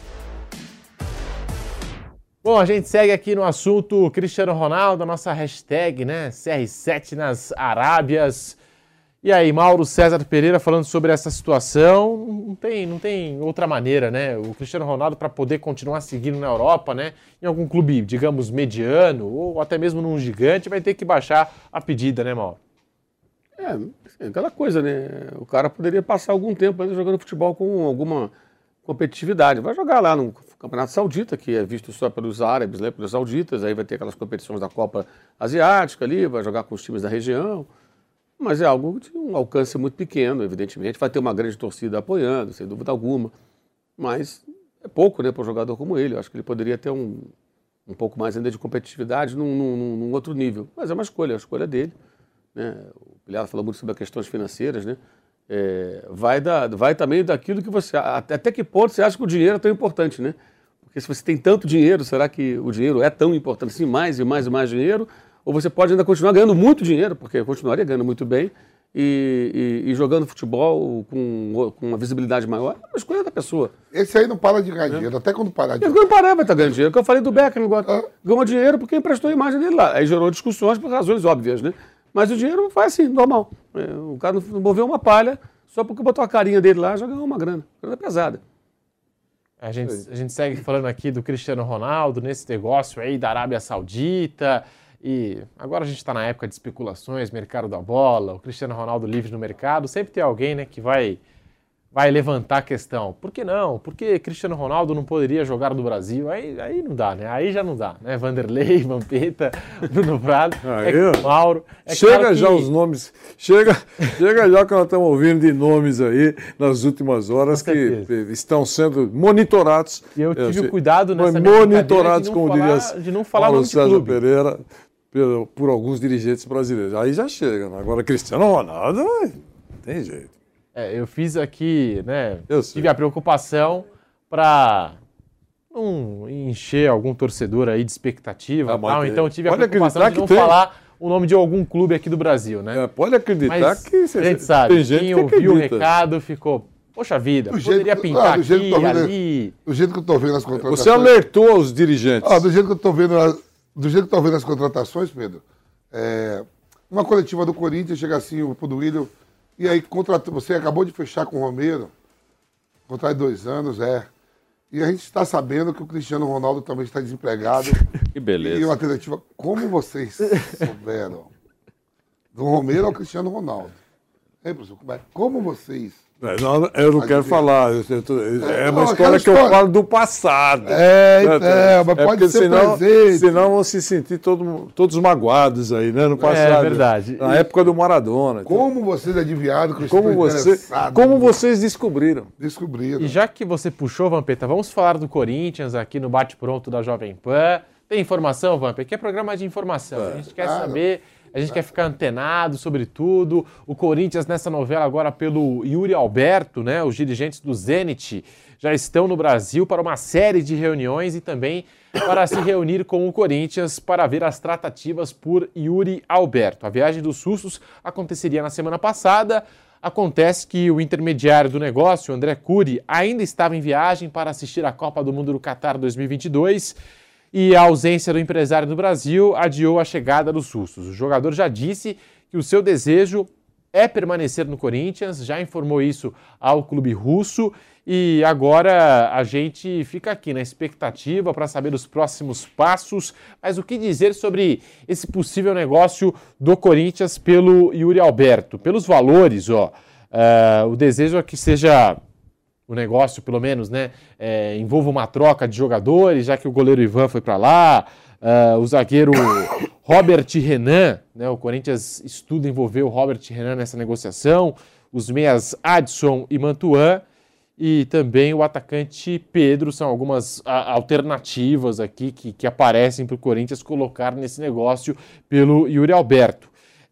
Bom, a gente segue aqui no assunto Cristiano Ronaldo, a nossa hashtag, né, CR7 nas Arábias. E aí, Mauro César Pereira falando sobre essa situação, não tem outra maneira, né? O Cristiano Ronaldo, para poder continuar seguindo na Europa, né, em algum clube, digamos, mediano, ou até mesmo num gigante, vai ter que baixar a pedida, né, Mauro? É aquela coisa, né? O cara poderia passar algum tempo ainda jogando futebol com alguma competitividade. Vai jogar lá no Campeonato Saudita, que é visto só pelos árabes, né, pelos sauditas, aí vai ter aquelas competições da Copa Asiática ali, vai jogar com os times da região. Mas é algo de um alcance muito pequeno, evidentemente. Vai ter uma grande torcida apoiando, sem dúvida alguma. Mas é pouco, né, para um jogador como ele. Eu acho que ele poderia ter um pouco mais ainda de competitividade num outro nível. Mas é uma escolha, é a escolha dele. Né? O Pilhar falou muito sobre as questões financeiras, né? Vai também daquilo que você... Até que ponto você acha que o dinheiro é tão importante, né? Porque se você tem tanto dinheiro, será que o dinheiro é tão importante assim? Mais e mais e mais dinheiro? Ou você pode ainda continuar ganhando muito dinheiro, porque continuaria ganhando muito bem, e jogando futebol com uma visibilidade maior, é uma escolha da pessoa. Esse aí não para de ganhar dinheiro, até quando parar de... Quando parar vai estar ganhando dinheiro, que eu falei do Beckham, ganhou dinheiro porque emprestou a imagem dele lá. Aí gerou discussões por razões óbvias, né? Mas o dinheiro vai assim, normal. O cara não moveu uma palha, só porque botou a carinha dele lá, já ganhou uma grana pesada. A gente segue falando aqui do Cristiano Ronaldo, nesse negócio aí da Arábia Saudita... E agora a gente está na época de especulações, mercado da bola, o Cristiano Ronaldo livre no mercado. Sempre tem alguém, né, que vai vai levantar a questão. Por que não? Por que Cristiano Ronaldo não poderia jogar no Brasil? Aí não dá, né? Aí já não dá, né? Vanderlei, Vampeta, Bruno Prado, Mauro. Chega claro já que... os nomes, chega já que nós estamos ouvindo de nomes aí nas últimas horas que estão sendo monitorados. E eu tive o cuidado nessa minha monitorados, de não falar Paulo nome de César clube. Pereira, por alguns dirigentes brasileiros. Aí já chega, né? Agora Cristiano Ronaldo, não tem jeito. Eu fiz aqui, né? Tive a preocupação para não encher algum torcedor aí de expectativa. Então tive a preocupação de não falar o nome de algum clube aqui do Brasil, né? Pode acreditar mas que a gente sabe, tem gente quem que ouviu o acredita. recado ficou, poxa vida, poderia pintar aqui, ali. Do jeito que eu estou vendo as contratações. Você alertou os dirigentes. Do jeito que eu estou vendo as contratações, Pedro, uma coletiva do Corinthians chega assim, o Duílio, e aí você acabou de fechar com o Romero, contrato de 2 anos, E a gente está sabendo que o Cristiano Ronaldo também está desempregado. Que beleza. E uma alternativa, como vocês souberam? Do Romero ao Cristiano Ronaldo. Hein, professor? Como vocês... Eu não quero falar. É uma história que eu falo do passado. Mas pode ser presente. Senão vão se sentir todos magoados aí, né? No passado. É verdade. Na época do Maradona. Como vocês adivinharam que eu Como vocês descobriram? E já que você puxou, Vampeta, vamos falar do Corinthians aqui no Bate-Pronto da Jovem Pan. Tem informação, Vamp? Aqui é programa de informação. A gente quer saber... A gente quer ficar antenado sobre tudo. O Corinthians nessa novela agora pelo Yuri Alberto, né? Os dirigentes do Zenit já estão no Brasil para uma série de reuniões e também para se reunir com o Corinthians para ver as tratativas por Yuri Alberto. A viagem dos russos aconteceria na semana passada. Acontece que o intermediário do negócio, André Cury, ainda estava em viagem para assistir a Copa do Mundo do Catar 2022. E a ausência do empresário no Brasil adiou a chegada dos russos. O jogador já disse que o seu desejo é permanecer no Corinthians, já informou isso ao clube russo e agora a gente fica aqui na expectativa para saber os próximos passos. Mas o que dizer sobre esse possível negócio do Corinthians pelo Yuri Alberto? Pelos valores, o desejo é que seja... O negócio, pelo menos, né, envolva uma troca de jogadores, já que o goleiro Ivan foi para lá, o zagueiro Robert Renan, né, o Corinthians estuda envolver o Robert Renan nessa negociação, os meias Adson e Mantuan, e também o atacante Pedro, são algumas alternativas aqui que aparecem para o Corinthians colocar nesse negócio pelo Yuri Alberto.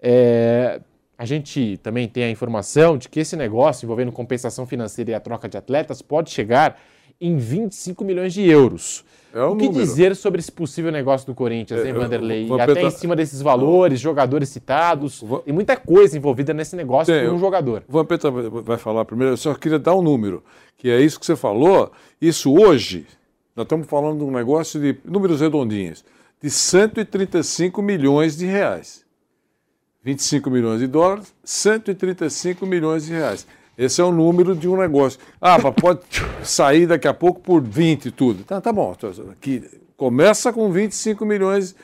A gente também tem a informação de que esse negócio envolvendo compensação financeira e a troca de atletas pode chegar em 25 milhões de euros. O que dizer sobre esse possível negócio do Corinthians, hein, Vanderlei? Até em cima desses valores, jogadores citados, tem muita coisa envolvida nesse negócio por um jogador. O Vampeta vai falar primeiro, eu só queria dar um número, que é isso que você falou. Isso hoje, nós estamos falando de um negócio de números redondinhos, de 135 milhões de reais. 25 milhões de dólares, 135 milhões de reais. Esse é o número de um negócio. Mas pode sair daqui a pouco por 20 e tudo. Tá bom. Aqui, começa com 25 milhões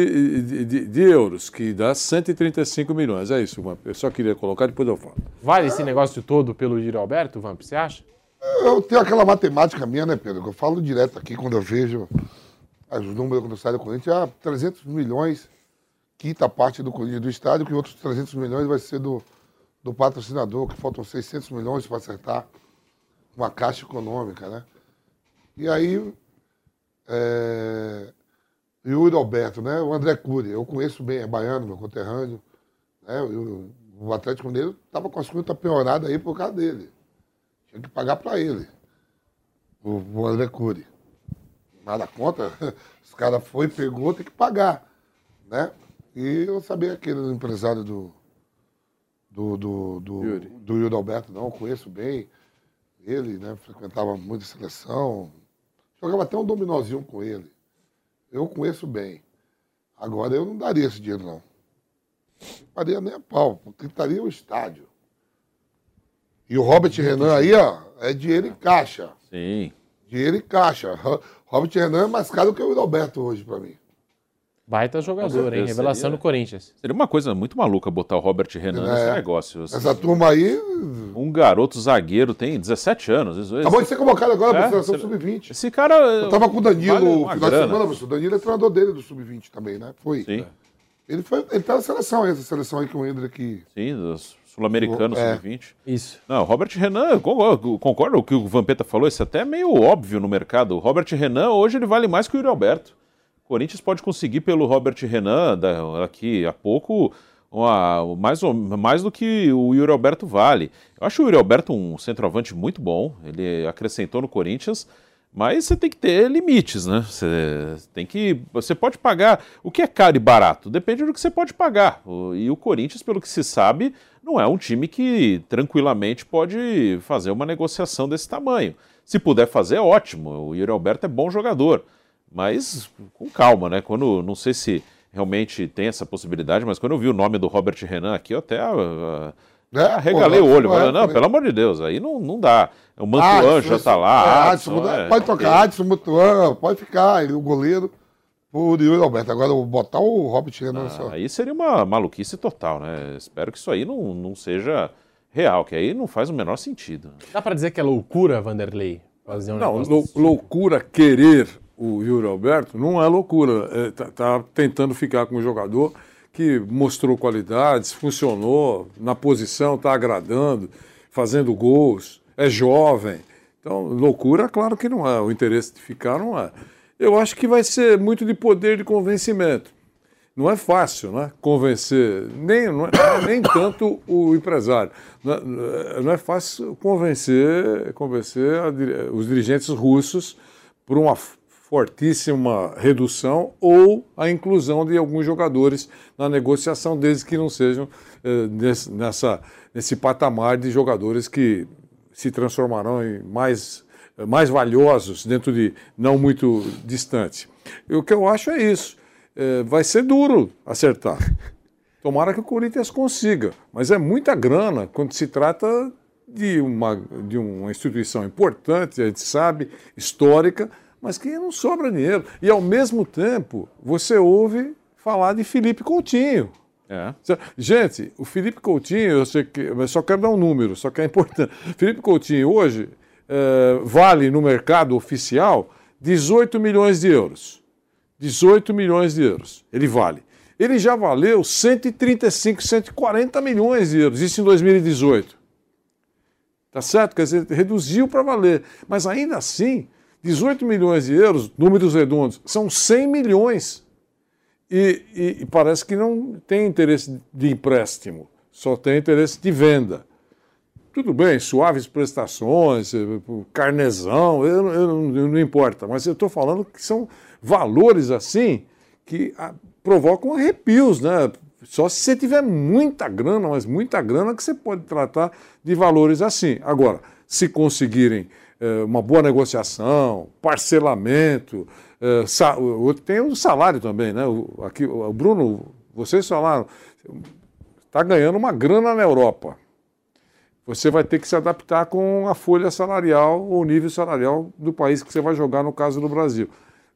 de euros, que dá 135 milhões. É isso, Vamp. Eu só queria colocar, depois eu falo. Vale esse negócio todo pelo Yuri Alberto, Vamp, você acha? Eu tenho aquela matemática minha, né, Pedro? Que eu falo direto aqui quando eu vejo os números quando eu saio do Corinthians. 300 milhões... quinta parte do Corinthians do estádio, que outros 300 milhões vai ser do patrocinador, que faltam 600 milhões para acertar uma caixa econômica, né? E aí, e o Yuri Alberto, né? O André Cury, eu conheço bem, é baiano, meu conterrâneo, né? O Atlético Mineiro estava com as contas pioradas aí por causa dele. Tinha que pagar para ele, o André Cury. Nada conta, os caras pegou, tem que pagar, né? E eu sabia que ele era empresário do Yuri Alberto, não, eu conheço bem ele, né? Frequentava muito a seleção, jogava até um dominozinho com ele. Eu conheço bem. Agora eu não daria esse dinheiro, não. Não daria nem a pau, porque estaria o estádio. E o Robert Renan aí, é dinheiro em caixa. Sim. Dinheiro em caixa. Robert Renan é mais caro que o Yuri Alberto hoje para mim. Baita jogador, hein? Revelação do Corinthians. Seria uma coisa muito maluca botar o Robert Renan nesse negócio. Assim. Essa turma aí... Um garoto zagueiro tem 17 anos. Acabou de ser convocado agora para a seleção Sub-20. Esse cara... Eu tava com o Danilo no final de semana, grana. o Danilo é treinador dele do Sub-20 também, né? Foi. Sim. Ele tá na seleção, essa seleção aí que o Hendrick... Sim, dos sul-americanos Sub-20. Isso. Não, o Robert Renan, eu concordo com o que o Vampeta falou, isso até é meio óbvio no mercado. O Robert Renan, hoje, ele vale mais que o Yuri Alberto. O Corinthians pode conseguir pelo Robert Renan, daqui a pouco, mais do que o Yuri Alberto vale. Eu acho o Yuri Alberto um centroavante muito bom, ele acrescentou no Corinthians, mas você tem que ter limites, né? Você pode pagar o que é caro e barato, depende do que você pode pagar. E o Corinthians, pelo que se sabe, não é um time que tranquilamente pode fazer uma negociação desse tamanho. Se puder fazer, é ótimo, o Yuri Alberto é bom jogador. Mas com calma, né? Não sei se realmente tem essa possibilidade, mas quando eu vi o nome do Robert Renan aqui, eu até arregalei o olho. Não, pelo amor de Deus, aí não dá. O Mantuan já tá lá. Pode tocar Adson, Mantuan, pode ficar, o goleiro, o Yuri Alberto. Agora, botar o Robert Renan... Aí seria uma maluquice total, né? Espero que isso aí não seja real, que aí não faz o menor sentido. Dá pra dizer que é loucura, Vanderlei? Fazer Loucura querer... O Yuri Alberto não é loucura, tá tentando ficar com um jogador que mostrou qualidades, funcionou na posição, está agradando, fazendo gols, é jovem. Então, loucura, claro que não é, o interesse de ficar não é. Eu acho que vai ser muito de poder de convencimento. Não é fácil, né? Convencer, nem tanto o empresário. Não é fácil convencer os dirigentes russos por uma fortíssima redução ou a inclusão de alguns jogadores na negociação, desde que não sejam nesse patamar de jogadores que se transformarão em mais valiosos dentro de não muito distante. E o que eu acho é isso. Vai ser duro acertar. Tomara que o Corinthians consiga, mas é muita grana quando se trata de uma instituição importante, a gente sabe, histórica, mas que não sobra dinheiro. E, ao mesmo tempo, você ouve falar de Felipe Coutinho. Gente, o Felipe Coutinho, eu só quero dar um número, só que é importante. Felipe Coutinho, hoje, vale no mercado oficial 18 milhões de euros. 18 milhões de euros. Ele vale. Ele já valeu 135, 140 milhões de euros, isso em 2018. Tá certo? Quer dizer, reduziu para valer. Mas, ainda assim... 18 milhões de euros, números redondos, são 100 milhões. E parece que não tem interesse de empréstimo, só tem interesse de venda. Tudo bem, suaves prestações, carnezão, não importa, mas eu estou falando que são valores assim que provocam arrepios, né? Só se você tiver muita grana, mas muita grana, que você pode tratar de valores assim. Agora, se conseguirem uma boa negociação, parcelamento, tem o salário também, né? Aqui, o Bruno, vocês falaram, está ganhando uma grana na Europa. Você vai ter que se adaptar com a folha salarial ou o nível salarial do país que você vai jogar, no caso do Brasil.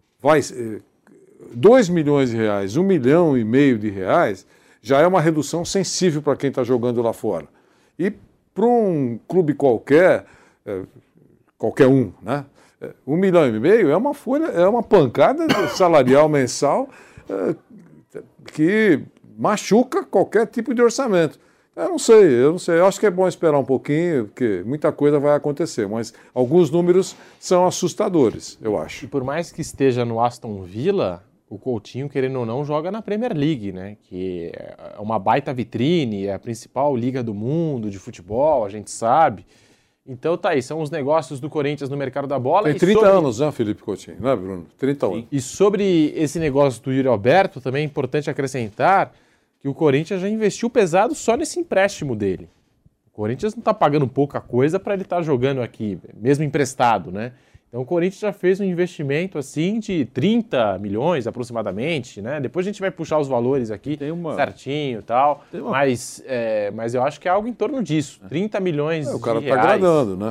2 milhões de reais, 1,5 milhão de reais, já é uma redução sensível para quem está jogando lá fora. E para um clube qualquer um, né? 1,5 milhão é uma folha, é uma pancada salarial mensal que machuca qualquer tipo de orçamento. Eu não sei. Eu acho que é bom esperar um pouquinho, porque muita coisa vai acontecer, mas alguns números são assustadores, eu acho. E por mais que esteja no Aston Villa, o Coutinho, querendo ou não, joga na Premier League, né? Que é uma baita vitrine, é a principal liga do mundo de futebol, a gente sabe. Então tá aí, são os negócios do Corinthians no mercado da bola. Tem 30 anos, né, Felipe Coutinho? Não é, Bruno? 30 anos. E sobre esse negócio do Yuri Alberto, também é importante acrescentar que o Corinthians já investiu pesado só nesse empréstimo dele. O Corinthians não está pagando pouca coisa para ele estar jogando aqui, mesmo emprestado, né? Então o Corinthians já fez um investimento assim de 30 milhões aproximadamente, né? Depois a gente vai puxar os valores aqui certinho e tal, mas eu acho que é algo em torno disso, 30 milhões de reais. O cara está agradando, né?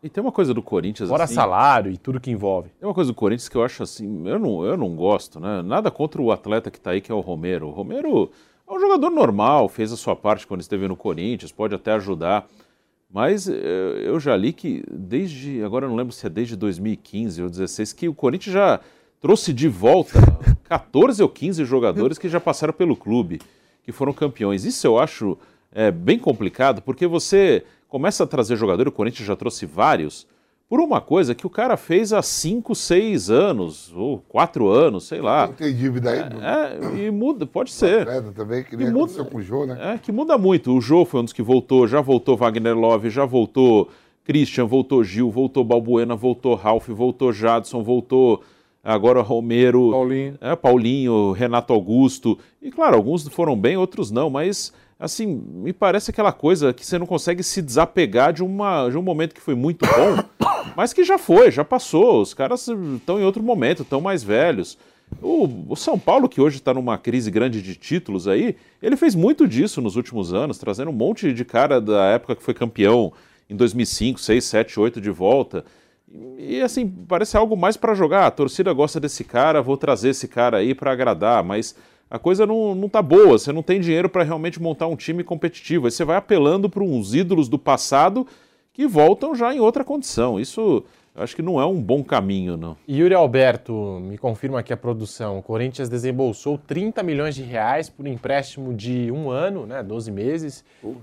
E tem uma coisa do Corinthians... Fora assim, salário e tudo que envolve. Tem uma coisa do Corinthians que eu acho assim, eu não gosto, né? Nada contra o atleta que está aí, que é o Romero. O Romero é um jogador normal, fez a sua parte quando esteve no Corinthians, pode até ajudar. Mas eu já li que desde, agora eu não lembro se é desde 2015 ou 2016, que o Corinthians já trouxe de volta 14 ou 15 jogadores que já passaram pelo clube, que foram campeões. Isso eu acho bem complicado, porque você começa a trazer jogador, o Corinthians já trouxe vários, por uma coisa que o cara fez há 5, 6 anos, ou 4 anos, sei lá. Tem dívida aí? E muda, pode ser. Também, que nem aconteceu com o Jô, né? Que muda muito. O Jô foi um dos que voltou, já voltou Wagner Love, já voltou Christian, voltou Gil, voltou Balbuena, voltou Ralf, voltou Jadson, voltou agora Romero, Paulinho, Renato Augusto. E claro, alguns foram bem, outros não, mas assim, me parece aquela coisa que você não consegue se desapegar de um momento que foi muito bom, mas que já foi, já passou. Os caras estão em outro momento, estão mais velhos. O São Paulo, que hoje está numa crise grande de títulos aí, ele fez muito disso nos últimos anos, trazendo um monte de cara da época que foi campeão em 2005, 6, 7, 8 de volta. E assim, parece algo mais para jogar. A torcida gosta desse cara, vou trazer esse cara aí para agradar, mas a coisa não tá boa, você não tem dinheiro para realmente montar um time competitivo. Aí você vai apelando para uns ídolos do passado que voltam já em outra condição. Isso eu acho que não é um bom caminho, não. Yuri Alberto, me confirma aqui a produção. O Corinthians desembolsou 30 milhões de reais por empréstimo de 1 ano, né, 12 meses.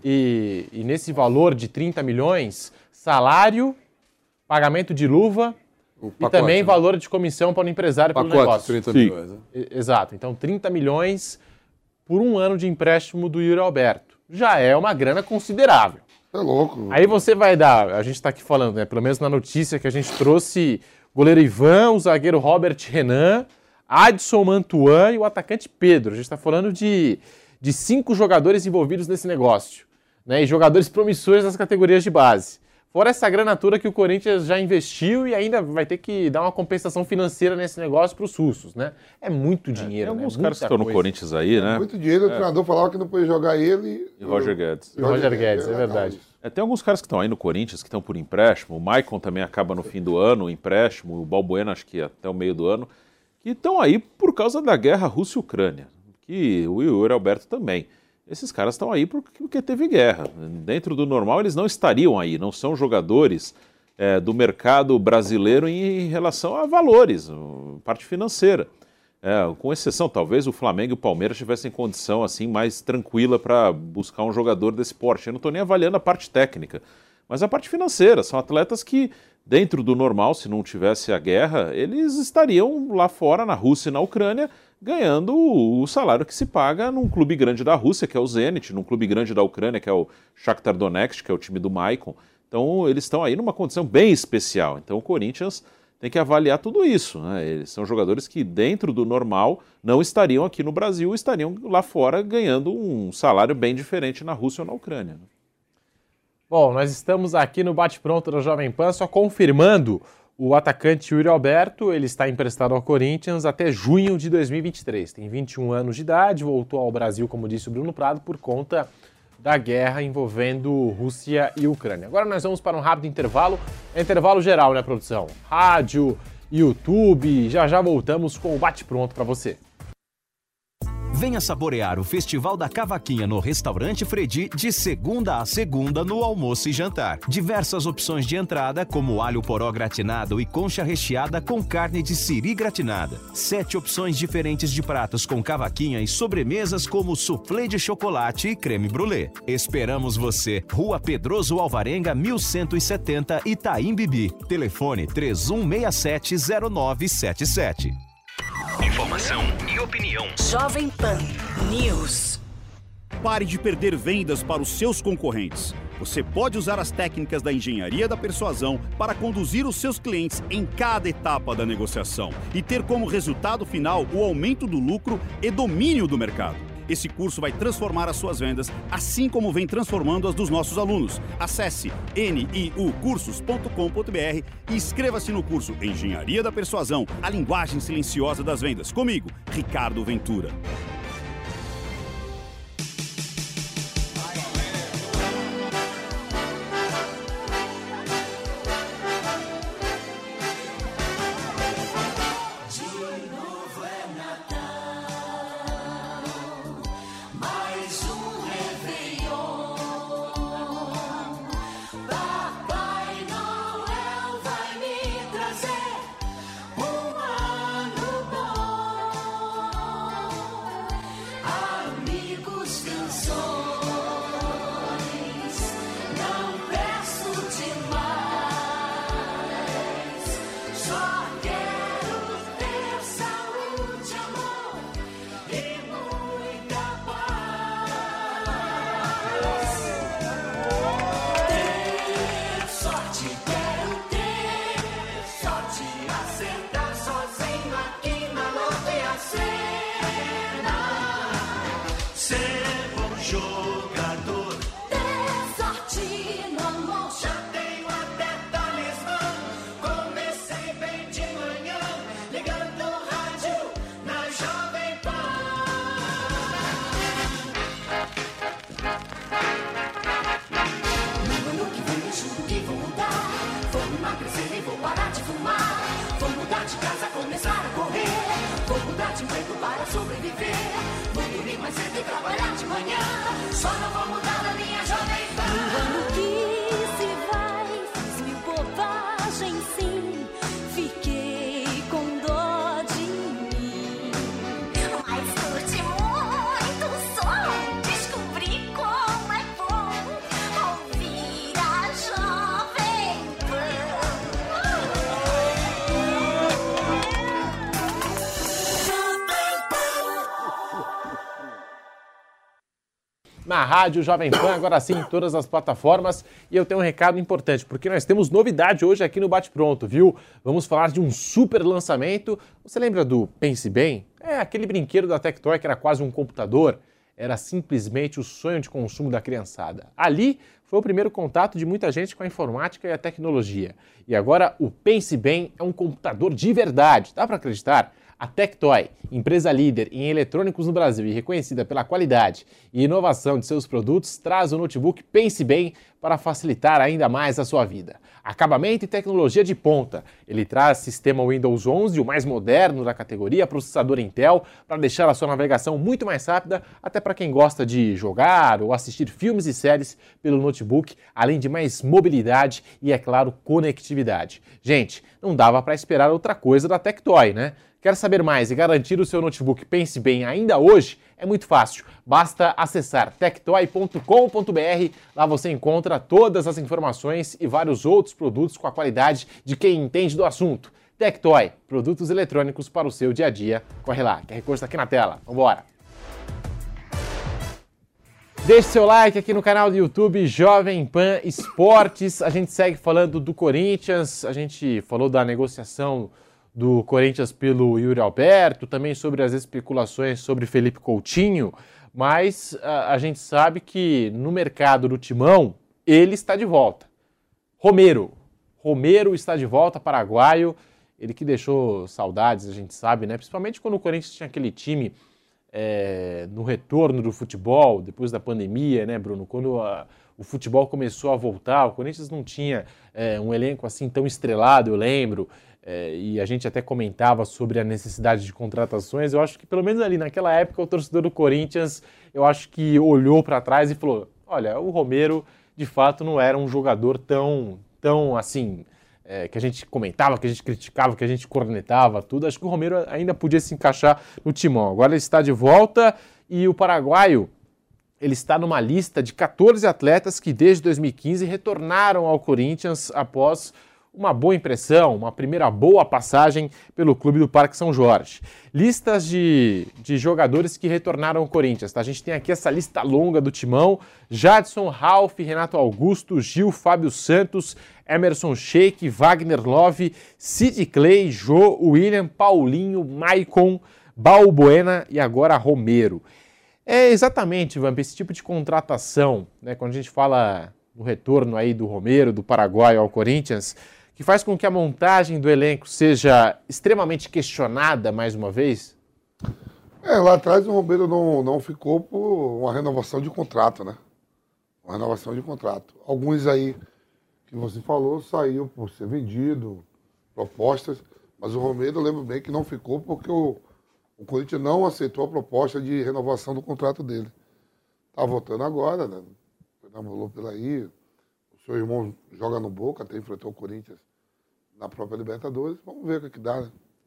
E nesse valor de 30 milhões, salário, pagamento de luva e também valor de comissão para o empresário pelo negócio. 30 milhões. Né? Exato. Então, 30 milhões por 1 ano de empréstimo do Yuri Alberto. Já é uma grana considerável. É louco. Aí você vai dar, a gente está aqui falando, né, pelo menos na notícia que a gente trouxe, goleiro Ivan, o zagueiro Robert Renan, Adson Mantuan e o atacante Pedro. A gente está falando de 5 jogadores envolvidos nesse negócio, né, e jogadores promissores das categorias de base. Fora essa grana toda que o Corinthians já investiu e ainda vai ter que dar uma compensação financeira nesse negócio para os russos, né? É muito dinheiro, tem alguns né? caras que estão no Corinthians aí, né? Muito dinheiro, o treinador falava que não podia jogar ele... E Roger Guedes. E Roger Guedes, é verdade. Tem alguns caras que estão aí no Corinthians, que estão por empréstimo. O Maicon também acaba no fim do ano, o empréstimo. O Balbuena, acho que até o meio do ano. Que estão aí por causa da guerra Rússia-Ucrânia. Que o Yuri Alberto também. Esses caras estão aí porque teve guerra. Dentro do normal, eles não estariam aí. Não são jogadores do mercado brasileiro em relação a valores, parte financeira. Com exceção, talvez o Flamengo e o Palmeiras tivessem condição assim mais tranquila para buscar um jogador desse porte. Eu não estou nem avaliando a parte técnica, mas a parte financeira. São atletas que, dentro do normal, se não tivesse a guerra, eles estariam lá fora, na Rússia e na Ucrânia, ganhando o salário que se paga num clube grande da Rússia, que é o Zenit, num clube grande da Ucrânia, que é o Shakhtar Donetsk, que é o time do Maicon. Então, eles estão aí numa condição bem especial. Então, o Corinthians tem que avaliar tudo isso, né? Eles são jogadores que, dentro do normal, não estariam aqui no Brasil, estariam lá fora ganhando um salário bem diferente na Rússia ou na Ucrânia. Bom, nós estamos aqui no Bate-Pronto da Jovem Pan, só confirmando o atacante Yuri Alberto. Ele está emprestado ao Corinthians até junho de 2023. Tem 21 anos de idade, voltou ao Brasil, como disse o Bruno Prado, por conta da guerra envolvendo Rússia e Ucrânia. Agora nós vamos para um rápido intervalo. É intervalo geral, né, produção? Rádio, YouTube, já voltamos com o Bate-Pronto para você. Venha saborear o Festival da Cavaquinha no Restaurante Fredi de segunda a segunda no almoço e jantar. Diversas opções de entrada, como alho poró gratinado e concha recheada com carne de siri gratinada. 7 opções diferentes de pratos com cavaquinha e sobremesas como soufflé de chocolate e creme brulee. Esperamos você. Rua Pedroso Alvarenga, 1170, Itaim Bibi. Telefone 31670977. Informação e opinião. Jovem Pan News. Pare de perder vendas para os seus concorrentes. Você pode usar as técnicas da engenharia da persuasão para conduzir os seus clientes em cada etapa da negociação e ter como resultado final o aumento do lucro e domínio do mercado. Esse curso vai transformar as suas vendas, assim como vem transformando as dos nossos alunos. Acesse niucursos.com.br e inscreva-se no curso Engenharia da Persuasão, a linguagem silenciosa das vendas. Comigo, Ricardo Ventura. é Natal, mais um Réveillon. Papai Noel vai me trazer um ano bom. Amigos, canções, não peço demais, só quero ter saúde, amor e muita paz. Ter sorte, quero ter sorte, acertar sozinho aqui na Loteria Sena. Ser bom jogador, ter sorte no amor, já tenho até talismã. Comecei bem de manhã, ligando o rádio na Jovem Pan. No ano que vem eu juro que vou mudar, vou emagrecer e vou parar de fumar. Vou mudar de casa, começar a correr, vou mudar de emprego para sobreviver. Vou dormir mais cedo e trabalhar de manhã, só não vou mudar a minha Jovem Pan. No ano que se vai, fiz mil bobagens, sim. Fiquei com dó de mim. Mas curti muito o som, descobri como é bom ouvir a Jovem Na rádio Jovem Pan, agora sim, em todas as plataformas. E eu tenho um recado importante, porque nós temos novidade hoje aqui no Bate Pronto, viu? Vamos falar de um super lançamento. Você lembra do Pense Bem? É aquele brinquedo da Tectoy que era quase um computador. Era simplesmente o sonho de consumo da criançada. Ali foi o primeiro contato de muita gente com a informática e a tecnologia. E agora o Pense Bem é um computador de verdade. Dá para acreditar? A Tectoy, empresa líder em eletrônicos no Brasil e reconhecida pela qualidade e inovação de seus produtos, traz o notebook Pense Bem para facilitar ainda mais a sua vida. Acabamento e tecnologia de ponta. Ele traz sistema Windows 11, o mais moderno da categoria, processador Intel, para deixar a sua navegação muito mais rápida, até para quem gosta de jogar ou assistir filmes e séries pelo notebook, além de mais mobilidade e, é claro, conectividade. Gente, não dava para esperar outra coisa da Tectoy, né? Quer saber mais e garantir o seu notebook Pense Bem ainda hoje? É muito fácil. Basta acessar tectoy.com.br. Lá você encontra todas as informações e vários outros produtos com a qualidade de quem entende do assunto. Tectoy, produtos eletrônicos para o seu dia a dia. Corre lá, QR Code está aqui na tela. Vambora! Deixe seu like aqui no canal do YouTube Jovem Pan Esportes. A gente segue falando do Corinthians, a gente falou da negociação do Corinthians pelo Yuri Alberto, também sobre as especulações sobre Felipe Coutinho, mas a gente sabe que no mercado do Timão, ele está de volta. Romero está de volta, paraguaio, ele que deixou saudades, a gente sabe, né? Principalmente quando o Corinthians tinha aquele time no retorno do futebol, depois da pandemia, né, Bruno? Quando o futebol começou a voltar, o Corinthians não tinha um elenco assim tão estrelado, eu lembro, e a gente até comentava sobre a necessidade de contratações. Eu acho que pelo menos ali naquela época o torcedor do Corinthians, eu acho que olhou para trás e falou, olha, o Romero de fato não era um jogador tão assim, que a gente comentava, que a gente criticava, que a gente cornetava, tudo. Acho que o Romero ainda podia se encaixar no Timão. Agora ele está de volta e o paraguaio, ele está numa lista de 14 atletas que desde 2015 retornaram ao Corinthians após uma boa impressão, uma primeira boa passagem pelo clube do Parque São Jorge. Listas de jogadores que retornaram ao Corinthians, tá? A gente tem aqui essa lista longa do Timão: Jadson, Ralf, Renato Augusto, Gil, Fábio Santos, Emerson Sheik, Wagner Love, Sid Clay, Jô, William, Paulinho, Maicon, Balbuena e agora Romero. É exatamente, Vamp, esse tipo de contratação, né, quando a gente fala do retorno aí do Romero, do paraguaio ao Corinthians, que faz com que a montagem do elenco seja extremamente questionada mais uma vez? Lá atrás o Romero não ficou por uma renovação de contrato, né? Uma renovação de contrato. Alguns aí que você falou saiu por ser vendido, propostas, mas o Romero eu lembro bem que não ficou porque o O Corinthians não aceitou a proposta de renovação do contrato dele. Está voltando agora, né? Namorou pela aí. O seu irmão joga no Boca, até enfrentou o Corinthians na própria Libertadores. Vamos ver o que dá, né?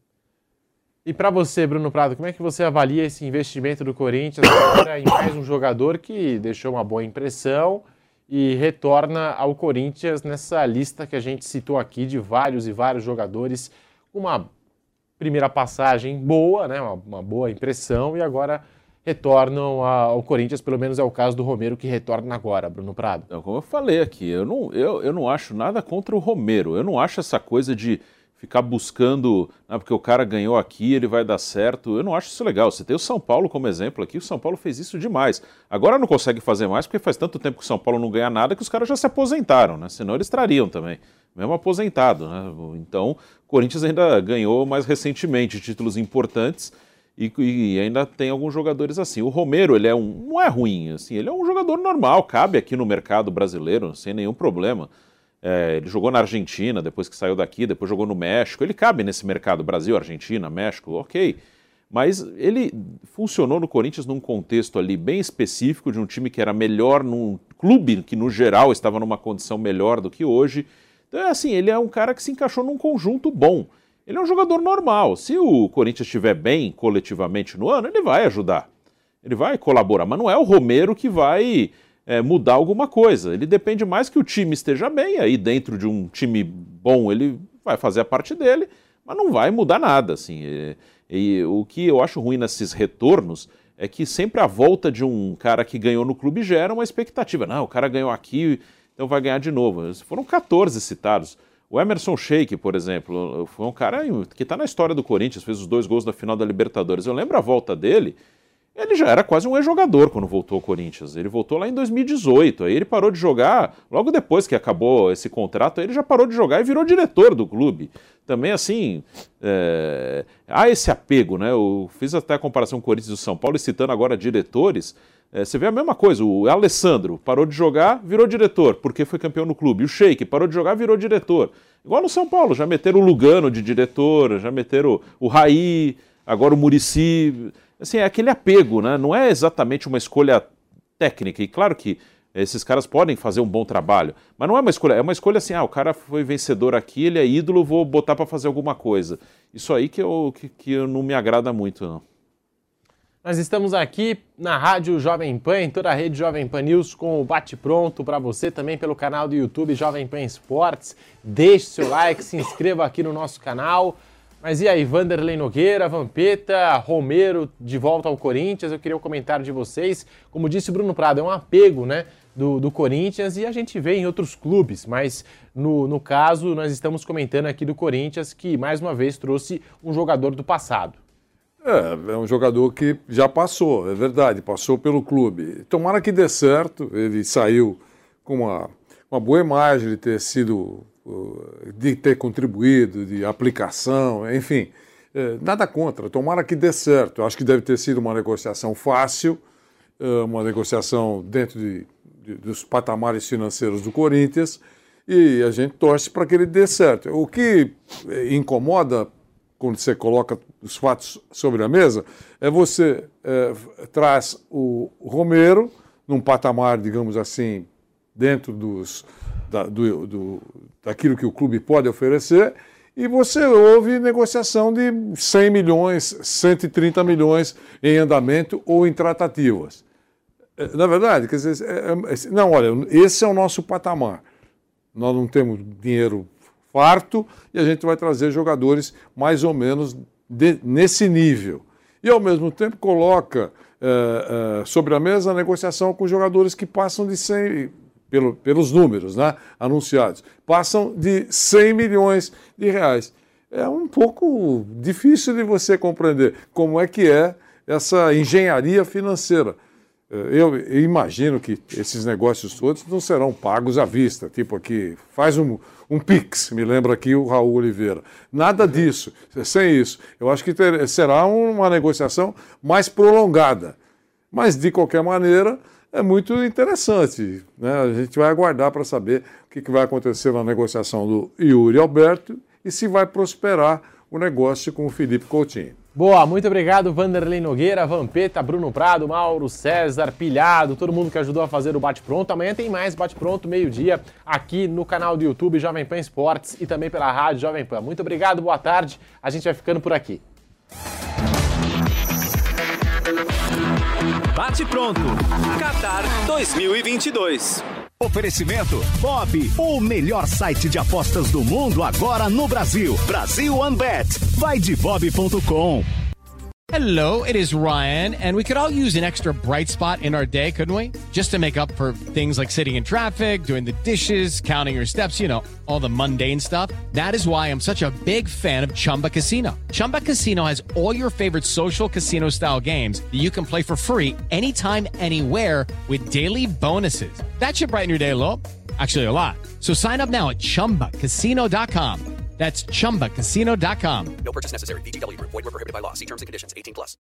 E para você, Bruno Prado, como é que você avalia esse investimento do Corinthians agora em mais um jogador que deixou uma boa impressão e retorna ao Corinthians nessa lista que a gente citou aqui de vários e vários jogadores com uma primeira passagem boa, né, uma boa impressão, e agora retornam ao Corinthians, pelo menos é o caso do Romero que retorna agora, Bruno Prado. Então, como eu falei aqui, eu não acho nada contra o Romero, eu não acho essa coisa de ficar buscando, porque o cara ganhou aqui, ele vai dar certo. Eu não acho isso legal. Você tem o São Paulo como exemplo aqui, o São Paulo fez isso demais. Agora não consegue fazer mais porque faz tanto tempo que o São Paulo não ganha nada que os caras já se aposentaram, né? Senão eles trariam também, mesmo aposentado, né? Então, o Corinthians ainda ganhou mais recentemente títulos importantes e ainda tem alguns jogadores assim. O Romero, ele não é ruim, assim, ele é um jogador normal, cabe aqui no mercado brasileiro sem nenhum problema. Ele jogou na Argentina, depois que saiu daqui, depois jogou no México. Ele cabe nesse mercado, Brasil, Argentina, México, ok. Mas ele funcionou no Corinthians num contexto ali bem específico, de um time que era melhor, num clube que no geral estava numa condição melhor do que hoje. Então assim, ele é um cara que se encaixou num conjunto bom. Ele é um jogador normal. Se o Corinthians estiver bem coletivamente no ano, ele vai ajudar. Ele vai colaborar, mas não é o Romero que vai mudar alguma coisa. Ele depende mais que o time esteja bem, aí dentro de um time bom ele vai fazer a parte dele, mas não vai mudar nada, assim. E o que eu acho ruim nesses retornos é que sempre a volta de um cara que ganhou no clube gera uma expectativa. Não, o cara ganhou aqui, então vai ganhar de novo. Foram 14 citados. O Emerson Sheik, por exemplo, foi um cara que está na história do Corinthians, fez os 2 gols na final da Libertadores. Eu lembro a volta dele. Ele já era quase um ex-jogador quando voltou ao Corinthians. Ele voltou lá em 2018. Aí ele parou de jogar, logo depois que acabou esse contrato, aí ele já parou de jogar e virou diretor do clube. Também, assim, há esse apego, né? Eu fiz até a comparação com o Corinthians e o São Paulo, e citando agora diretores. Você vê a mesma coisa, o Alessandro parou de jogar, virou diretor, porque foi campeão no clube. O Sheik parou de jogar, virou diretor. Igual no São Paulo, já meteram o Lugano de diretor, já meteram o Raí, agora o Muricy. Assim, é aquele apego, né? Não é exatamente uma escolha técnica. E claro que esses caras podem fazer um bom trabalho, mas não é uma escolha assim, o cara foi vencedor aqui, ele é ídolo, vou botar para fazer alguma coisa. Isso aí que não me agrada muito, não. Nós estamos aqui na Rádio Jovem Pan, em toda a rede Jovem Pan News, com o Bate-Pronto para você, também pelo canal do YouTube Jovem Pan Esportes. Deixe seu like, se inscreva aqui no nosso canal. Mas e aí, Vanderlei Nogueira, Vampeta, Romero de volta ao Corinthians? Eu queria um comentário de vocês. Como disse o Bruno Prado, é um apego, né, do Corinthians, e a gente vê em outros clubes, mas no caso nós estamos comentando aqui do Corinthians, que mais uma vez trouxe um jogador do passado. É um jogador que já passou, é verdade, passou pelo clube. Tomara que dê certo, ele saiu com uma boa imagem de ter sido, de ter contribuído, de aplicação, enfim, nada contra, tomara que dê certo. Eu acho que deve ter sido uma negociação fácil, uma negociação dentro dos patamares financeiros do Corinthians, e a gente torce para que ele dê certo. O que incomoda quando você coloca os fatos sobre a mesa, você traz o Romero num patamar, digamos assim, dentro daquilo que o clube pode oferecer, e você ouve negociação de 100 milhões, 130 milhões em andamento ou em tratativas. Na verdade, quer dizer, não, olha, esse é o nosso patamar. Nós não temos dinheiro farto e a gente vai trazer jogadores mais ou menos nesse nível. E, ao mesmo tempo, coloca sobre a mesa a negociação com jogadores que passam de 100, pelos números, né, anunciados, passam de 100 milhões de reais. É um pouco difícil de você compreender como é que é essa engenharia financeira. Eu imagino que esses negócios todos não serão pagos à vista, tipo aqui, faz um Pix, me lembra aqui o Raul Oliveira. Nada disso, sem isso. Eu acho que será uma negociação mais prolongada. Mas, de qualquer maneira, é muito interessante, né? A gente vai aguardar para saber o que vai acontecer na negociação do Yuri Alberto e se vai prosperar o negócio com o Felipe Coutinho. Boa, muito obrigado, Vanderlei Nogueira, Vampeta, Bruno Prado, Mauro César, Pilhado, todo mundo que ajudou a fazer o Bate Pronto. Amanhã tem mais Bate Pronto, meio-dia, aqui no canal do YouTube Jovem Pan Esportes e também pela rádio Jovem Pan. Muito obrigado, boa tarde, a gente vai ficando por aqui. Bate Pronto, Qatar 2022. Oferecimento Bob, o melhor site de apostas do mundo agora no Brasil. Brasil OneBet. Vai de bob.com. Hello, it is Ryan, and we could all use an extra bright spot in our day, couldn't we? Just to make up for things like sitting in traffic, doing the dishes, counting your steps, you know, all the mundane stuff. That is why I'm such a big fan of Chumba Casino. Chumba Casino has all your favorite social casino-style games that you can play for free anytime, anywhere with daily bonuses. That should brighten your day a little. Actually, a lot. So sign up now at ChumbaCasino.com. That's ChumbaCasino.com. No purchase necessary. VGW Group. Void where prohibited by law. See terms and conditions. 18+.